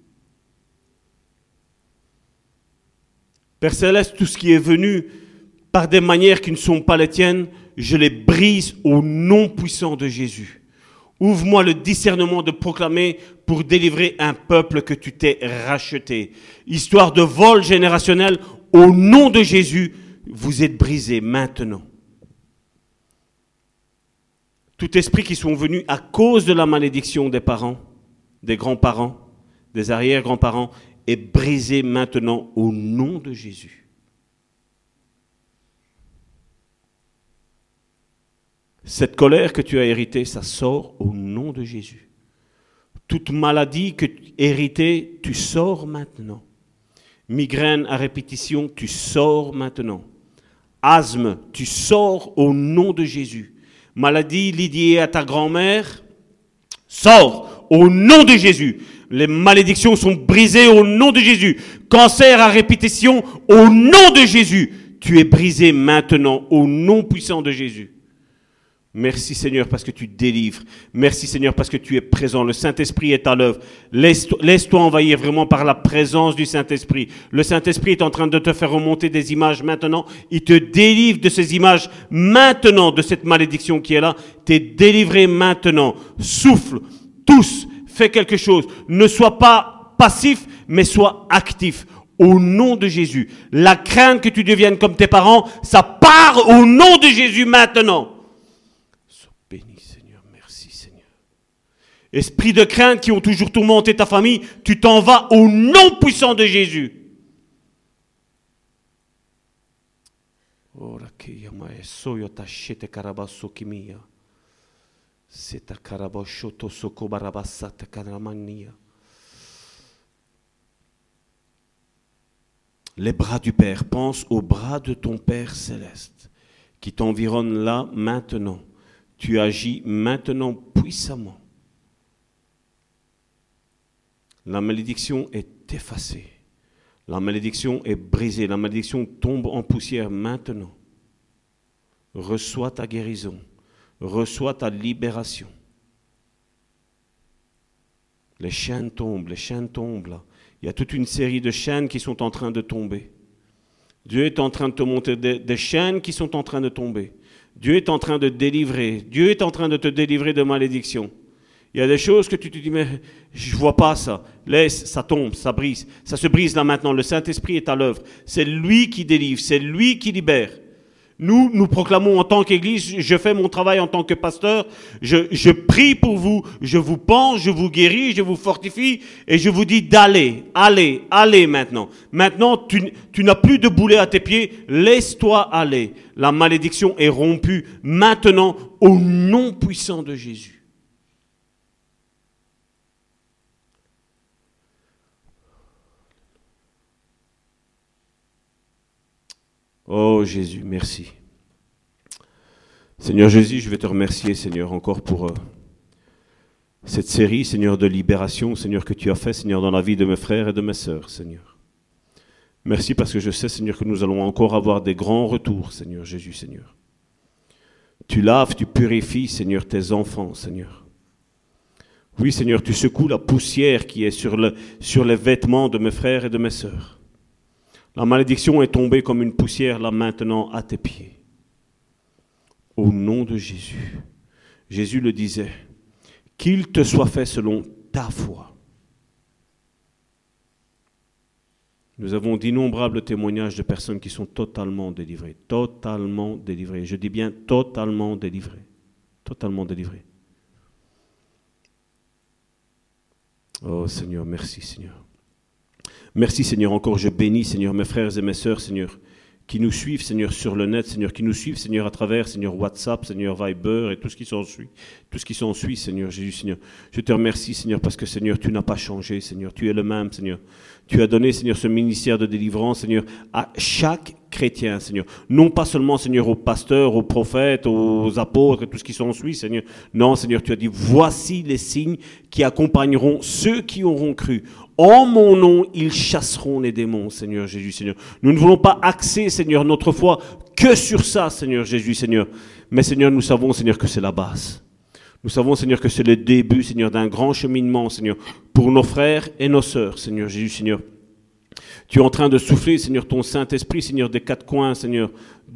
Père Céleste, tout ce qui est venu par des manières qui ne sont pas les tiennes, je les brise au nom puissant de Jésus. Ouvre-moi le discernement de proclamer pour délivrer un peuple que tu t'es racheté. Histoire de vol générationnel, au nom de Jésus, vous êtes brisés maintenant. Tout esprit qui sont venus à cause de la malédiction des parents, des grands-parents, des arrière-grands-parents, est brisé maintenant au nom de Jésus. Cette colère que tu as héritée, ça sort au nom de Jésus. Toute maladie que tu as héritée, tu sors maintenant. Migraine à répétition, tu sors maintenant. Asthme, tu sors au nom de Jésus. Maladie liée à ta grand-mère, sors au nom de Jésus. Les malédictions sont brisées au nom de Jésus. Cancer à répétition, au nom de Jésus. Tu es brisé maintenant au nom puissant de Jésus. Merci Seigneur parce que tu délivres. Merci Seigneur parce que tu es présent. Le Saint-Esprit est à l'œuvre. Laisse-toi envahir vraiment par la présence du Saint-Esprit. Le Saint-Esprit est en train de te faire remonter des images maintenant. Il te délivre de ces images maintenant, de cette malédiction qui est là. Tu es délivré maintenant. Souffle, tousse, fais quelque chose. Ne sois pas passif, mais sois actif. Au nom de Jésus. La crainte que tu deviennes comme tes parents, ça part au nom de Jésus maintenant. Esprit de crainte qui ont toujours tourmenté ta famille, tu t'en vas au nom puissant de Jésus. Les bras du Père, pense aux bras de ton Père céleste qui t'environne là maintenant. Tu agis maintenant puissamment. La malédiction est effacée. La malédiction est brisée. La malédiction tombe en poussière maintenant. Reçois ta guérison. Reçois ta libération. Les chaînes tombent là. Il y a toute une série de chaînes qui sont en train de tomber. Dieu est en train de te montrer des chaînes qui sont en train de tomber. Dieu est en train de délivrer. Dieu est en train de te délivrer de malédiction. Il y a des choses que tu te dis, mais je ne vois pas ça. Laisse, ça tombe, ça brise. Ça se brise là maintenant. Le Saint-Esprit est à l'œuvre. C'est lui qui délivre, c'est lui qui libère. Nous proclamons en tant qu'Église, je fais mon travail en tant que pasteur, je prie pour vous, je vous pense, je vous guéris, je vous fortifie et je vous dis d'aller, allez maintenant. Maintenant, tu n'as plus de boulet à tes pieds, laisse-toi aller. La malédiction est rompue maintenant au nom puissant de Jésus. Oh Jésus, merci. Seigneur Jésus, je vais te remercier, Seigneur, encore pour cette série, Seigneur, de libération, Seigneur, que tu as fait, Seigneur, dans la vie de mes frères et de mes sœurs, Seigneur. Merci parce que je sais, Seigneur, que nous allons encore avoir des grands retours, Seigneur Jésus, Seigneur. Tu laves, tu purifies, Seigneur, tes enfants, Seigneur. Oui, Seigneur, tu secoues la poussière qui est sur les vêtements de mes frères et de mes sœurs. La malédiction est tombée comme une poussière là maintenant à tes pieds. Au nom de Jésus. Jésus le disait, qu'il te soit fait selon ta foi. Nous avons d'innombrables témoignages de personnes qui sont totalement délivrées. Totalement délivrées. Je dis bien totalement délivrées. Totalement délivrées. Oh Seigneur, merci Seigneur. Merci Seigneur, encore je bénis Seigneur mes frères et mes sœurs Seigneur qui nous suivent Seigneur sur le net Seigneur, qui nous suivent Seigneur à travers Seigneur WhatsApp, Seigneur Viber et tout ce qui s'ensuit Seigneur Jésus Seigneur. Je te remercie Seigneur parce que Seigneur tu n'as pas changé Seigneur, tu es le même Seigneur. Tu as donné Seigneur ce ministère de délivrance Seigneur à chaque chrétien Seigneur. Non pas seulement Seigneur aux pasteurs, aux prophètes, aux apôtres et tout ce qui s'ensuit Seigneur. Non Seigneur tu as dit voici les signes qui accompagneront ceux qui auront cru. En mon nom, ils chasseront les démons, Seigneur Jésus, Seigneur. Nous ne voulons pas axer, Seigneur, notre foi que sur ça, Seigneur Jésus, Seigneur. Mais, Seigneur, nous savons, Seigneur, que c'est la base. Nous savons, Seigneur, que c'est le début, Seigneur, d'un grand cheminement, Seigneur, pour nos frères et nos sœurs, Seigneur Jésus, Seigneur. Tu es en train de souffler, Seigneur, ton Saint-Esprit, Seigneur, des quatre coins, Seigneur,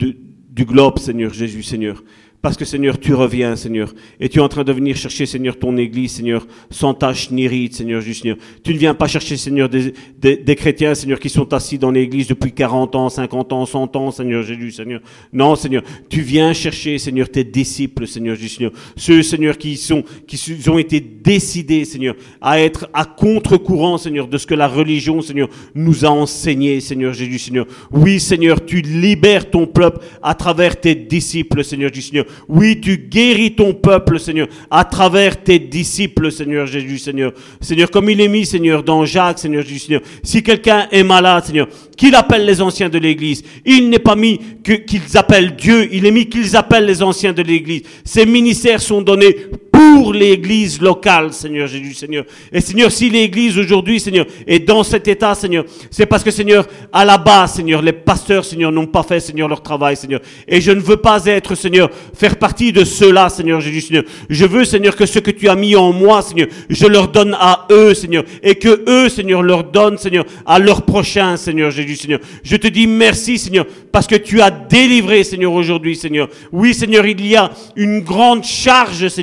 du globe, Seigneur Jésus, Seigneur. Parce que, Seigneur, tu reviens, Seigneur, et tu es en train de venir chercher, Seigneur, ton Église, Seigneur, sans tache ni ride, Seigneur, juste, Seigneur. Tu ne viens pas chercher, Seigneur, des chrétiens, Seigneur, qui sont assis dans l'Église depuis 40 ans, 50 ans, 100 ans, Seigneur Jésus, Seigneur. Non, Seigneur, tu viens chercher, Seigneur, tes disciples, Seigneur Jésus, Seigneur. Ceux, Seigneur, qui ont été décidés, Seigneur, à être à contre-courant, Seigneur, de ce que la religion, Seigneur, nous a enseigné, Seigneur Jésus, Seigneur. Oui, Seigneur, tu libères ton peuple à travers tes disciples, Seigneur Jésus, Seigneur. Oui, tu guéris ton peuple, Seigneur, à travers tes disciples, Seigneur Jésus, Seigneur. Seigneur, comme il est mis, Seigneur, dans Jacques, Seigneur Jésus, Seigneur. Si quelqu'un est malade, Seigneur, qu'il appelle les anciens de l'Église. Il n'est pas mis qu'ils appellent Dieu, il est mis qu'ils appellent les anciens de l'Église. Ces ministères sont donnés pour l'Église locale, Seigneur Jésus, Seigneur. Et Seigneur, si l'Église aujourd'hui, Seigneur, est dans cet état, Seigneur, c'est parce que, Seigneur, à la base, Seigneur, les pasteurs, Seigneur, n'ont pas fait, Seigneur, leur travail, Seigneur. Et je ne veux pas être, Seigneur, faire partie de ceux-là, Seigneur Jésus, Seigneur. Je veux, Seigneur, que ce que tu as mis en moi, Seigneur, je leur donne à eux, Seigneur. Et que eux, Seigneur, leur donnent, Seigneur, à leur prochain, Seigneur Jésus, Seigneur. Je te dis merci, Seigneur, parce que tu as délivré, Seigneur, aujourd'hui, Seigneur. Oui, Seigneur, il y a une grande charge, Seigneur,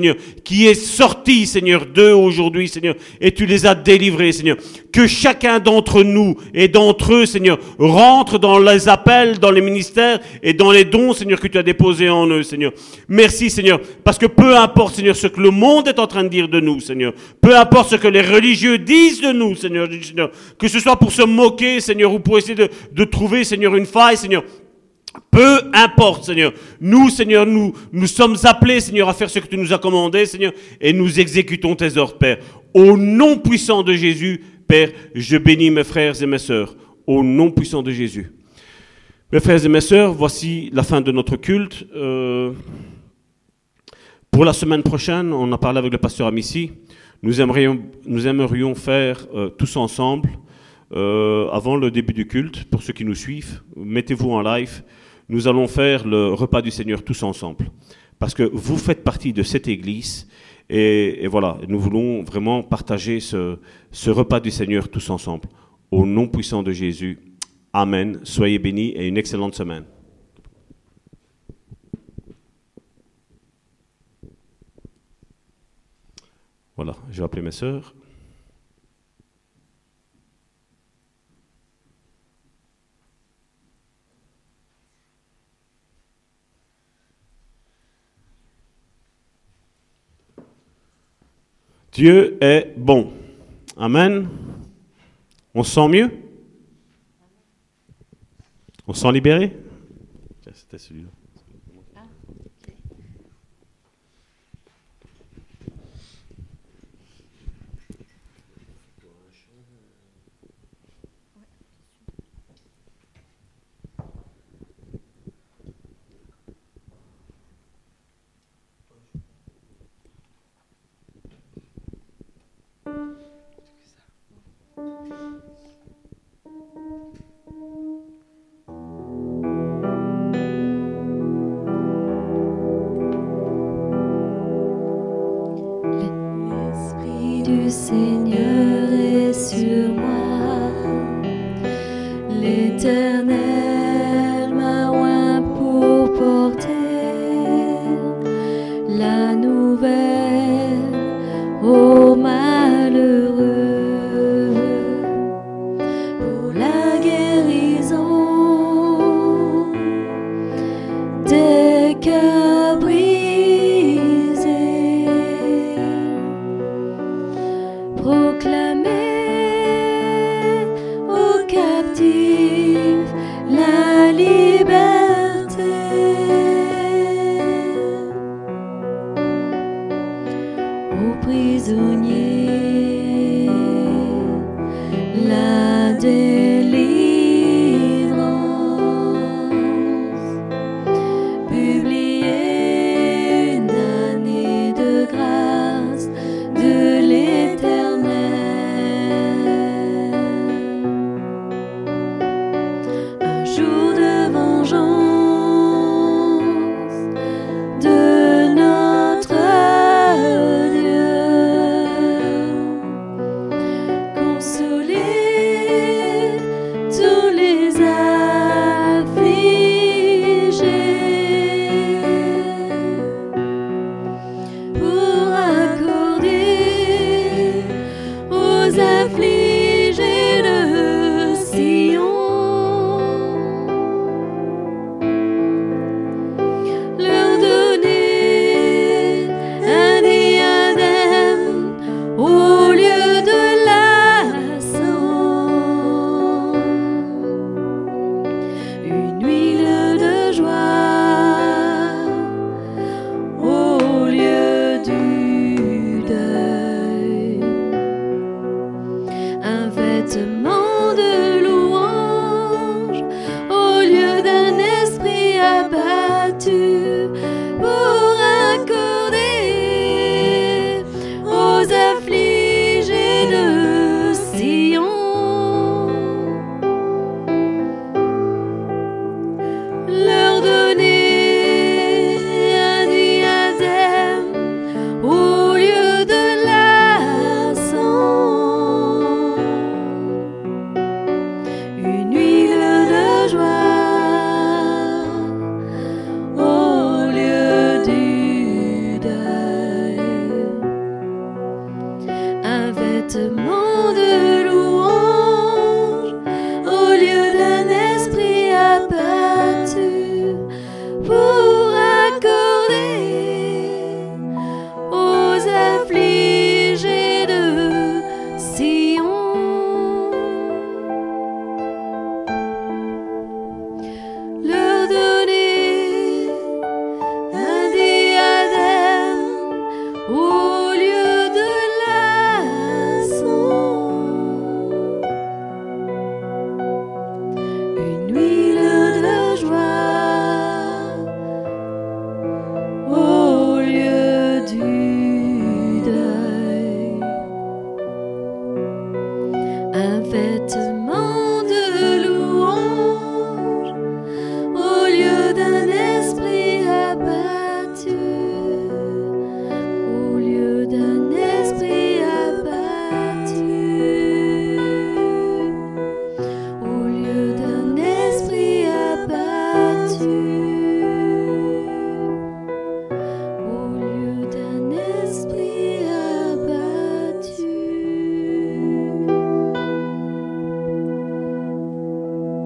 qui est sorti, Seigneur, d'eux aujourd'hui, Seigneur, et tu les as délivrés, Seigneur. Que chacun d'entre nous et d'entre eux, Seigneur, rentre dans les appels, dans les ministères et dans les dons, Seigneur, que tu as déposés en eux, Seigneur. Merci, Seigneur, parce que peu importe, Seigneur, ce que le monde est en train de dire de nous, Seigneur, peu importe ce que les religieux disent de nous, Seigneur, que ce soit pour se moquer, Seigneur, ou pour essayer de trouver, Seigneur, une faille, Seigneur. Peu importe, Seigneur. Nous, Seigneur, nous sommes appelés, Seigneur, à faire ce que tu nous as commandé, Seigneur, et nous exécutons tes ordres, Père. Au nom puissant de Jésus, Père, je bénis mes frères et mes sœurs. Au nom puissant de Jésus. Mes frères et mes sœurs, voici la fin de notre culte. Pour la semaine prochaine, on a parlé avec le pasteur Amici. Nous aimerions faire tous ensemble, avant le début du culte, pour ceux qui nous suivent, mettez-vous en live. Nous allons faire le repas du Seigneur tous ensemble. Parce que vous faites partie de cette église. Et voilà, nous voulons vraiment partager ce repas du Seigneur tous ensemble. Au nom puissant de Jésus. Amen. Soyez bénis et une excellente semaine. Voilà, je vais appeler mes sœurs. Dieu est bon. Amen. On se sent mieux? On se sent libéré? C'était celui-là. L'Esprit du Seigneur est sur moi. L'Éternel m'a oint pour porter la nouvelle aux malheureux, pour la guérison des cœurs brisés, proclamer aux captifs la liberté, aux prisonniers la délivrance, publier une année de grâce de l'Éternel, un jour de vengeance de notre Dieu, consoler te montre